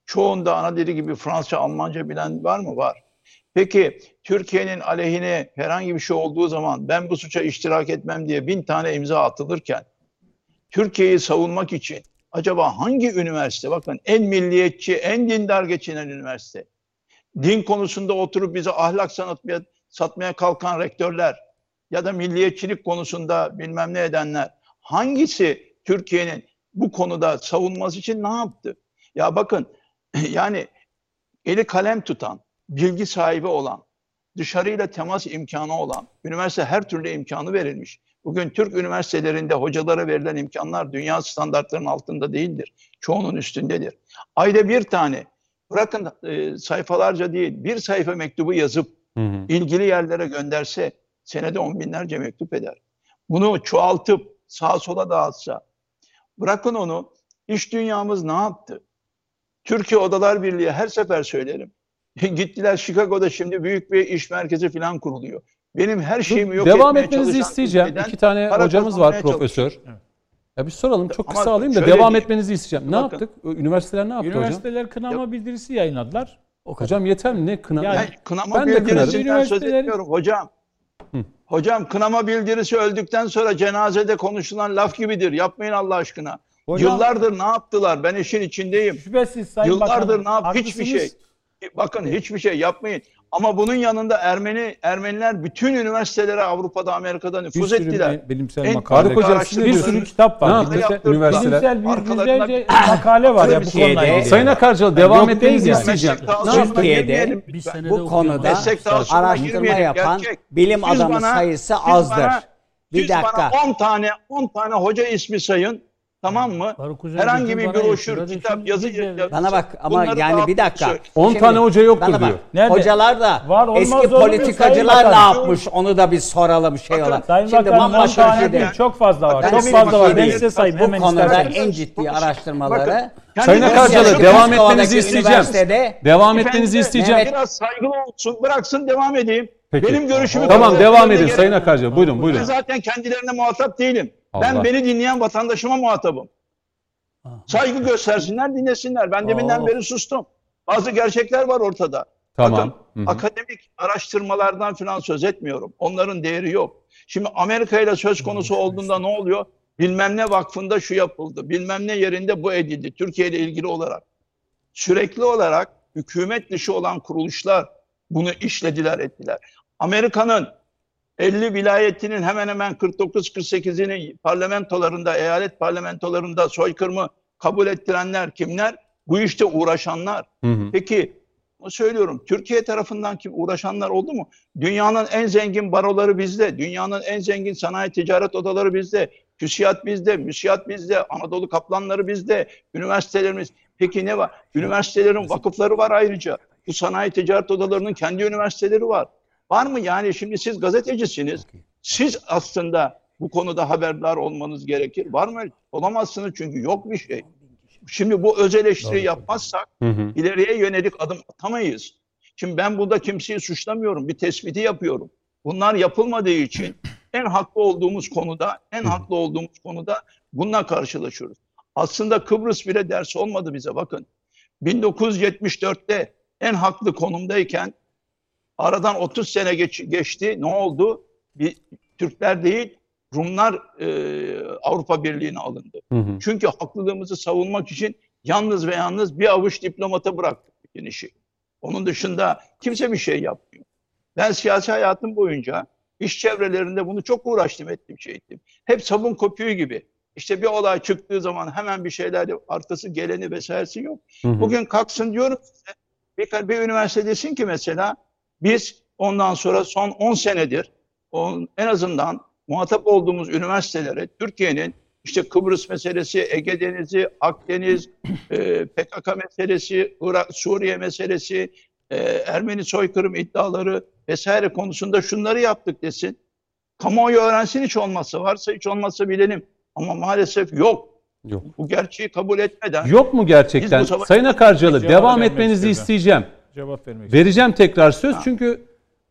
Çoğunda ana dili gibi Fransızca, Almanca bilen var mı? Var. Peki Türkiye'nin aleyhine herhangi bir şey olduğu zaman ben bu suça iştirak etmem diye bin tane imza atılırken Türkiye'yi savunmak için acaba hangi üniversite, bakın en milliyetçi, en dindar geçinen üniversite, din konusunda oturup bize ahlak sanatmaya, satmaya kalkan rektörler ya da milliyetçilik konusunda bilmem ne edenler, hangisi Türkiye'nin bu konuda savunması için ne yaptı? Ya bakın yani eli kalem tutan, bilgi sahibi olan, dışarıyla temas imkanı olan, üniversite her türlü imkanı verilmiş. Bugün Türk üniversitelerinde hocalara verilen imkanlar dünya standartlarının altında değildir. Çoğunun üstündedir. Ayda bir tane, bırakın e, sayfalarca değil, bir sayfa mektubu yazıp hı hı. ilgili yerlere gönderse senede on binlerce mektup eder. Bunu çoğaltıp sağa sola dağıtsa, bırakın onu, iş dünyamız ne yaptı? Türkiye Odalar Birliği her sefer söylerim. Gittiler Chicago'da şimdi büyük bir iş merkezi falan kuruluyor. Benim her şeyimi yok devam etmeye etmenizi isteyeceğim. İki tane hocamız var profesör. Evet. Ya bir soralım, çok kısa Ama alayım da devam diyeyim. etmenizi isteyeceğim. Ne bakın, yaptık? Üniversiteler ne yaptı Üniversiteler hocam? kınama ya. bildirisi yayınladılar. Hocam yeter mi? Ne kınama? Yani, kınama bildirisinden söz etmiyorum hocam. Hı. Hocam kınama bildirisi öldükten sonra cenazede konuşulan laf gibidir. Yapmayın Allah aşkına. Hocam, yıllardır ne yaptılar? Ben işin içindeyim. Şüphesiz Sayın Yıllardır Bakanım, ne yap? Hiçbir şey. Bakın hiçbir şey yapmayın. Ama bunun yanında Ermeni Ermeniler bütün üniversitelere Avrupa'da, Amerika'da nüfuz ettiler. Bilimsel makale. Hocam sizin bir sürü kitap var. Üniversiteler. Bilimsel bir yüzlerce makale var ya bu konuyla ilgili. Sayın Akarcalı devam etmenizi isteyeceğim. Türkiye'de bu konuda araştırma yapan bilim adamı sayısı azdır. Bir dakika. on tane on tane hoca ismi sayın. Tamam mı? Herhangi bir broşür, kitap, yazı... Bana bak ama yani bir dakika. on tane hoca yok diyor. Nerede? Hocalar da var, eski politikacılar ne yapmış onu da bir soralım şey olarak. Şimdi bambaşka bir şey değil. Çok fazla var. Çok fazla var. Ben size sayayım hemen isterseniz. Bu konuda en ciddi araştırmaları... Sayın Akarcalı devam etmenizi isteyeceğim. Devam etmenizi isteyeceğim. Biraz saygılı olsun, bıraksın devam edeyim. Peki. Benim görüşümü... Tamam devam edin Sayın Akarcalı. Buyurun buyurun. Ben zaten kendilerine muhatap değilim. Allah. Ben beni dinleyen vatandaşıma muhatabım. Saygı göstersinler, dinlesinler. Ben deminden beri sustum. Bazı gerçekler var ortada. Tamam. Bakın, Hı-hı. akademik araştırmalardan falan söz etmiyorum. Onların değeri yok. Şimdi Amerika ile söz konusu olduğunda ne oluyor? Bilmem ne vakfında şu yapıldı. Bilmem ne yerinde bu edildi. Türkiye ile ilgili olarak. Sürekli olarak hükümet dışı olan kuruluşlar bunu işlediler, ettiler. Amerika'nın elli vilayetinin hemen hemen kırk dokuz kırk sekizini parlamentolarında, eyalet parlamentolarında soykırımı kabul ettirenler kimler? Bu işte uğraşanlar. Hı hı. Peki, onu söylüyorum. Türkiye tarafından kim uğraşanlar oldu mu? Dünyanın en zengin baroları bizde. Dünyanın en zengin sanayi ticaret odaları bizde. TÜSİAD bizde, MÜSİAD bizde, Anadolu Kaplanları bizde, üniversitelerimiz. Peki ne var? Üniversitelerin vakıfları var ayrıca. Bu sanayi ticaret odalarının kendi üniversiteleri var. Var mı? Yani şimdi siz gazetecisiniz. Siz aslında bu konuda haberdar olmanız gerekir. Var mı? Olamazsınız çünkü yok bir şey. Şimdi bu öz eleştiri yapmazsak hı hı. ileriye yönelik adım atamayız. Şimdi ben burada kimseyi suçlamıyorum. Bir tespiti yapıyorum. Bunlar yapılmadığı için en haklı olduğumuz konuda, en haklı olduğumuz konuda bununla karşılaşıyoruz. Aslında Kıbrıs bile ders olmadı bize. Bakın bin dokuz yüz yetmiş dörtte en haklı konumdayken aradan otuz sene geç, geçti. Ne oldu? Bir, Türkler değil, Rumlar e, Avrupa Birliği'ne alındı. Hı hı. Çünkü haklılığımızı savunmak için yalnız ve yalnız bir avuç diplomata bıraktık bütün işi. Onun dışında kimse bir şey yapmıyor. Ben siyasi hayatım boyunca iş çevrelerinde bunu çok uğraştım, ettim, şey ettim. Hep sabun köpüğü gibi. İşte bir olay çıktığı zaman hemen bir şeyler, arkası geleni vesairesi yok. Hı hı. Bugün kalksın diyorum size, bir, bir üniversite desin ki mesela, biz ondan sonra son on senedir on, en azından muhatap olduğumuz üniversitelere Türkiye'nin işte Kıbrıs meselesi, Ege Denizi, Akdeniz, e, P K K meselesi, Irak, Suriye meselesi, e, Ermeni soykırım iddiaları vesaire konusunda şunları yaptık desin. Kamuoyu öğrensin, hiç olmazsa, varsa hiç olmazsa bilelim. Ama maalesef yok. Yok. Bu gerçeği kabul etmeden. Yok mu gerçekten? Sayın Akarcalı devam etmenizi isteyeceğim. Cevap vermek Vereceğim tekrar söz ha. Çünkü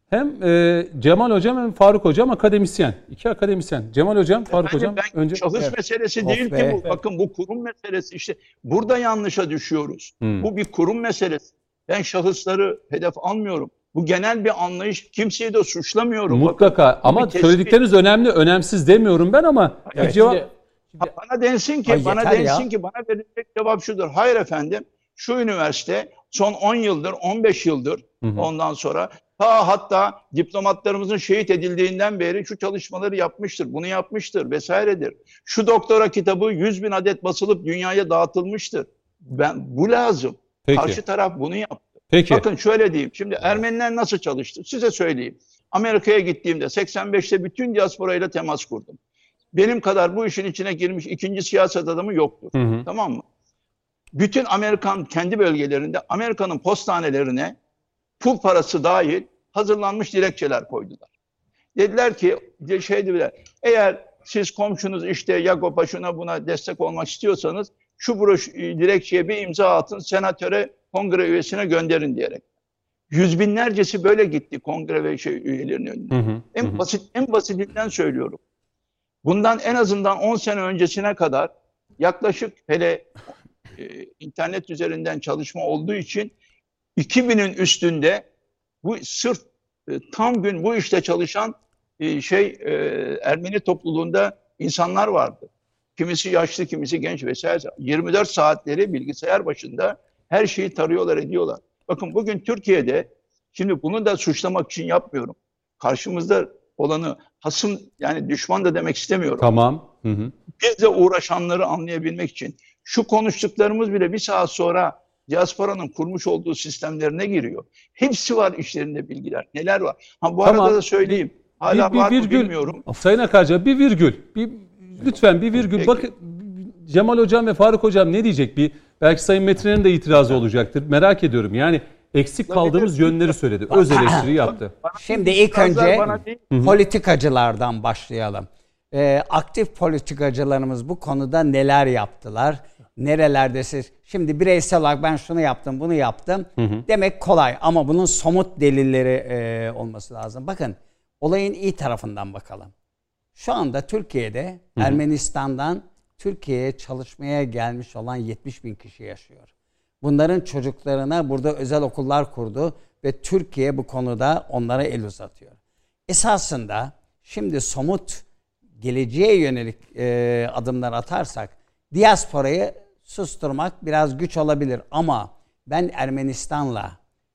Hem e, Cemal Hocam hem Faruk Hocam akademisyen. İki akademisyen. Cemal Hocam, Faruk Efendim, Hocam. ben Önce şahıs Evet. meselesi Of değil be. ki bu. Bakın bu kurum meselesi. İşte burada yanlışa düşüyoruz. Hmm. Bu bir kurum meselesi. Ben şahısları hedef almıyorum. Bu genel bir anlayış. Kimseyi de suçlamıyorum. mutlaka Bakın, bu ama bir tespit. söyledikleriniz önemli, önemsiz demiyorum ben ama Evet, bir cevap... Şimdi- Ha, bana densin ki, Ay bana yeter densin ya. ki bana verilecek cevap şudur. Hayır efendim, şu üniversite son on yıldır, on beş yıldır Hı hı. ondan sonra ta hatta diplomatlarımızın şehit edildiğinden beri şu çalışmaları yapmıştır, bunu yapmıştır vesairedir. Şu doktora kitabı yüz bin adet basılıp dünyaya dağıtılmıştır. Ben bu lazım. Peki. Karşı taraf bunu yaptı. Peki. Bakın şöyle diyeyim. Şimdi Ermeniler nasıl çalıştı? Size söyleyeyim. Amerika'ya gittiğimde seksen beşte bütün diasporayla temas kurdum. Benim kadar bu işin içine girmiş ikinci siyaset adamı yoktur. Hı hı. Tamam mı? Bütün Amerikan kendi bölgelerinde Amerika'nın postanelerine pul parası dahil hazırlanmış dilekçeler koydular. Dediler ki şey dediler, eğer siz komşunuz işte Yagop'a şuna buna destek olmak istiyorsanız şu broş dilekçeye bir imza atın, senatöre, kongre üyesine gönderin diyerek. Yüz binlercesi böyle gitti kongre ve şey üyelerinin önüne. Hı hı. En Hı hı. basit en basitinden söylüyorum. Bundan en azından on sene öncesine kadar yaklaşık hele e, internet üzerinden çalışma olduğu için iki binin üstünde bu sırf e, tam gün bu işte çalışan e, şey e, Ermeni topluluğunda insanlar vardı. Kimisi yaşlı, kimisi genç vesaire. yirmi dört saatleri bilgisayar başında her şeyi tarıyorlar, ediyorlar. Bakın bugün Türkiye'de, şimdi bunu da suçlamak için yapmıyorum. Karşımızda olanı hasım, yani düşman da demek istemiyorum. Tamam. Hı hı. Bizle uğraşanları anlayabilmek için şu konuştuklarımız bile bir saat sonra diasporanın kurmuş olduğu sistemlerine giriyor. Hepsi var işlerinde bilgiler. Neler var? Ha bu Tamam. arada da söyleyeyim. Hala bir, bir var mı virgül, bilmiyorum. Sayın Akarca bir virgül. Bir, lütfen bir virgül. Peki. Bakın Cemal Hocam ve Faruk Hocam ne diyecek? Bir belki Sayın Metin'in de itirazı olacaktır. Merak ediyorum. Yani eksik kaldığımız yönleri söyledi. Öz eleştiri yaptı. Şimdi ilk İtirazlar önce bana değil. politikacılardan başlayalım. Ee, aktif politikacılarımız bu konuda neler yaptılar? Nerelerde siz? Şimdi bireysel olarak ben şunu yaptım, bunu yaptım demek kolay ama bunun somut delilleri e, olması lazım. Bakın olayın iyi tarafından bakalım. Şu anda Türkiye'de Hı hı. Ermenistan'dan Türkiye'ye çalışmaya gelmiş olan yetmiş bin kişi yaşıyor. Bunların çocuklarına burada özel okullar kurdu ve Türkiye bu konuda onlara el uzatıyor. Esasında şimdi somut geleceğe yönelik e, adımlar atarsak diasporayı susturmak biraz güç olabilir ama ben Ermenistan'la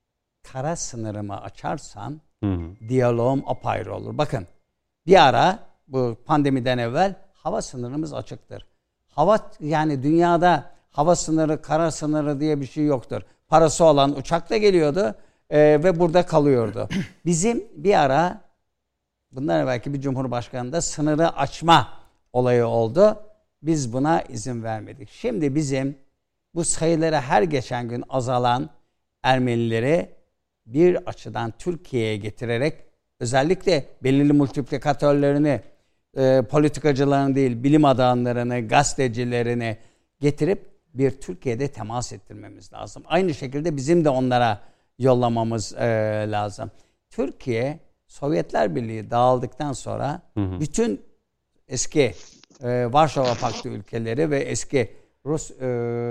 kara sınırımı açarsam Hı hı. diyaloğum apayrı olur. Bakın bir ara bu pandemiden evvel hava sınırımız açıktır. Hava yani dünyada hava sınırı, kara sınırı diye bir şey yoktur. Parası olan uçakla geliyordu e, ve burada kalıyordu. Bizim bir ara bundan belki bir cumhurbaşkanı da sınırı açma olayı oldu. Biz buna izin vermedik. Şimdi bizim bu sayıları her geçen gün azalan Ermenileri bir açıdan Türkiye'ye getirerek özellikle belirli multiplikatörlerini, e, politikacılarını değil, bilim adamlarını, gazetecilerini getirip bir Türkiye'de temas ettirmemiz lazım. Aynı şekilde bizim de onlara yollamamız e, lazım. Türkiye, Sovyetler Birliği dağıldıktan sonra hı hı. bütün eski e, Varşova Paktı ülkeleri ve eski Rus e,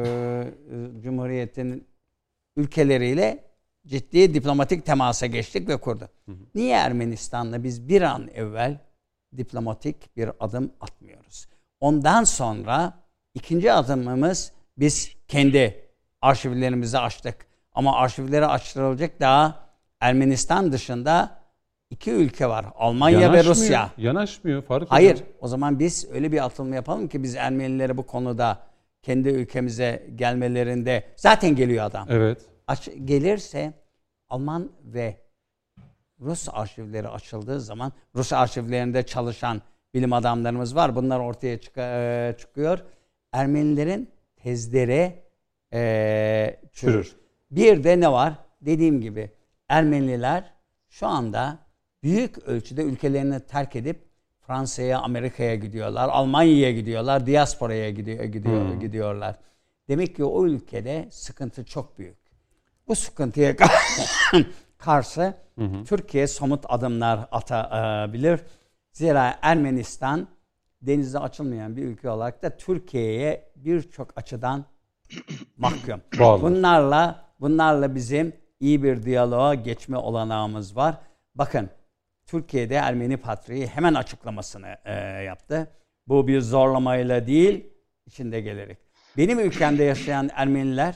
Cumhuriyeti'nin ülkeleriyle ciddi diplomatik temasa geçtik ve kurdu. Hı hı. Niye Ermenistan'la biz bir an evvel diplomatik bir adım atmıyoruz? Ondan sonra ikinci adımımız biz kendi arşivlerimizi açtık. Ama arşivleri açtırılacak daha Ermenistan dışında iki ülke var. Almanya Yanaşmıyor, ve Rusya. Yanaşmıyor Faruk Hayır. Hocam. O zaman biz öyle bir atılım yapalım ki biz Ermenileri bu konuda kendi ülkemize gelmelerinde zaten geliyor adam. Evet. Aç, gelirse Alman ve Rus arşivleri açıldığı zaman Rus arşivlerinde çalışan bilim adamlarımız var. Bunlar ortaya çık- e, çıkıyor. Ermenilerin tezleri e, çürür. Çürür. Bir de ne var? Dediğim gibi Ermeniler şu anda büyük ölçüde ülkelerini terk edip Fransa'ya, Amerika'ya gidiyorlar, Almanya'ya gidiyorlar, diasporaya gidiyor, gidiyor, hmm. gidiyorlar. Demek ki o ülkede sıkıntı çok büyük. Bu sıkıntıya karşı hı hı. Türkiye somut adımlar atabilir. Zira Ermenistan denize açılmayan bir ülke olarak da Türkiye'ye birçok açıdan mahkum. Bunlarla bunlarla bizim iyi bir diyaloğa geçme olanağımız var. Bakın Türkiye'de Ermeni Patriği hemen açıklamasını e, yaptı. Bu bir zorlamayla değil, içinde gelerek. Benim ülkemde yaşayan Ermeniler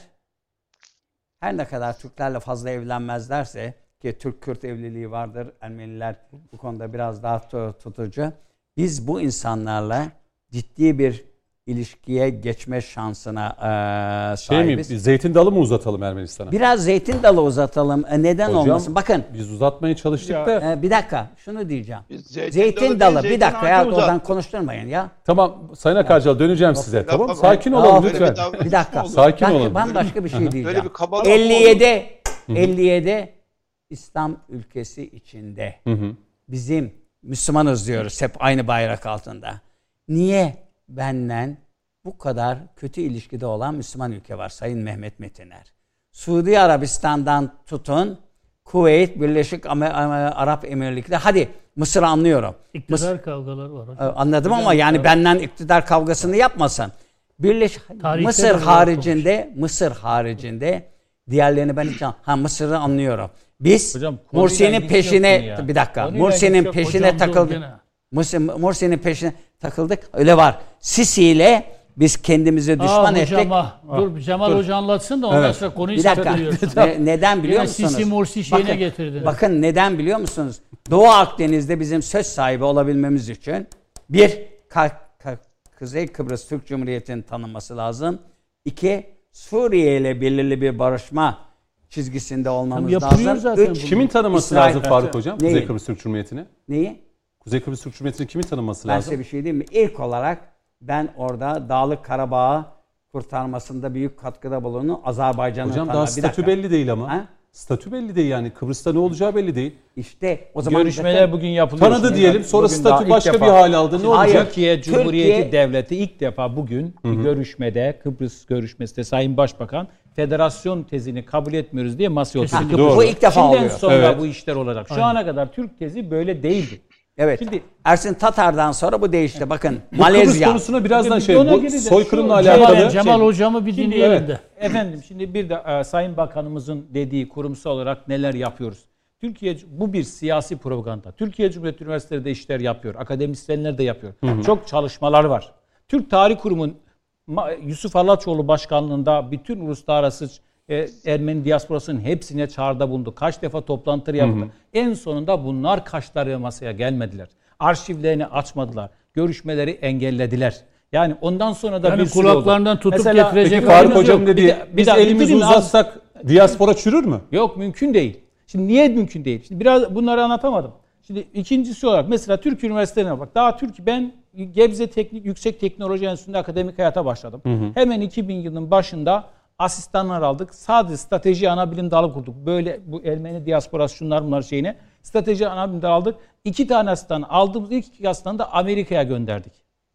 her ne kadar Türklerle fazla evlenmezlerse ki Türk-Kürt evliliği vardır. Ermeniler bu konuda biraz daha tutucu. Biz bu insanlarla ciddi bir ilişkiye geçme şansına e, sahibiz. Şey mi, zeytin dalı mı uzatalım Ermenistan'a? Biraz zeytin dalı uzatalım. E, neden Hocam, olmasın? Bakın. Biz uzatmaya çalıştık ya, da. E, bir dakika şunu diyeceğim. Zeytin, zeytin dalı, dalı değil, bir dakika ya zeytin oradan konuşturmayın ya. Tamam Sayın Akarcal döneceğim size. Laf- Tamam laf- sakin laf- olun laf- lütfen. Böyle bir Bir dakika. Sakin Bak, olun. Ben başka bir şey Böyle diyeceğim. bir kabalık olur. elli yedi elli yedi İslam ülkesi içinde Hı hı. bizim Müslümanız diyoruz hep aynı bayrak altında. Niye benden bu kadar kötü ilişkide olan Müslüman ülke var Sayın Mehmet Metiner? Suudi Arabistan'dan tutun Kuveyt, Birleşik Arap Emirlikleri. Hadi Mısır'ı anlıyorum. İktidar Mısır, kavgaları var. Hocam. anladım ama yani benden iktidar kavgasını yapmasın. Birleş Tarihte Mısır de haricinde Mısır haricinde diğerlerini ben hiç an- ha Mısır'ı anlıyorum. Biz Hocam, konuyla Mursi'nin ilgisi yok peşine bunun ya. bir dakika. Konuyla Mursi'nin ilgisi yok. peşine Hocam dur takıldık. gene. Mursi, Mursi'nin peşine takıldık. Öyle var. Sisi ile biz kendimizi düşman Aa, ettik. hocam, ah. Dur Cemal Hoca anlatsın da ondan Evet. sonra konuyu Bir dakika. saptırıyorsun. Ne- neden biliyor Yine musunuz? Sisi Mursi şeyine Bakın, getirdiniz. Bakın neden biliyor musunuz? Doğu Akdeniz'de bizim söz sahibi olabilmemiz için bir, Ka- Ka- Kuzey Kıbrıs Türk Cumhuriyeti'nin tanınması lazım. İki, Suriye ile belirli bir barışma çizgisinde olmamız Tam yapıyor lazım. zaten Üç, bunu. Kimin tanıması İsrail- lazım Faruk Hocam? Neyi? Kuzey Kıbrıs Türk Cumhuriyeti'ni. Neyi? Kuzey Kıbrıs Türk Cumhuriyeti'ni kimin tanıması Ben lazım? size bir şey diyeyim mi? İlk olarak ben orada Dağlık Karabağ'ı kurtarmasında büyük katkıda bulundu. Azerbaycan'ın Hocam tanı- daha Bir statü dakika. belli değil ama. Ha? Statü belli değil yani. Kıbrıs'ta ne olacağı belli değil. İşte o zaman Görüşmeler zaten- bugün yapılıyor. Tanıdı Şimdi diyelim, sonra bugün daha statü ilk başka defa- bir hal aldı. Ne Hayır. olacak? Türkiye Cumhuriyeti Türkiye- Devleti ilk defa bugün bir görüşmede, Kıbrıs görüşmesinde Sayın Başbakan federasyon tezini kabul etmiyoruz diye masaya oturdu. Kesinlikle. Bu ilk defa Şimdiden oluyor. sonra Evet. bu işler olacak. Şu Aynen. ana kadar Türk tezi böyle değildi. Evet. Şimdi- Ersin Tatar'dan sonra bu değişti. Bakın Bu Kıbrıs Malezya. konusuna birazdan Bir şey, ona bu gireceğiz. soykırımla Şu- alakalı. Cemal, Cemal hocamı bir Şimdi dinleyelim evet, de. efendim şimdi bir de e, Sayın Bakanımızın dediği kurumsal olarak neler yapıyoruz? Türkiye bu bir siyasi propaganda. Türkiye Cumhuriyeti Üniversiteleri de işler yapıyor. Akademisyenler de yapıyor. Çok çalışmalar var. Türk Tarih Kurumu'nun Ma- Yusuf Alaçoğlu başkanlığında bütün uluslararası e, Ermeni diasporasının hepsine çağrıda bulundu. Kaç defa toplantılar yapıldı. En sonunda bunlar kaşları masaya gelmediler. Arşivlerini açmadılar. Görüşmeleri engellediler. Yani ondan sonra da Yani bir sürü oldu. kulaklarından tutup Mesela- getirecek Peki Faruk halimiz Hocam yok. dedi, Bir de- bir biz daha elimizi bitireyim, az- uzatsak diaspora çürür mü? Yok, mümkün değil. Şimdi niye mümkün değil? Şimdi biraz bunları anlatamadım. Şimdi ikincisi olarak mesela Türk üniversitelerine bak. Daha Türk ben Gebze Teknik Yüksek Teknoloji Enstitüsü'nde akademik hayata başladım. Hemen iki bin yılının başında asistanlar aldık. Sadece strateji ana bilim dalı kurduk. Böyle bu Ermeni diasporası şunlar bunlar şeyine. Strateji ana bilim dalı aldık. İki tane asistan aldığımız ilk iki asistanı da Amerika'ya gönderdik.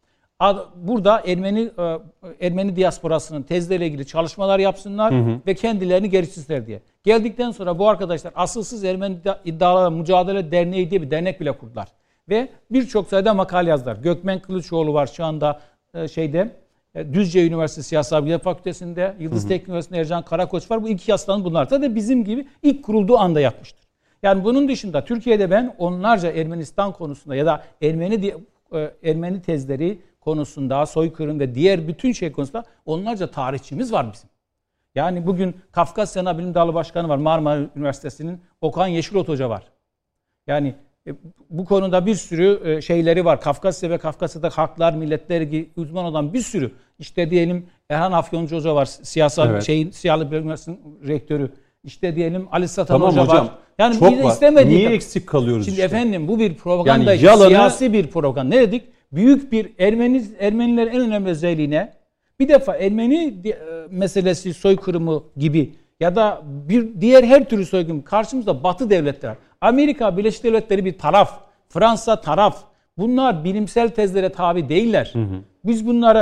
Burada Ermeni Ermeni diasporasının tezleriyle ilgili çalışmalar yapsınlar hı hı. ve kendilerini geliştirsinler diye. Geldikten sonra bu arkadaşlar Asılsız Ermeni İddialarla Mücadele Derneği diye bir dernek bile kurdular. Ve birçok sayıda makale yazdılar. Gökmen Kılıçoğlu var şu anda şeyde Düzce Üniversitesi Siyasal Bilgiler Fakültesi'nde, Yıldız Teknik Üniversitesi'nde Ercan Karakoç var. Bu iki aslanın bunlar. Zaten bizim gibi ilk kurulduğu anda yapmıştır. Yani bunun dışında Türkiye'de ben onlarca Ermenistan konusunda ya da Ermeni Ermeni tezleri konusunda, soykırım ve diğer bütün şey konusunda onlarca tarihçimiz var bizim. Yani bugün Kafkasya Ana Bilim Dalı Başkanı var. Marmara Üniversitesi'nin Okan Yeşilot Hoca var. Yani e, bu konuda bir sürü e, şeyleri var. Kafkasya ve Kafkasya'da haklar, milletler gibi uzman olan bir sürü. İşte diyelim Erhan Afyoncu Hoca var. Siyasal evet. şey, şeyin Siyasal Bilim Üniversitesi'nin rektörü. İşte diyelim Ali Satan tamam Hoca hocam, var. Yani çok biz de var. istemedik. Niye eksik kalıyoruz Şimdi işte? efendim bu bir propaganda, Yani yalanı... siyasi bir propaganda. Ne dedik? Büyük bir Ermeni Ermenilerin en önemli özelliğine bir defa Ermeni meselesi soykırımı gibi ya da bir diğer her türlü soykırım karşımızda Batı devletleri var. Amerika Birleşik Devletleri bir taraf, Fransa taraf. Bunlar bilimsel tezlere tabi değiller. Hı hı. Biz bunlara hiç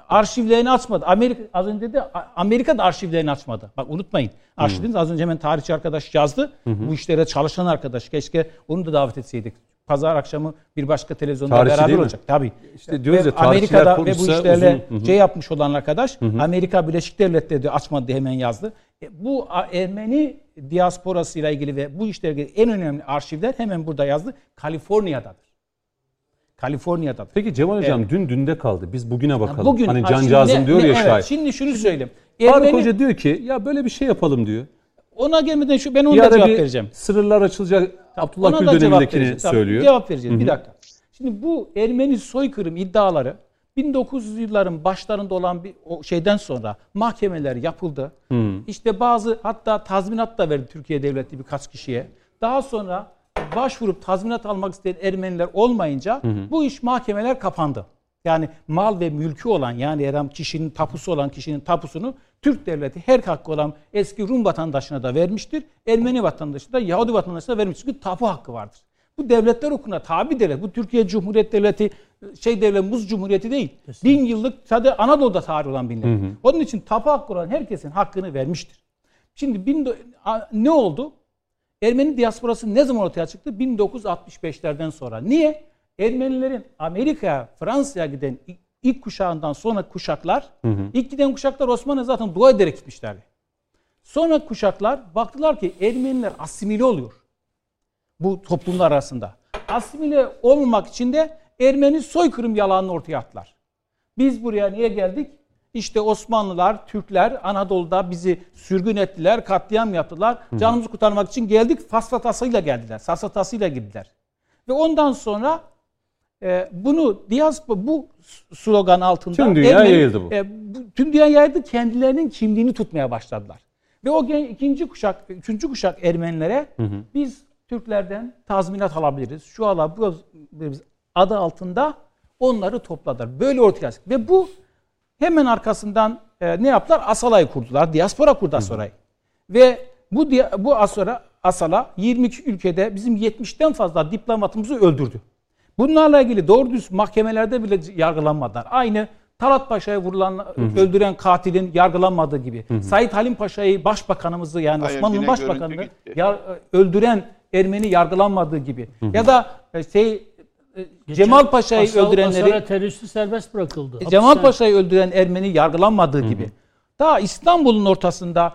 arşivlerini açmadı. Amerika az önce de Amerika da arşivlerini açmadı. Bak unutmayın. Arşivleriniz az önce hemen tarihçi arkadaş yazdı. Hı hı. Bu işlere çalışan arkadaş. Keşke onu da davet etseydik. Pazar akşamı bir başka televizyonda Tarihçi beraber değil mi? olacak. Tabii. İşte diyoruz ya, Amerika'da ve bu işlerle uzun, şey yapmış olan arkadaş, hı hı. Amerika Birleşik Devletleri de açmadı diye hemen yazdı. E, bu Ermeni diasporasıyla ilgili ve bu işlerle ilgili en önemli arşivler hemen burada yazdı. Kaliforniya'dadır. Kaliforniya'dadır. Peki Cemal Hocam, evet. dün dünde kaldı. Biz bugüne bakalım. Bugün, hani cancağızım diyor ne, ya evet, şair. Şimdi şunu söyleyeyim. Faruk Ermeni, Hoca diyor ki ya böyle bir şey yapalım diyor. Ona gelmeden şu ben ona cevap vereceğim. Sınırlar açılacak, Abdullah Gül dönemindekini söylüyor. Cevap vereceğiz. Hı-hı. Bir dakika. Şimdi bu Ermeni soykırım iddiaları bin dokuz yüz yılların başlarında olan bir o şeyden sonra mahkemeler yapıldı. Hı. İşte bazı hatta tazminat da verdi Türkiye Devleti birkaç kişiye. Daha sonra başvurup tazminat almak isteyen Ermeniler olmayınca hı hı. bu iş mahkemeler kapandı. Yani mal ve mülkü olan, yani eğer kişinin tapusu olan kişinin tapusunu Türk devleti her hakkı olan eski Rum vatandaşına da vermiştir. Ermeni vatandaşına da Yahudi vatandaşına da vermiştir. Çünkü tapu hakkı vardır. Bu devletler hukukuna tabi devlet. Bu Türkiye Cumhuriyet Devleti şey devlet Muz Cumhuriyeti değil. Kesinlikle. Bin yıllık sadece Anadolu'da tarih olan bir devlet. Onun için tapu hakkı olan herkesin hakkını vermiştir. Şimdi bin, ne oldu? Ermeni diasporası ne zaman ortaya çıktı? bin dokuz yüz altmış beşlerden sonra. Niye? Ermenilerin Amerika'ya, Fransa'ya giden ilk kuşağından sonra kuşaklar, hı hı. ilk giden kuşaklar Osmanlı zaten dua ederek gitmişlerdi. Sonra kuşaklar baktılar ki Ermeniler asimile oluyor bu toplumlar arasında. Asimile olmamak için de Ermeni soykırım yalanını ortaya attılar. Biz buraya niye geldik? İşte Osmanlılar, Türkler Anadolu'da bizi sürgün ettiler, katliam yaptılar. Hı hı. Canımızı kurtarmak için geldik. Fasfatasıyla geldiler, safsatasıyla girdiler. Ve ondan sonra e, bunu diaspora bu slogan altında tüm dünya Ermeni, yayıldı bu. E, bu. Tüm dünya yayıldı. Kendilerinin kimliğini tutmaya başladılar. Ve o ikinci kuşak, üçüncü kuşak Ermenilere hı hı. biz Türklerden tazminat alabiliriz. Şu alabiliriz adı altında onları topladılar. Böyle ortaya çıktı. Ve bu hemen arkasından e, ne yaptılar? Asala'yı kurdular. Diaspora kurdu Asala'yı. Ve bu bu Asala, Asala yirmi iki ülkede bizim yetmişten fazla diplomatımızı öldürdü. Bunlarla ilgili doğru düz mahkemelerde bile yargılanmadılar. Aynı Talat Paşa'yı vurulan, hı hı. öldüren katilin yargılanmadığı gibi. Hı hı. Said Halim Paşa'yı, başbakanımızı yani Hayır, Osmanlı'nın başbakanını yar, öldüren Ermeni yargılanmadığı gibi. Hı hı. Ya da şey Geçen Cemal Paşa'yı Asal, öldürenleri Asal teröristi serbest bırakıldı. Cemal Hapisten. Paşa'yı öldüren Ermeni yargılanmadığı hı hı. gibi. Daha İstanbul'un ortasında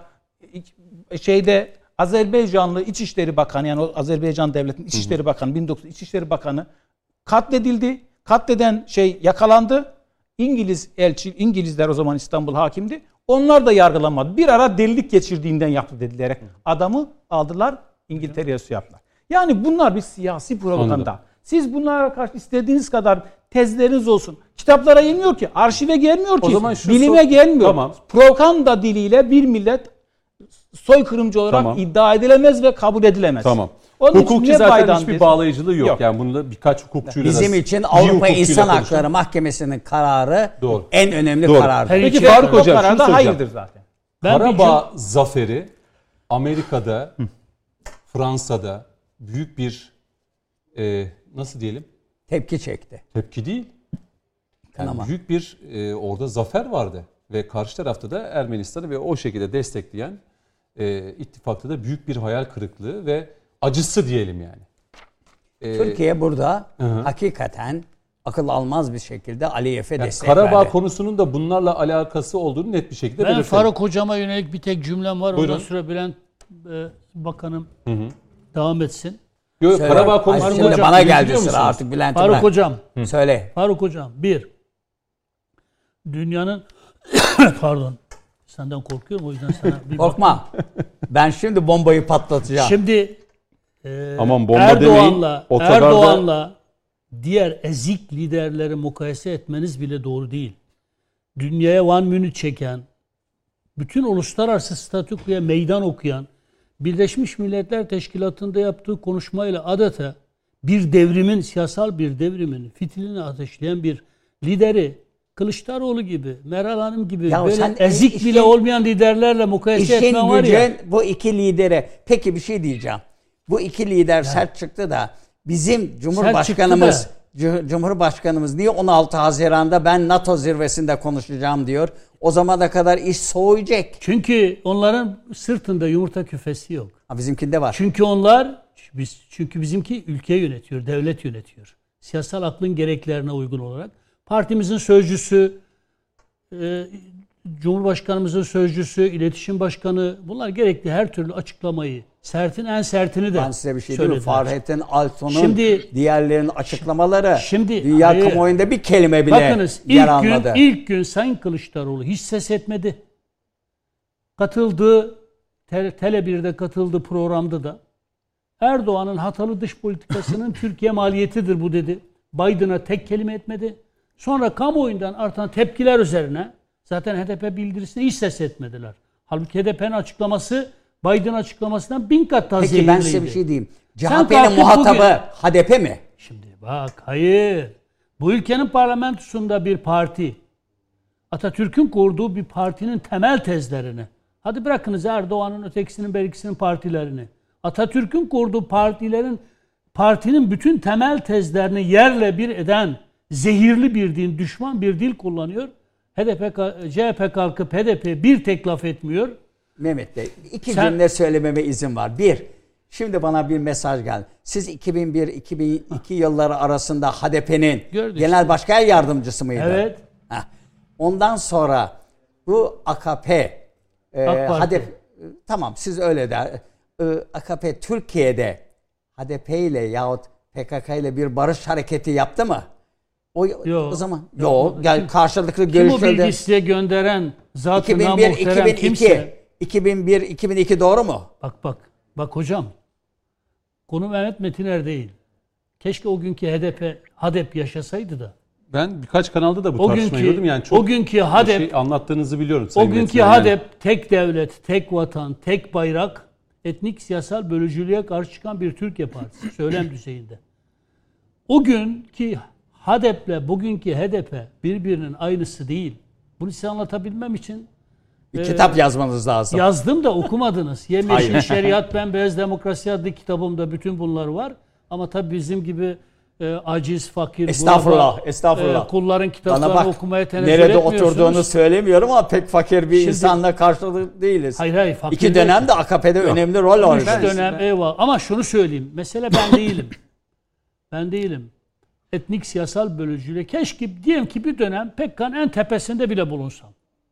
şeyde Azerbaycanlı İçişleri Bakanı, yani o Azerbaycan Devleti'nin İçişleri hı hı. Bakanı, bin dokuz yüz İçişleri Bakanı katledildi. Katleden şey yakalandı. İngiliz elçi, İngilizler o zaman İstanbul hakimdi. Onlar da yargılanmadı. Bir ara delilik geçirdiğinden yaptı dediler. Adamı aldılar, İngiltere'ye su yaptılar. Yani bunlar bir siyasi propaganda. Anladım. Siz bunlara karşı istediğiniz kadar tezleriniz olsun. Kitaplara gelmiyor ki, arşive gelmiyor ki, bilime so- gelmiyor. Tamam. Propaganda diliyle bir millet soykırımcı olarak tamam. iddia edilemez ve kabul edilemez. Tamam. Onun hukuki zaten hiçbir bağlayıcılığı yok. yok. Yani bunun birkaç hukukçuyla bizim da, için Avrupa İnsan Hakları Mahkemesi'nin kararı Doğru. en önemli Doğru. karardır. Peki Faruk Hocam şunu soracağım. Hayırdır zaten. Karabağ cüm- zaferi Amerika'da, Hı. Fransa'da büyük bir e, nasıl diyelim? Tepki çekti. Tepki değil. Yani büyük bir e, orada zafer vardı ve karşı tarafta da Ermenistan'ı ve o şekilde destekleyen e, ittifakta da büyük bir hayal kırıklığı ve acısı diyelim yani. Ee, Türkiye burada hı. hakikaten akıl almaz bir şekilde Aliyev'e yani destek Karabağ verdi. konusunun da bunlarla alakası olduğunu net bir şekilde belirtelim. Ben Faruk Hocama yönelik bir tek cümlem var. Buyurun. Ondan sonra Bülent e, Bakanım hı hı. devam etsin. Yok, Karabağ konusu şimdi bana geldi sıra artık Bülent'im. Faruk Hocam. Hı. Söyle. Faruk Hocam. Bir. Dünyanın pardon. Senden korkuyorum o yüzden sana bir korkma. Ben şimdi bombayı patlatacağım. Şimdi e, Aman bomba Erdoğan'la Erdoğan'la diğer ezik liderleri mukayese etmeniz bile doğru değil. Dünyaya one minute çeken, bütün uluslararası statükoya meydan okuyan, Birleşmiş Milletler Teşkilatı'nda yaptığı konuşmayla adeta bir devrimin, siyasal bir devrimin fitilini ateşleyen bir lideri Kılıçdaroğlu gibi, Meral Hanım gibi ya böyle ezik işin, bile olmayan liderlerle mukayese etme var ya. Bu iki lidere, peki bir şey diyeceğim. Bu iki lider ya. sert çıktı da bizim Cumhurbaşkanımız Cumhurbaşkanımız niye on altı Haziran'da ben NATO zirvesinde konuşacağım diyor. O zamana kadar iş soğuyacak. Çünkü onların sırtında yumurta küfesi yok. Ha, bizimkinde var. Çünkü onlar biz çünkü bizimki ülke yönetiyor, devlet yönetiyor. Siyasal aklın gereklerine uygun olarak partimizin sözcüsü, e, Cumhurbaşkanımızın sözcüsü, iletişim başkanı bunlar gerekli her türlü açıklamayı, sertin en sertini de ben size bir şey diyeyim mi? Fahrettin Altun'un şimdi, diğerlerinin açıklamaları şimdi, dünya hayır, kamuoyunda bir kelime bile bakınız, yer ilk almadı. gün, ilk gün Sayın Kılıçdaroğlu hiç ses etmedi. Katıldığı, Tele bir'de katıldığı programda da Erdoğan'ın hatalı dış politikasının Türkiye maliyetidir bu dedi. Biden'a tek kelime etmedi. Sonra kamuoyundan artan tepkiler üzerine zaten H D P bildirisine hiç ses etmediler. Halbuki H D P'nin açıklaması Biden açıklamasından bin kat daha zehirliydi. Peki ben size bir şey diyeyim. C H P'nin muhatabı bugün, H D P mi? Şimdi bak hayır. Bu ülkenin parlamentosunda bir parti, Atatürk'ün kurduğu bir partinin temel tezlerini, hadi bırakınız Erdoğan'ın ötekisinin berikisinin partilerini, Atatürk'ün kurduğu partilerin partinin bütün temel tezlerini yerle bir eden zehirli bir din, düşman bir dil kullanıyor. H D P, C H P kalkıp H D P bir tek laf etmiyor. Mehmet Bey, iki Sen, cümle söylememe izin var. Bir, şimdi bana bir mesaj geldi. Siz iki bin bir iki bin iki yılları arasında H D P'nin genel başkan yardımcısı mıydı? Evet. Heh. Ondan sonra bu A K P, e, H D P, tamam siz öyle de, e, A K P Türkiye'de H D P ile yahut P K K ile bir barış hareketi yaptı mı? O, yo, o zaman yok. Gel karşılıklı görüşlerde. Kim o bilgi size gönderen zatına iki bin bir, muhterem iki bin iki, kimse. iki bin bir iki bin iki doğru mu? Bak bak. Bak hocam. Konu Mehmet Metiner değil. Keşke o günkü H D P, H D P yaşasaydı da. Ben birkaç kanalda da bu o tartışmayı günkü, gördüm. Yani çok o günkü H D P, şey anlattığınızı biliyorum. O günkü Metiner. H D P tek devlet, tek vatan, tek bayrak, etnik siyasal bölücülüğe karşı çıkan bir Türkiye Partisi. Söylem düzeyinde. O günkü H D P ile bugünkü H D P birbirinin aynısı değil. Bunu size anlatabilmem için bir e, kitap yazmanız lazım. Yazdım da okumadınız. Yemyeşil Şeriat Ben Beyaz Demokrasi adlı kitabımda bütün bunlar var. Ama tabii bizim gibi e, aciz, fakir, estağfurullah, burada, estağfurullah. E, kulların kitaplarını bak, okumaya tenezzül nerede etmiyorsunuz. oturduğunu söylemiyorum ama pek fakir bir Şimdi, insanla karşılıklı değiliz. Hayır hayır. Fakir İki dönemde A K P'de önemli rol oynadı. Üç dönem eyvallah. Ama şunu söyleyeyim. Mesele ben değilim. ben değilim. Etnik siyasal bölücülüğe keşke diyelim ki bir dönem P K K'nın en tepesinde bile bulunsam.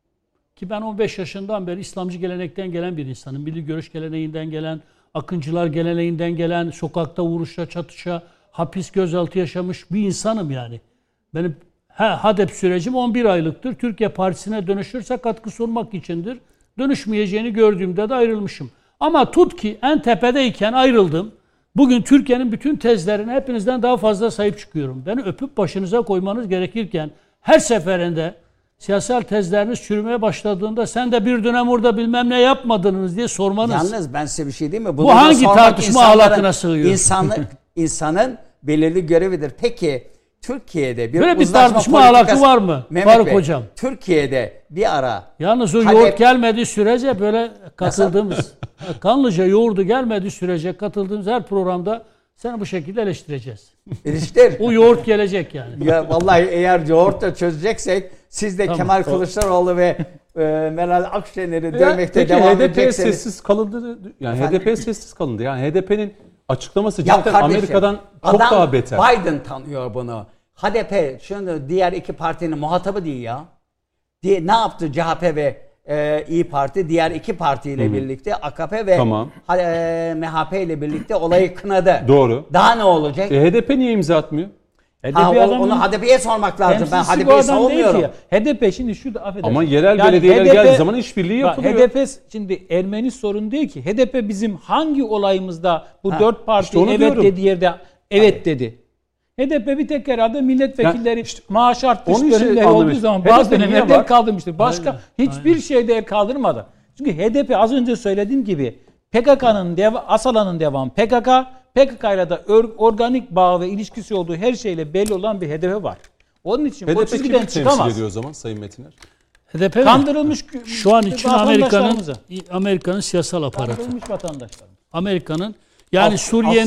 Ki ben on beş yaşından beri İslamcı gelenekten gelen bir insanım. Milli görüş geleneğinden gelen, akıncılar geleneğinden gelen, sokakta vuruşa, çatışa, hapis gözaltı yaşamış bir insanım yani. Benim H D P sürecim on bir aylıktır. Türkiye Partisi'ne dönüşürse katkı sunmak içindir. Dönüşmeyeceğini gördüğümde de ayrılmışım. Ama tut ki en tepedeyken ayrıldım. Bugün Türkiye'nin bütün tezlerine hepinizden daha fazla sahip çıkıyorum. Beni öpüp başınıza koymanız gerekirken her seferinde siyasal tezleriniz çürümeye başladığında sen de bir dönem orada bilmem ne yapmadınız diye sormanız. Yalnız ben size bir şey diyeyim mi? Bunu bu hangi tartışma ahlakına sığıyor? İnsanı, insanın belirli görevidir. Peki Türkiye'de bir böyle bir uzlaşma tartışma politikası... ahlakı var mı? Mehmet Faruk Bey, hocam. Türkiye'de bir ara... Yalnız o Hadi... yoğurt gelmediği sürece böyle katıldığımız... Kanlıca yoğurdu gelmediği sürece katıldığımız her programda seni bu şekilde eleştireceğiz. Eleştir. O yoğurt gelecek yani. Ya vallahi eğer yoğurtla çözeceksek siz de tamam. Kemal Kılıçdaroğlu ve e, Meral Akşener'i dövmekte peki, devam H D P edecekseniz... sessiz kalındı. Yani Efendim? H D P sessiz kalındı. Yani H D P'nin açıklaması ya zaten kardeşim, Amerika'dan çok adam, daha beter. Biden tanıyor bunu. H D P şunu diğer iki partinin muhatabı değil ya. Diye, ne yaptı C H P ve e, İyi Parti diğer iki partiyle Hı-hı. birlikte A K P ve tamam. e, M H P ile birlikte olayı kınadı. Doğru. Daha ne olacak? E, H D P niye imza atmıyor? Ha, o, onu H D P'ye sormak lazım. Ben H D P'yi savunmuyorum. H D P şimdi şurada affedersin. Ama yerel yani belediyeler H D P, geldiği zaman işbirliği yapılıyor. H D P şimdi Ermeni sorun değil ki. H D P bizim hangi olayımızda bu ha, dört parti işte evet diyorum. dediği yerde evet Abi. dedi. H D P bir tek herhalde milletvekilleri yani işte, maaş artışları şey olduğu zaman bazı dönemlerde el kaldırmıştır. Başka aynen, hiçbir aynen. şeyde el kaldırmadı. Çünkü H D P az önce söylediğim gibi P K K'nın dev, Asala'nın devamı P K K, P K K ile de organik bağ ve ilişkisi olduğu her şeyle belli olan bir hedefi var. Onun için H D P o çizgiden çıkamaz. temsil ediyor o zaman Sayın Metiner? H D P kandırılmış şu an için Amerika'nın Amerika'nın siyasal aparatı. Kandırılmış vatandaşlar. Amerika'nın yani Suriye'nin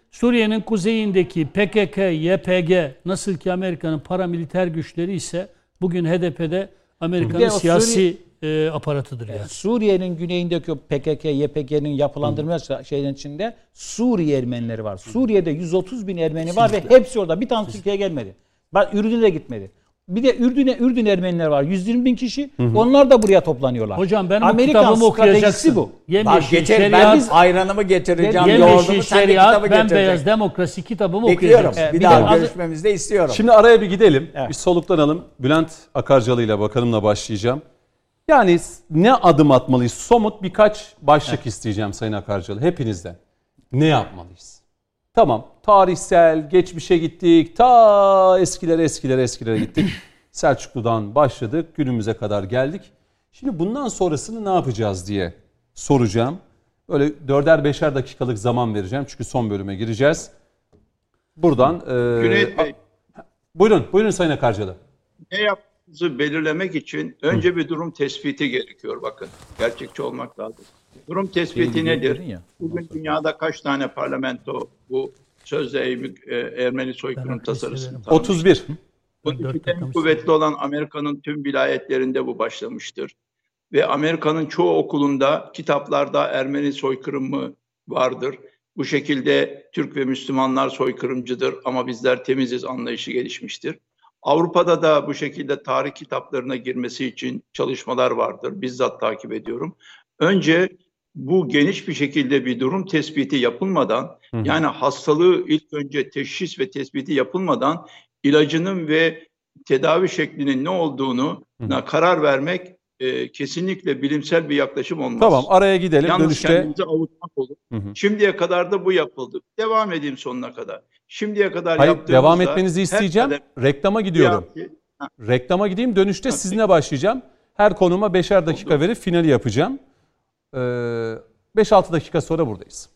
Suriye'nin kuzeyindeki P K K, Y P G nasıl ki Amerika'nın paramiliter güçleri ise bugün H D P'de Amerika'nın Bir de o siyasi e, aparatıdır yani. Suriye'nin güneyindeki o P K K, Y P G'nin yapılandırma şeylerin içinde Suriye Ermenileri var. Suriye'de yüz otuz bin Ermeni var ve hepsi orada. Bir tane Türkiye'ye gelmedi. Bak Ürdün'e de gitmedi. Bir de Ürdün'e Ürdün Ermeniler var. yüz yirmi bin kişi. Hı hı. Onlar da buraya toplanıyorlar. Hocam benim Amerikan kitabımı okuyacaksın. bu. Bak getir, ben biz ayranımı getireceğim, yoğurdumu, sen de kitabı ben beyaz getireceksin. demokrasi kitabımı Bekliyorum. okuyacaksın. Evet, bir, bir daha de- görüşmemizde istiyorum. Şimdi araya bir gidelim. Evet. Bir soluklanalım. Bülent Akarcalı ile bakanımla başlayacağım. Yani ne adım atmalıyız? Somut birkaç başlık isteyeceğim Sayın Akarcalı hepinizden. Ne yapmalıyız? Tamam, tarihsel, geçmişe gittik, ta eskilere eskilere eskilere gittik. Selçuklu'dan başladık, günümüze kadar geldik. Şimdi bundan sonrasını ne yapacağız diye soracağım. Böyle dörder beşer dakikalık zaman vereceğim çünkü son bölüme gireceğiz. Buradan... E, Cüneyt Bey, buyurun, buyurun Sayın Akarcalı. ne yaptığınızı belirlemek için önce bir durum tespiti gerekiyor bakın. Gerçekçi olmak lazım. Durum tespiti Şeyi nedir? dedin ya. Bugün dünyada kaç tane parlamento bu sözde e, Ermeni soykırım Ben tasarısını hissederim. tanımış? otuz bir. Bu dört ülkenin dakika kuvvetli olan Amerika'nın tüm vilayetlerinde bu başlamıştır. Ve Amerika'nın çoğu okulunda, kitaplarda Ermeni soykırımı vardır. Bu şekilde Türk ve Müslümanlar soykırımcıdır ama bizler temiziz anlayışı gelişmiştir. Avrupa'da da bu şekilde tarih kitaplarına girmesi için çalışmalar vardır. Bizzat takip ediyorum. Önce bu geniş bir şekilde bir durum tespiti yapılmadan, Hı hı. yani hastalığı ilk önce teşhis ve tespiti yapılmadan ilacının ve tedavi şeklinin ne olduğunu Hı. karar vermek e, kesinlikle bilimsel bir yaklaşım olmaz. Tamam, araya gidelim. Yalnız Dönüşte... kendimizi avutmak olur. Hı hı. Şimdiye kadar da bu yapıldı. Devam edeyim sonuna kadar. Şimdiye kadar Hayır, yaptığımızda... devam etmenizi isteyeceğim. her kadar- Reklama gidiyorum. Ha, Reklama gideyim, dönüşte sizinle başlayacağım. Her konuma beşer dakika Oldu. verip finali yapacağım. Ee, beş altı dakika sonra buradayız.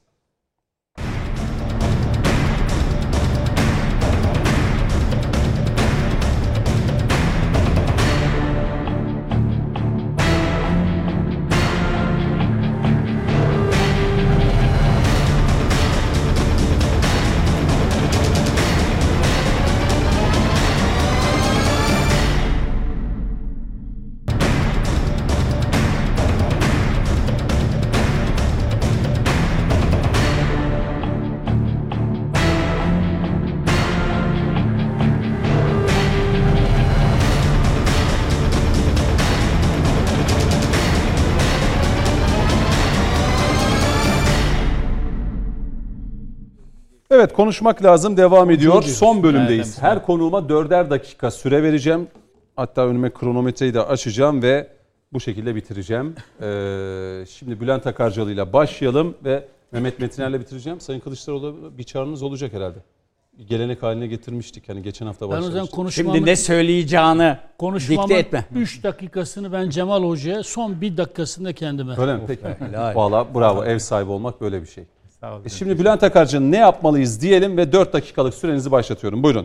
Evet, konuşmak lazım devam ediyor. Son bölümdeyiz. Her konuğuma dörder dakika süre vereceğim. Hatta önüme kronometreyi de açacağım ve bu şekilde bitireceğim. Ee, şimdi Bülent Akarcalı ile başlayalım ve Mehmet Metiner'le bitireceğim. Sayın Kılıçdaroğlu bir çağrınız olacak herhalde. Gelenek haline getirmiştik. Yani geçen hafta Ben o zaman başlamıştık. konuşmamın, Şimdi ne söyleyeceğini konuşmamın dikte etme. üç dakikasını ben Cemal Hoca'ya, son bir dakikasını da kendime. Öyle mi? Peki. helal. Valla bravo. Ev sahibi olmak böyle bir şey. Sağ olun. E şimdi Bülent Akarcı'nın ne yapmalıyız diyelim ve dört dakikalık sürenizi başlatıyorum. Buyurun.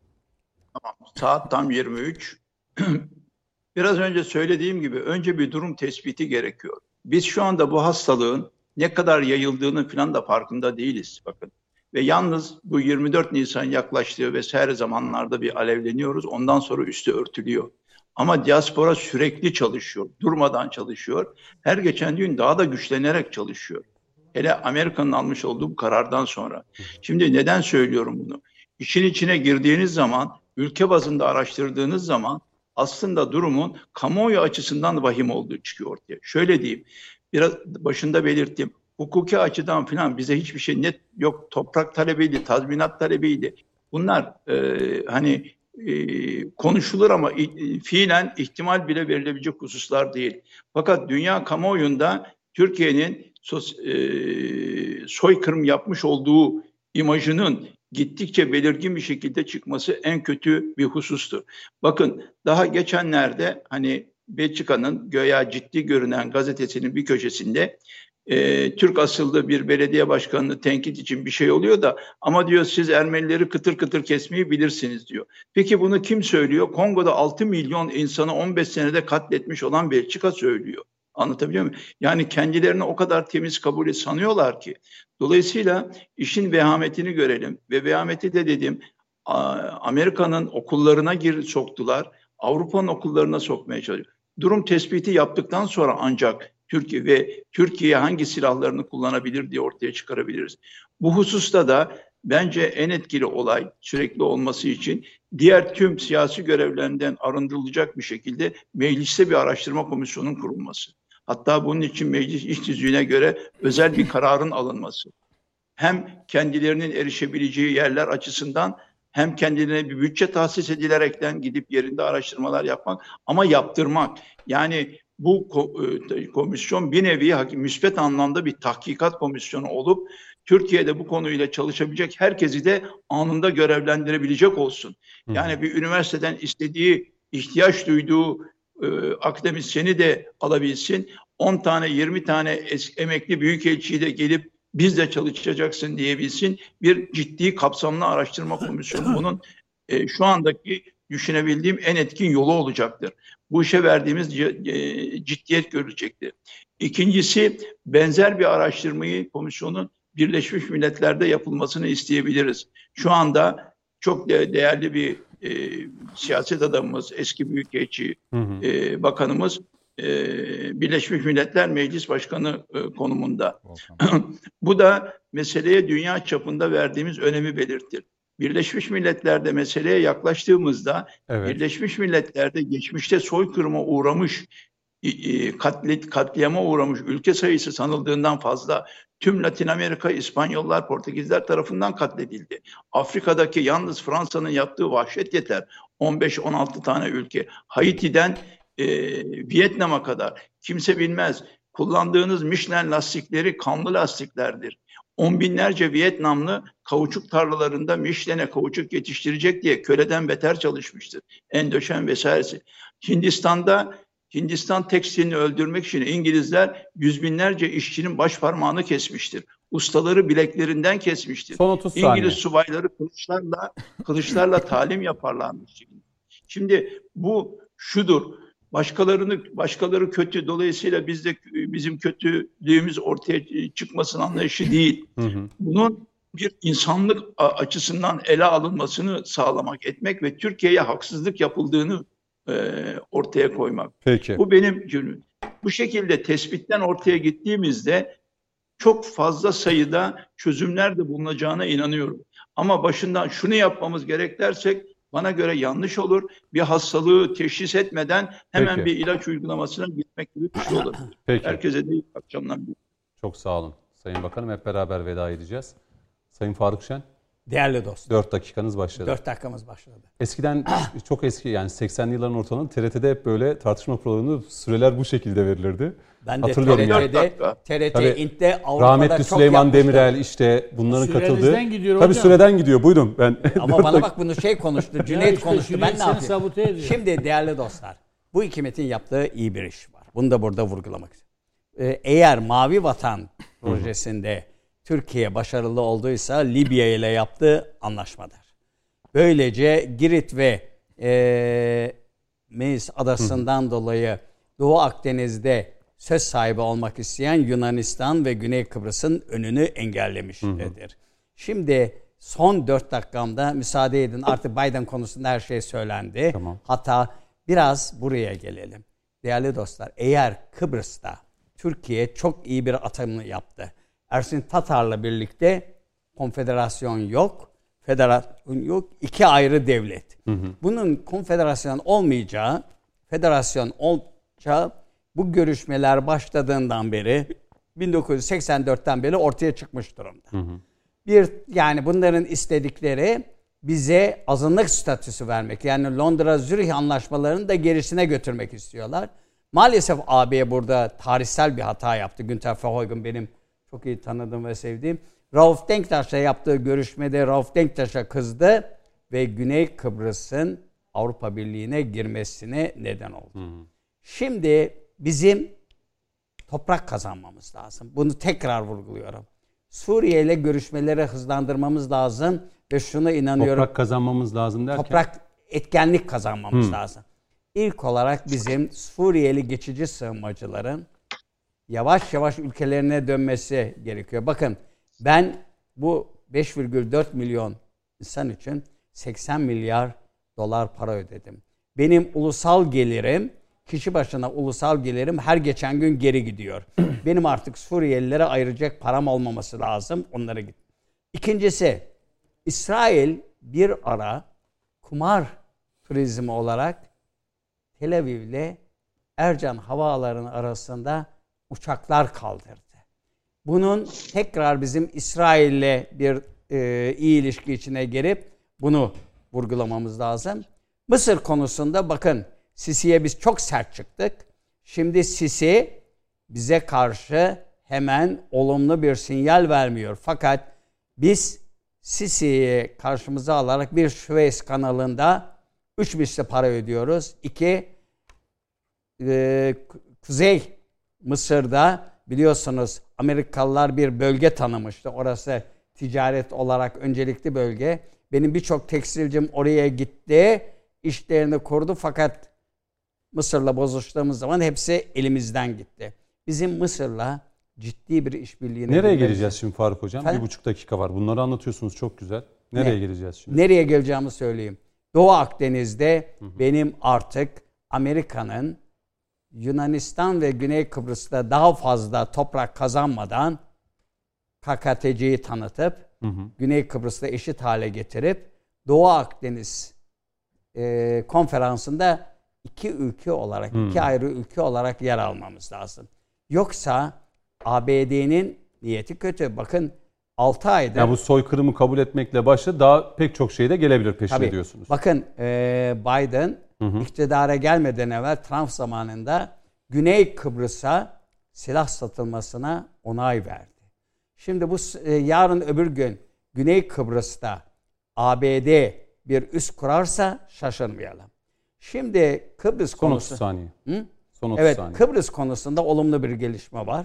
Saat tam yirmi üç. Biraz önce söylediğim gibi önce bir durum tespiti gerekiyor. Biz şu anda bu hastalığın ne kadar yayıldığının falan da farkında değiliz. Bakın. Ve yalnız bu yirmi dört Nisan yaklaştığı vesaire zamanlarda bir alevleniyoruz. Ondan sonra üstü örtülüyor. Ama diaspora sürekli çalışıyor. Durmadan çalışıyor. Her geçen gün daha da güçlenerek çalışıyor. Hele Amerika'nın almış olduğu bu karardan sonra. Şimdi neden söylüyorum bunu? İşin içine girdiğiniz zaman, ülke bazında araştırdığınız zaman aslında durumun kamuoyu açısından vahim olduğu çıkıyor ortaya. Şöyle diyeyim, biraz başında belirttiğim hukuki açıdan falan bize hiçbir şey net yok. Toprak talebiydi, tazminat talebiydi. Bunlar e, hani e, konuşulur ama e, fiilen ihtimal bile verilebilecek hususlar değil. Fakat dünya kamuoyunda Türkiye'nin sos, e, soykırım yapmış olduğu imajının gittikçe belirgin bir şekilde çıkması en kötü bir husustur. Bakın daha geçenlerde hani Belçika'nın göya ciddi görünen gazetesinin bir köşesinde e, Türk asıllı bir belediye başkanını tenkit için bir şey oluyor da ama diyor siz Ermenileri kıtır kıtır kesmeyi bilirsiniz diyor. Peki bunu kim söylüyor? Kongo'da altı milyon insanı on beş senede katletmiş olan Belçika söylüyor. Anlatabiliyor muyum? Yani kendilerini o kadar temiz kabul sanıyorlar ki. Dolayısıyla işin vehametini görelim. Ve vehameti de dedim, Amerika'nın okullarına gir soktular. Avrupa'nın okullarına sokmaya çalışıyor. Durum tespiti yaptıktan sonra ancak Türkiye ve Türkiye hangi silahlarını kullanabilir diye ortaya çıkarabiliriz. Bu hususta da bence en etkili olay sürekli olması için diğer tüm siyasi görevlerinden arındırılacak bir şekilde mecliste bir araştırma komisyonunun kurulması. Hatta bunun için meclis iş tüzüğüne göre özel bir kararın alınması. Hem kendilerinin erişebileceği yerler açısından hem kendilerine bir bütçe tahsis edilerekten gidip yerinde araştırmalar yapmak ama yaptırmak. Yani bu komisyon bir nevi müspet anlamda bir tahkikat komisyonu olup Türkiye'de bu konuyla çalışabilecek herkesi de anında görevlendirebilecek olsun. Yani bir üniversiteden istediği, ihtiyaç duyduğu e, akademisyeni de alabilsin. on tane, yirmi tane eski, emekli büyükelçiyi de gelip biz de çalışacaksın diyebilsin. Bir ciddi kapsamlı araştırma komisyonu bunun e, şu andaki düşünebildiğim en etkin yolu olacaktır. Bu işe verdiğimiz ciddiyet görecektir. İkincisi, benzer bir araştırmayı komisyonun Birleşmiş Milletler'de yapılmasını isteyebiliriz. Şu anda çok de değerli bir e, siyaset adamımız, eski büyükelçi e, bakanımız e, Birleşmiş Milletler Meclis Başkanı e, konumunda. Bu da meseleye dünya çapında verdiğimiz önemi belirtir. Birleşmiş Milletler'de meseleye yaklaştığımızda evet. Birleşmiş Milletler'de geçmişte soykırıma uğramış, katli, katliama uğramış ülke sayısı sanıldığından fazla. Tüm Latin Amerika, İspanyollar, Portekizler tarafından katledildi. Afrika'daki yalnız Fransa'nın yaptığı vahşet yeter. on beş on altı tane ülke. Haiti'den e, Vietnam'a kadar. Kimse bilmez. Kullandığınız Michelin lastikleri kanlı lastiklerdir. On binlerce Vietnamlı kauçuk tarlalarında Michelin'e kauçuk yetiştirecek diye köleden beter çalışmıştır. Endoşen vesairesi. Hindistan'da Hindistan tekstilini öldürmek için İngilizler yüz binlerce işçinin baş parmağını kesmiştir. Ustaları bileklerinden kesmiştir. Son otuz saniye. İngiliz subayları kılıçlarla kılıçlarla talim yaparlarmış. Şimdi bu şudur. Başkalarını başkaları kötü, dolayısıyla biz de bizim kötülüğümüz ortaya çıkmasın anlayışı değil. Hı hı. Bunun bir insanlık açısından ele alınmasını sağlamak, etmek ve Türkiye'ye haksızlık yapıldığını e, ortaya koymak. Peki. Bu benim cümlem. Bu şekilde tespitten ortaya gittiğimizde çok fazla sayıda çözümler de bulunacağına inanıyorum. Ama başından şunu yapmamız gerek dersek bana göre yanlış olur. Bir hastalığı teşhis etmeden hemen Peki. bir ilaç uygulamasına gitmek gibi bir şey olabilir. Peki. Herkese de iyi akşamlar. Çok sağ olun. Sayın Bakanım, hep beraber veda edeceğiz. Sayın Faruk Şen. Değerli dostlar. dört dakikanız başladı. dört dakikamız başladı. Eskiden çok eski, yani seksenli yılların ortalarında T R T'de hep böyle tartışma programı süreler bu şekilde verilirdi. Ben de T R T'de, T R T İnt'te Avrupa'da rahmetli çok Süleyman yapmışlar. Demirel işte bunların Sürenizden katıldığı. gidiyor Tabii hocam. süreden gidiyor. Buyurun ben. Ama bana bak bunu şey konuştu. Cüneyt işte konuştu. Cüneyt Ben ne yapayım? sabote ediyor. Şimdi değerli dostlar. Bu hükümetin yaptığı iyi bir iş var. Bunu da burada vurgulamak istiyorum. Ee, eğer Mavi Vatan projesinde Türkiye başarılı olduysa Libya ile yaptığı anlaşmadır. Böylece Girit ve e, Meis adasından Hı. dolayı Doğu Akdeniz'de söz sahibi olmak isteyen Yunanistan ve Güney Kıbrıs'ın önünü engellemiştir. Hı. Şimdi son dört dakikamda müsaade edin. Artık Biden konusunda her şey söylendi. Tamam. Hatta biraz buraya gelelim. Değerli dostlar, eğer Kıbrıs'ta Türkiye çok iyi bir atımı yaptı. Ersin Tatar'la birlikte konfederasyon yok, federasyon yok, iki ayrı devlet. Hı hı. Bunun konfederasyon olmayacağı, federasyon olacağı bu görüşmeler başladığından beri bin dokuz yüz seksen dörtten beri ortaya çıkmış durumda. Hı hı. Bir yani bunların istedikleri bize azınlık statüsü vermek. Yani Londra-Zürih anlaşmalarını da gerisine götürmek istiyorlar. Maalesef A B burada tarihsel bir hata yaptı. Günter Verheugen benim çok iyi tanıdığım ve sevdiğim. Rauf Denktaş'la yaptığı görüşmede Rauf Denktaş'a kızdı ve Güney Kıbrıs'ın Avrupa Birliği'ne girmesine neden oldu. Hı hı. Şimdi bizim toprak kazanmamız lazım. Bunu tekrar vurguluyorum. Suriye ile görüşmeleri hızlandırmamız lazım ve şuna inanıyorum. Toprak kazanmamız lazım derken? Toprak etkenlik kazanmamız Hı. lazım. İlk olarak bizim Suriyeli geçici sığınmacıların yavaş yavaş ülkelerine dönmesi gerekiyor. Bakın ben bu beş virgül dört milyon insan için seksen milyar dolar para ödedim. Benim ulusal gelirim, kişi başına ulusal gelirim her geçen gün geri gidiyor. Benim artık Suriyelilere ayıracak param olmaması lazım. Onlara git. İkincisi, İsrail bir ara kumar turizmi olarak Tel Aviv ile Ercan havaalanı arasında uçaklar kaldırdı. Bunun tekrar bizim İsrail'le bir e, iyi ilişki içine girip bunu vurgulamamız lazım. Mısır konusunda bakın Sisi'ye biz çok sert çıktık. Şimdi Sisi bize karşı hemen olumlu bir sinyal vermiyor. Fakat biz Sisi'yi karşımıza alarak bir Süveyş kanalında üç misli para ödüyoruz. İki, e, Kuzey Mısır'da biliyorsunuz Amerikalılar bir bölge tanımıştı. Orası ticaret olarak öncelikli bölge. Benim birçok tekstilcim oraya gitti, işlerini kurdu fakat Mısır'la bozuştuğumuz zaman hepsi elimizden gitti. Bizim Mısır'la ciddi bir işbirliğine... Nereye geleceğiz şimdi Faruk Hocam? Efendim? Bir buçuk dakika var. Bunları anlatıyorsunuz çok güzel. Nereye Ne? geleceğiz şimdi? Nereye geleceğimi söyleyeyim. Doğu Akdeniz'de hı hı. benim artık Amerika'nın Yunanistan ve Güney Kıbrıs'ta daha fazla toprak kazanmadan K K T C'yi tanıtıp hı hı. Güney Kıbrıs'ta eşit hale getirip Doğu Akdeniz e, konferansında iki ülke olarak, hmm. iki ayrı ülke olarak yer almamız lazım. Yoksa A B D'nin niyeti kötü. Bakın altı ayda... Yani bu soykırımı kabul etmekle başladı. Daha pek çok şey de gelebilir peşine Tabii, diyorsunuz. Bakın e, Biden hı hı. iktidara gelmeden evvel Trump zamanında Güney Kıbrıs'a silah satılmasına onay verdi. Şimdi bu e, yarın öbür gün Güney Kıbrıs'ta A B D bir üs kurarsa şaşırmayalım. Şimdi Kıbrıs Son konusu... otuz saniye. Hı? Son otuz evet, saniye. Kıbrıs konusunda olumlu bir gelişme var.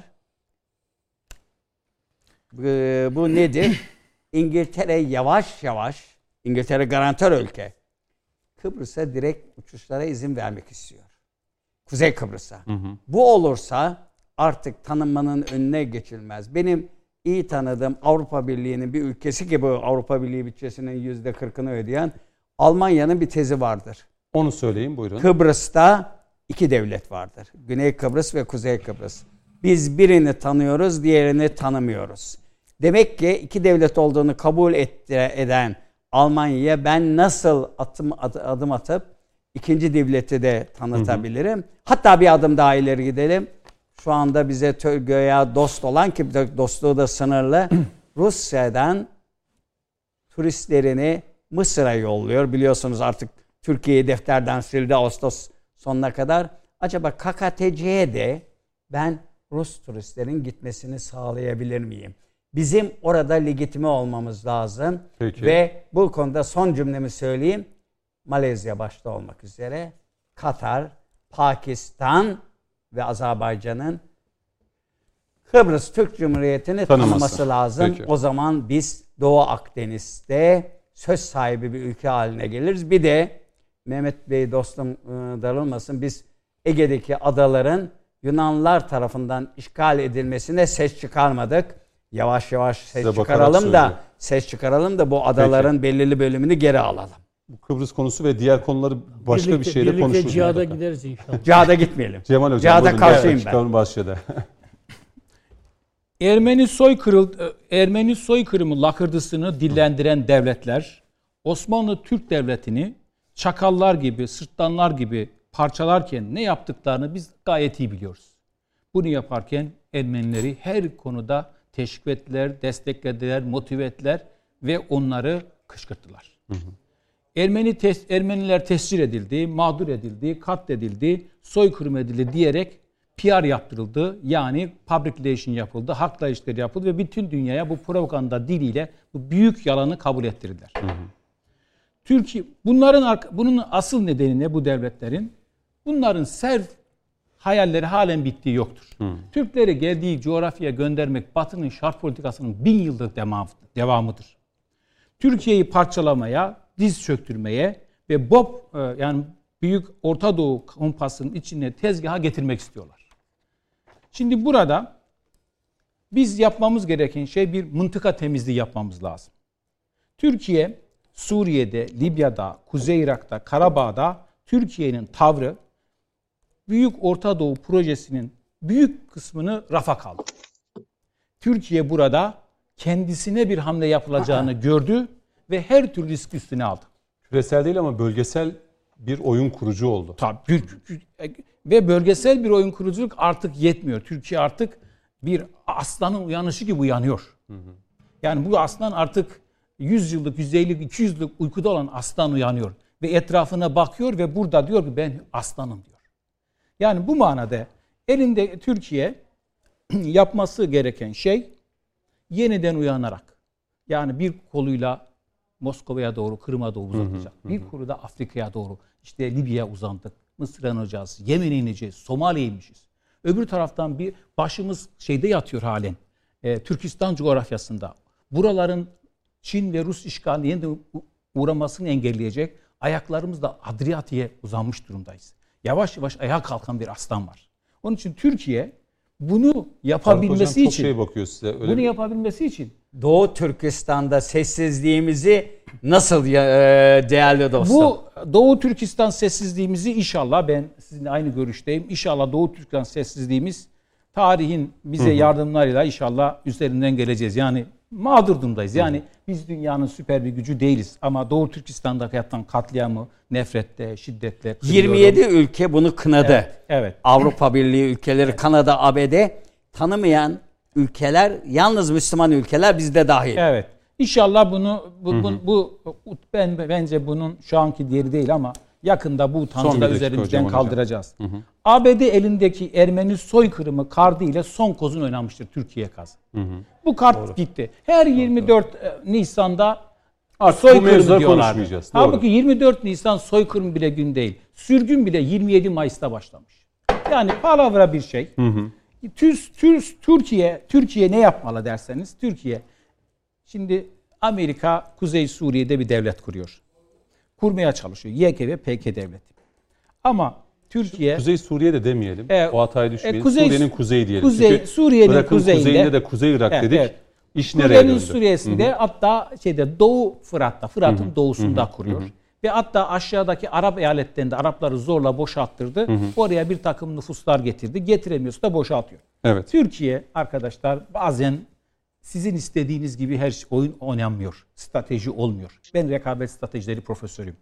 Ee, bu nedir? İngiltere yavaş yavaş, İngiltere garantör ülke, Kıbrıs'a direkt uçuşlara izin vermek istiyor. Kuzey Kıbrıs'a. Hı hı. Bu olursa artık tanınmanın önüne geçilmez. Benim iyi tanıdığım Avrupa Birliği'nin bir ülkesi gibi Avrupa Birliği bütçesinin yüzde kırkını ödeyen Almanya'nın bir tezi vardır. Onu söyleyin buyurun. Kıbrıs'ta iki devlet vardır. Güney Kıbrıs ve Kuzey Kıbrıs. Biz birini tanıyoruz, diğerini tanımıyoruz. Demek ki iki devlet olduğunu kabul eden Almanya'ya ben nasıl atım, adım atıp ikinci devleti de tanıtabilirim. Hı hı. Hatta bir adım daha ileri gidelim. Şu anda bize göya dost olan ki dostluğu da sınırlı Rusya'dan turistlerini Mısır'a yolluyor. Biliyorsunuz artık Türkiye'yi defterden sildi Ağustos sonuna kadar. Acaba K K T C'ye de ben Rus turistlerin gitmesini sağlayabilir miyim? Bizim orada legitime olmamız lazım. Peki. Ve bu konuda son cümlemi söyleyeyim. Malezya başta olmak üzere Katar, Pakistan ve Azerbaycan'ın Kıbrıs Türk Cumhuriyeti'ni tanıması, tanıması lazım. Peki. O zaman biz Doğu Akdeniz'de söz sahibi bir ülke haline geliriz. Bir de Mehmet Bey dostum darılmasın, biz Ege'deki adaların Yunanlılar tarafından işgal edilmesine ses çıkarmadık. Yavaş yavaş ses Size çıkaralım da söyleyeyim. ses çıkaralım da bu adaların Peki. belirli bölümünü geri alalım. Bu Kıbrıs konusu ve diğer konuları başka birlikte, bir şeyle konuşuruz. Birlikte cihada gideriz inşallah. Cihada gitmeyelim. Cemal Hocam cihada karşıyım ben. Çıkalım başlayalım. Ermeni soykırıl Ermeni soykırımı lakırdısını dillendiren devletler Osmanlı Türk Devleti'ni çakallar gibi, sırtlanlar gibi parçalarken ne yaptıklarını biz gayet iyi biliyoruz. Bunu yaparken Ermenileri her konuda teşvik ettiler, desteklediler, motive ettiler ve onları kışkırttılar. Hı hı. Ermeni tes, Ermeniler tescil edildi, mağdur edildi, katledildi, soykırım edildi diyerek P R yaptırıldı. Yani public relation yapıldı, halkla işleri yapıldı ve bütün dünyaya bu propaganda diliyle bu büyük yalanı kabul ettirdiler. Hı hı. Türkiye bunların bunun asıl nedeni ne bu devletlerin? Bunların serv hayalleri halen bittiği yoktur. Hı. Türkleri geldiği coğrafyaya göndermek Batı'nın şark politikasının bin yıllık devamıdır. Türkiye'yi parçalamaya, diz çöktürmeye ve B O P yani Büyük Orta Doğu Kompası'nın içine tezgaha getirmek istiyorlar. Şimdi burada biz yapmamız gereken şey bir mıntıka temizliği yapmamız lazım. Türkiye, Suriye'de, Libya'da, Kuzey Irak'ta, Karabağ'da Türkiye'nin tavrı Büyük Orta Doğu Projesi'nin büyük kısmını rafa kaldı. Türkiye burada kendisine bir hamle yapılacağını gördü ve her türlü risk üstüne aldı. Küresel değil ama bölgesel bir oyun kurucu oldu. Tabii. Ve bölgesel bir oyun kuruculuk artık yetmiyor. Türkiye artık bir aslanın uyanışı gibi uyanıyor. Hı hı. Yani bu aslan artık yüz yıllık, yüz elli, iki yüz yıllık uykuda olan aslan uyanıyor. Ve etrafına bakıyor ve burada diyor ki ben aslanım diyor. Yani bu manada elinde Türkiye yapması gereken şey yeniden uyanarak. Yani bir koluyla Moskova'ya doğru, Kırım'a doğru uzatacak. Hı hı, bir kolu da Afrika'ya doğru. İşte Libya'ya uzandık. Mısır'a ineceğiz. Yemen'e ineceğiz. Somali'ye inmişiz. Öbür taraftan bir başımız şeyde yatıyor halen. E, Türkistan coğrafyasında. Buraların Çin ve Rus işgaline yeniden uğramasını engelleyecek ayaklarımızla Adriyatik'e uzanmış durumdayız. Yavaş yavaş ayağa kalkan bir aslan var. Onun için Türkiye bunu yapabilmesi Hocam, çok için şey bakıyor size. Öyle bunu bir... yapabilmesi için Doğu Türkistan'da sessizliğimizi nasıl e, değerli dostum? bu Doğu Türkistan sessizliğimizi inşallah ben sizinle aynı görüşteyim. İnşallah Doğu Türkistan sessizliğimiz tarihin bize yardımlarıyla inşallah üzerinden geleceğiz. Yani mağdur durumdayız. Yani biz dünyanın süper bir gücü değiliz. Ama Doğu Türkistan'da yapılan katliamı nefrette, şiddetle kınıyorum. yirmi yedi ülke bunu kınadı. Evet, evet. Avrupa Birliği ülkeleri, evet. Kanada, A B D tanımayan ülkeler, yalnız Müslüman ülkeler bizde dahil. Evet. İnşallah bunu bu, hı hı. bu, bu ben bence bunun şu anki diğeri değil ama yakında bu utancı da üzerimizden kaldıracağız. Hı hı. A B D elindeki Ermeni soykırımı kartı ile son kozun oynamıştır Türkiye kazı. Hı hı. Bu kart doğru. Gitti. Her yirmi dört doğru. Nisan'da artık soykırım diyorlardı. Halbuki yirmi dört Nisan soykırım bile gün değil. Sürgün bile yirmi yedi Mayıs'ta başlamış. Yani palavra bir şey. Hı hı. Tür, tür, Türkiye Türkiye ne yapmalı derseniz Türkiye şimdi Amerika Kuzey Suriye'de bir devlet kuruyor. Kurmaya çalışıyor. Y K ve P K devleti. Ama Türkiye Kuzey Suriye'de demeyelim. E, o hataya düşmeyelim. E, kuzey, Suriye'nin kuzeyi diyelim. Kuzey, Çünkü Suriye'nin kuzeyinde, kuzeyinde de Kuzey Irak evet, dedik. Evet. İş nereye döndü? Suriye'sinde Hı-hı. hatta şeyde Doğu Fırat'ta, Fırat'ın Hı-hı. doğusunda Hı-hı. kuruyor. Hı-hı. Ve hatta aşağıdaki Arap eyaletlerinde Arapları zorla boşalttırdı. Hı-hı. Oraya bir takım nüfuslar getirdi. Getiremiyorsa da boşaltıyor. Evet. Türkiye arkadaşlar bazen sizin istediğiniz gibi her şey, oyun oynanmıyor. Strateji olmuyor. Ben rekabet stratejileri profesörüyüm.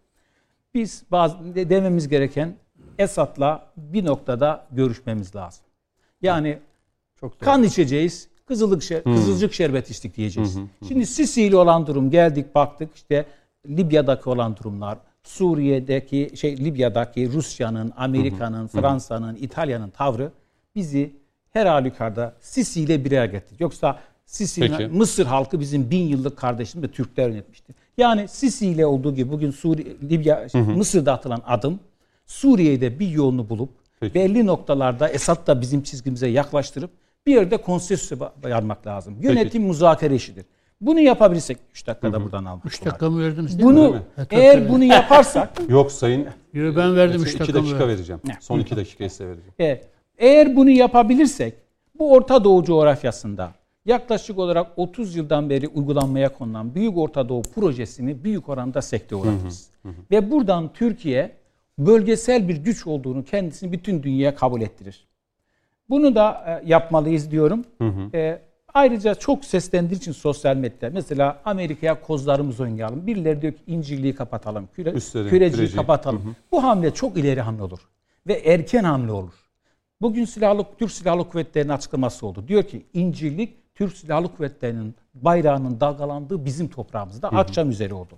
Biz bazı dememiz gereken Esad'la bir noktada görüşmemiz lazım. Yani çok kan içeceğiz, kızılık şer, hmm. kızılcık şerbet içtik diyeceğiz. Hmm. Şimdi Sisi ile olan durum geldik baktık işte Libya'daki olan durumlar, Suriye'deki şey Libya'daki Rusya'nın, Amerika'nın, hmm. Fransa'nın, İtalya'nın tavrı bizi her halükarda Sisi ile bir araya getirdi. Yoksa Sisi'nin Mısır halkı bizim bin yıllık kardeşimiz de Türkler yönetmişti. Yani Sisi ile olduğu gibi bugün Suriye, Libya, hı hı. Mısır'da atılan adım Suriye'de bir yolunu bulup Peki. belli noktalarda Esad da bizim çizgimize yaklaştırıp bir yerde konsensüse varmak lazım. Yönetim Peki. müzakere işidir. Bunu yapabilirsek üç dakikada hı hı. buradan aldık. üç dakika mı verdiniz değil bunu, mi? Eğer evet, bunu yaparsak yok sayın. Yo, ben verdim üç dakika. iki dakika vereceğim. Ne? Son iki dakika size vereceğim. Evet. Eğer bunu yapabilirsek bu Orta Doğu coğrafyasında yaklaşık olarak otuz yıldan beri uygulanmaya konulan Büyük Orta Doğu projesini büyük oranda sekteye uğratırız. Ve buradan Türkiye bölgesel bir güç olduğunu kendisini bütün dünyaya kabul ettirir. Bunu da e, yapmalıyız diyorum. Hı hı. E, ayrıca çok seslendiği için sosyal medyada mesela Amerika'ya kozlarımızı oynayalım. Birileri diyor ki İncirliği kapatalım, küre, Üstelik, küreciyi küreci. kapatalım. Hı hı. Bu hamle çok ileri hamle olur ve erken hamle olur. Bugün silahlı Türk Silahlı Kuvvetleri'nin açıklaması oldu. Diyor ki İncirlik Türk Silahlı Kuvvetleri'nin bayrağının dalgalandığı bizim toprağımızda hı hı. akşam üzeri oldu.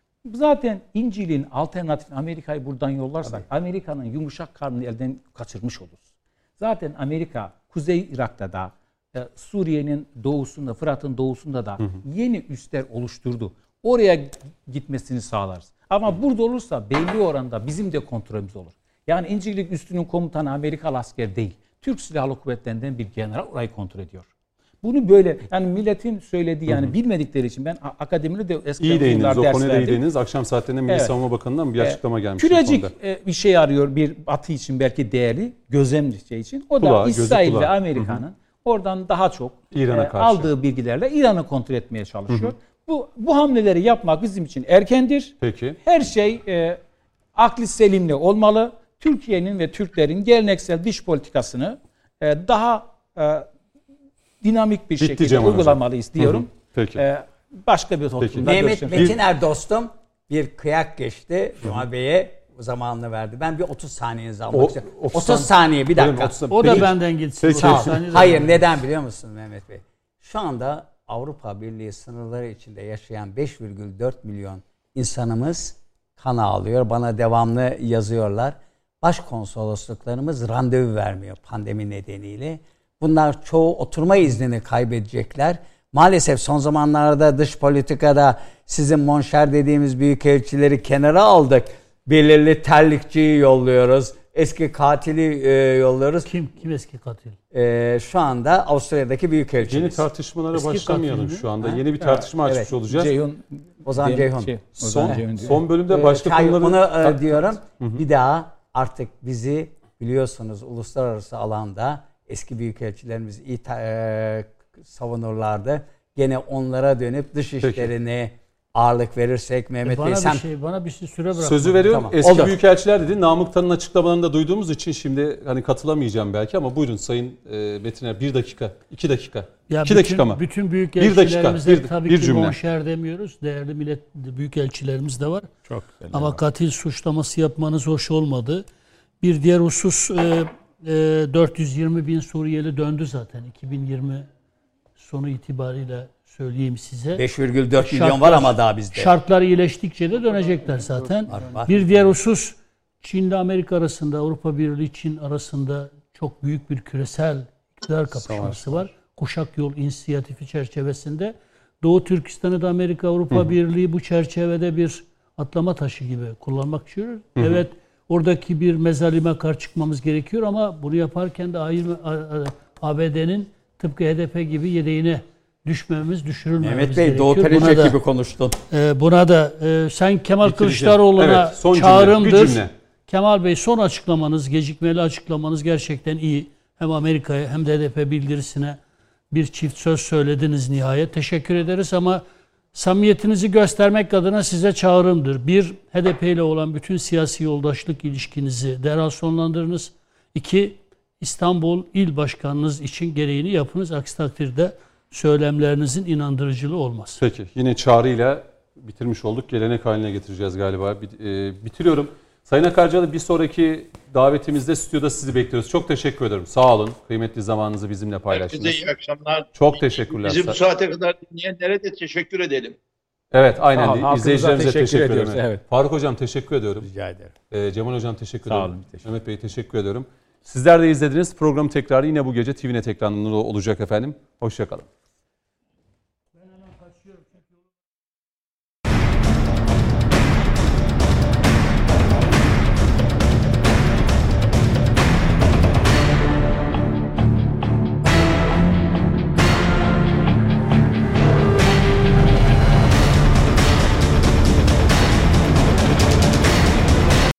Zaten İncirlik'in alternatif Amerika'yı buradan yollarsak Amerika'nın yumuşak karnını elden kaçırmış oluruz. Zaten Amerika Kuzey Irak'ta da Suriye'nin doğusunda, Fırat'ın doğusunda da hı hı. yeni üsler oluşturdu. Oraya gitmesini sağlarız. Ama hı. burada olursa belli oranda bizim de kontrolümüz olur. Yani İncirlik üstünün komutanı Amerikalı asker değil. Türk Silahlı Kuvvetleri'nden bir general orayı kontrol ediyor. Bunu böyle yani milletin söylediği yani bilmedikleri için ben a- akademide de eskiden İyi değindiniz. yıllar O ders konuya verdim. değindiniz. Akşam saatlerinde Milli Evet. Savunma Bakanı'ndan bir açıklama gelmiş. Kürecik bu konuda. e, bir şey arıyor bir Batı için belki değerli gözlem şey için. O da Kulağı, gözü İsrail kulağı. ve Amerika'nın oradan daha çok İran'a e, karşı. aldığı bilgilerle İran'ı kontrol etmeye çalışıyor. Bu bu hamleleri yapmak bizim için erkendir. Peki. Her şey e, akli selimle olmalı. Türkiye'nin ve Türklerin geleneksel dış politikasını e, daha e, dinamik bir Bitti şekilde Cemal Hocam. uygulamalıyız diyorum. Peki. E, başka bir toplumda Mehmet görüşürüz. Metiner dostum bir kıyak geçti. Cemal Bey'e zamanını verdi. Ben bir otuz saniyenizi almak O- istiyorum. otuz otuz, saniye. saniye bir dakika. Buyurun, otuz O da Peki. benden gitsin. Peki. O Tamam. saniye Hayır zaten. neden biliyor musun Mehmet Bey? Şu anda Avrupa Birliği sınırları içinde yaşayan beş virgül dört milyon insanımız kan ağlıyor. Bana devamlı yazıyorlar. Başkonsolosluklarımız randevu vermiyor pandemi nedeniyle. Bunlar çoğu oturma iznini kaybedecekler. Maalesef son zamanlarda dış politikada sizin monşer dediğimiz büyükelçileri kenara aldık. Belirli terlikçiyi yolluyoruz. Eski katili e, yolluyoruz. Kim kim eski katil? E, şu anda Avustralya'daki büyükelçimiz. Yeni tartışmalara Eski başlamayalım katil mi? şu anda. Ha? Yeni bir tartışma açmış Evet. olacağız. Ceyhun Ozan Ceyhun. Şey, Son, Ozan Ceyhun diyor. son bölümde Ee, başka Çay- konuları... Bunu e, diyorum. Bir daha artık bizi biliyorsunuz uluslararası alanda eski büyükelçilerimiz iyi ta- e, savunurlardı. Gene onlara dönüp dış işlerine ağırlık verirsek Mehmet Bana Bey bir sen şey, bana bir şey süre bırak. Sözü veriyorum. Tamam. Eski Olur. büyükelçiler dedi. Namık Tan'ın açıklamalarını da duyduğumuz için şimdi hani katılamayacağım belki ama buyurun Sayın e, Metiner bir dakika, iki dakika. Ya iki bütün, dakika mı? Bütün büyük Bir dakika, elçilerimize bir- tabii bir ki cümle. monşer demiyoruz. Değerli millet büyük elçilerimiz de var. Çok güzel. Ama katil suçlaması yapmanız hoş olmadı. Bir diğer husus e, e, dört yüz yirmi bin Suriyeli döndü zaten. iki bin yirmi sonu itibariyle söyleyeyim size. beş virgül dört milyon Şartlar- var ama daha bizde. Şartlar iyileştikçe de dönecekler zaten. Var, var. Bir diğer husus Çin ile Amerika arasında, Avrupa Birliği Çin arasında çok büyük bir küresel iktidar kapışması var. Kuşak Yol İnisiyatifi çerçevesinde. Doğu Türkistan'ı da Amerika, Avrupa Birliği bu çerçevede bir atlama taşı gibi kullanmak istiyor. Evet, oradaki bir mezalime karşı çıkmamız gerekiyor ama bunu yaparken de A B D'nin tıpkı H D P gibi yedeğine düşmememiz, düşürülmememiz Mehmet Bey gerekiyor. Doğu Buna Perinçek da- gibi konuştun. ee, buna da e, sen Kemal Bitireceğim. Kılıçdaroğlu'na Evet, son cümle, çağrımdır. bir cümle. Kemal Bey son açıklamanız, gecikmeli açıklamanız gerçekten iyi. Hem Amerika'ya hem de H D P bildirisine bir çift söz söylediniz nihayet. Teşekkür ederiz ama samimiyetinizi göstermek adına size çağrımdır. Bir, H D P ile olan bütün siyasi yoldaşlık ilişkinizi derhal sonlandırınız. İki, İstanbul İl Başkanınız için gereğini yapınız. Aksi takdirde söylemlerinizin inandırıcılığı olmaz. Peki yine çağrıyla bitirmiş olduk. Gelenek haline getireceğiz galiba. Bit- e, bitiriyorum. Sayın Akarcalı bir sonraki davetimizde stüdyoda sizi bekliyoruz. Çok teşekkür ederim. Sağ olun. Kıymetli zamanınızı bizimle paylaştınız. Herkese iyi akşamlar. Çok teşekkürler. Bizi bu saate kadar dinleyenlere de teşekkür edelim. Evet aynen. Sağ olun. Halkımıza İzleyicilerimize teşekkür teşekkür, ediyoruz, ederim. evet. Faruk Hocam teşekkür ediyorum. Rica ederim. Ee, Cemal Hocam teşekkür Sağ ederim. olun, teşekkür Mehmet Bey teşekkür ediyorum. Sizler de izlediniz. Programın tekrarı yine bu gece T V Net ekranında olacak efendim. Hoşça kalın.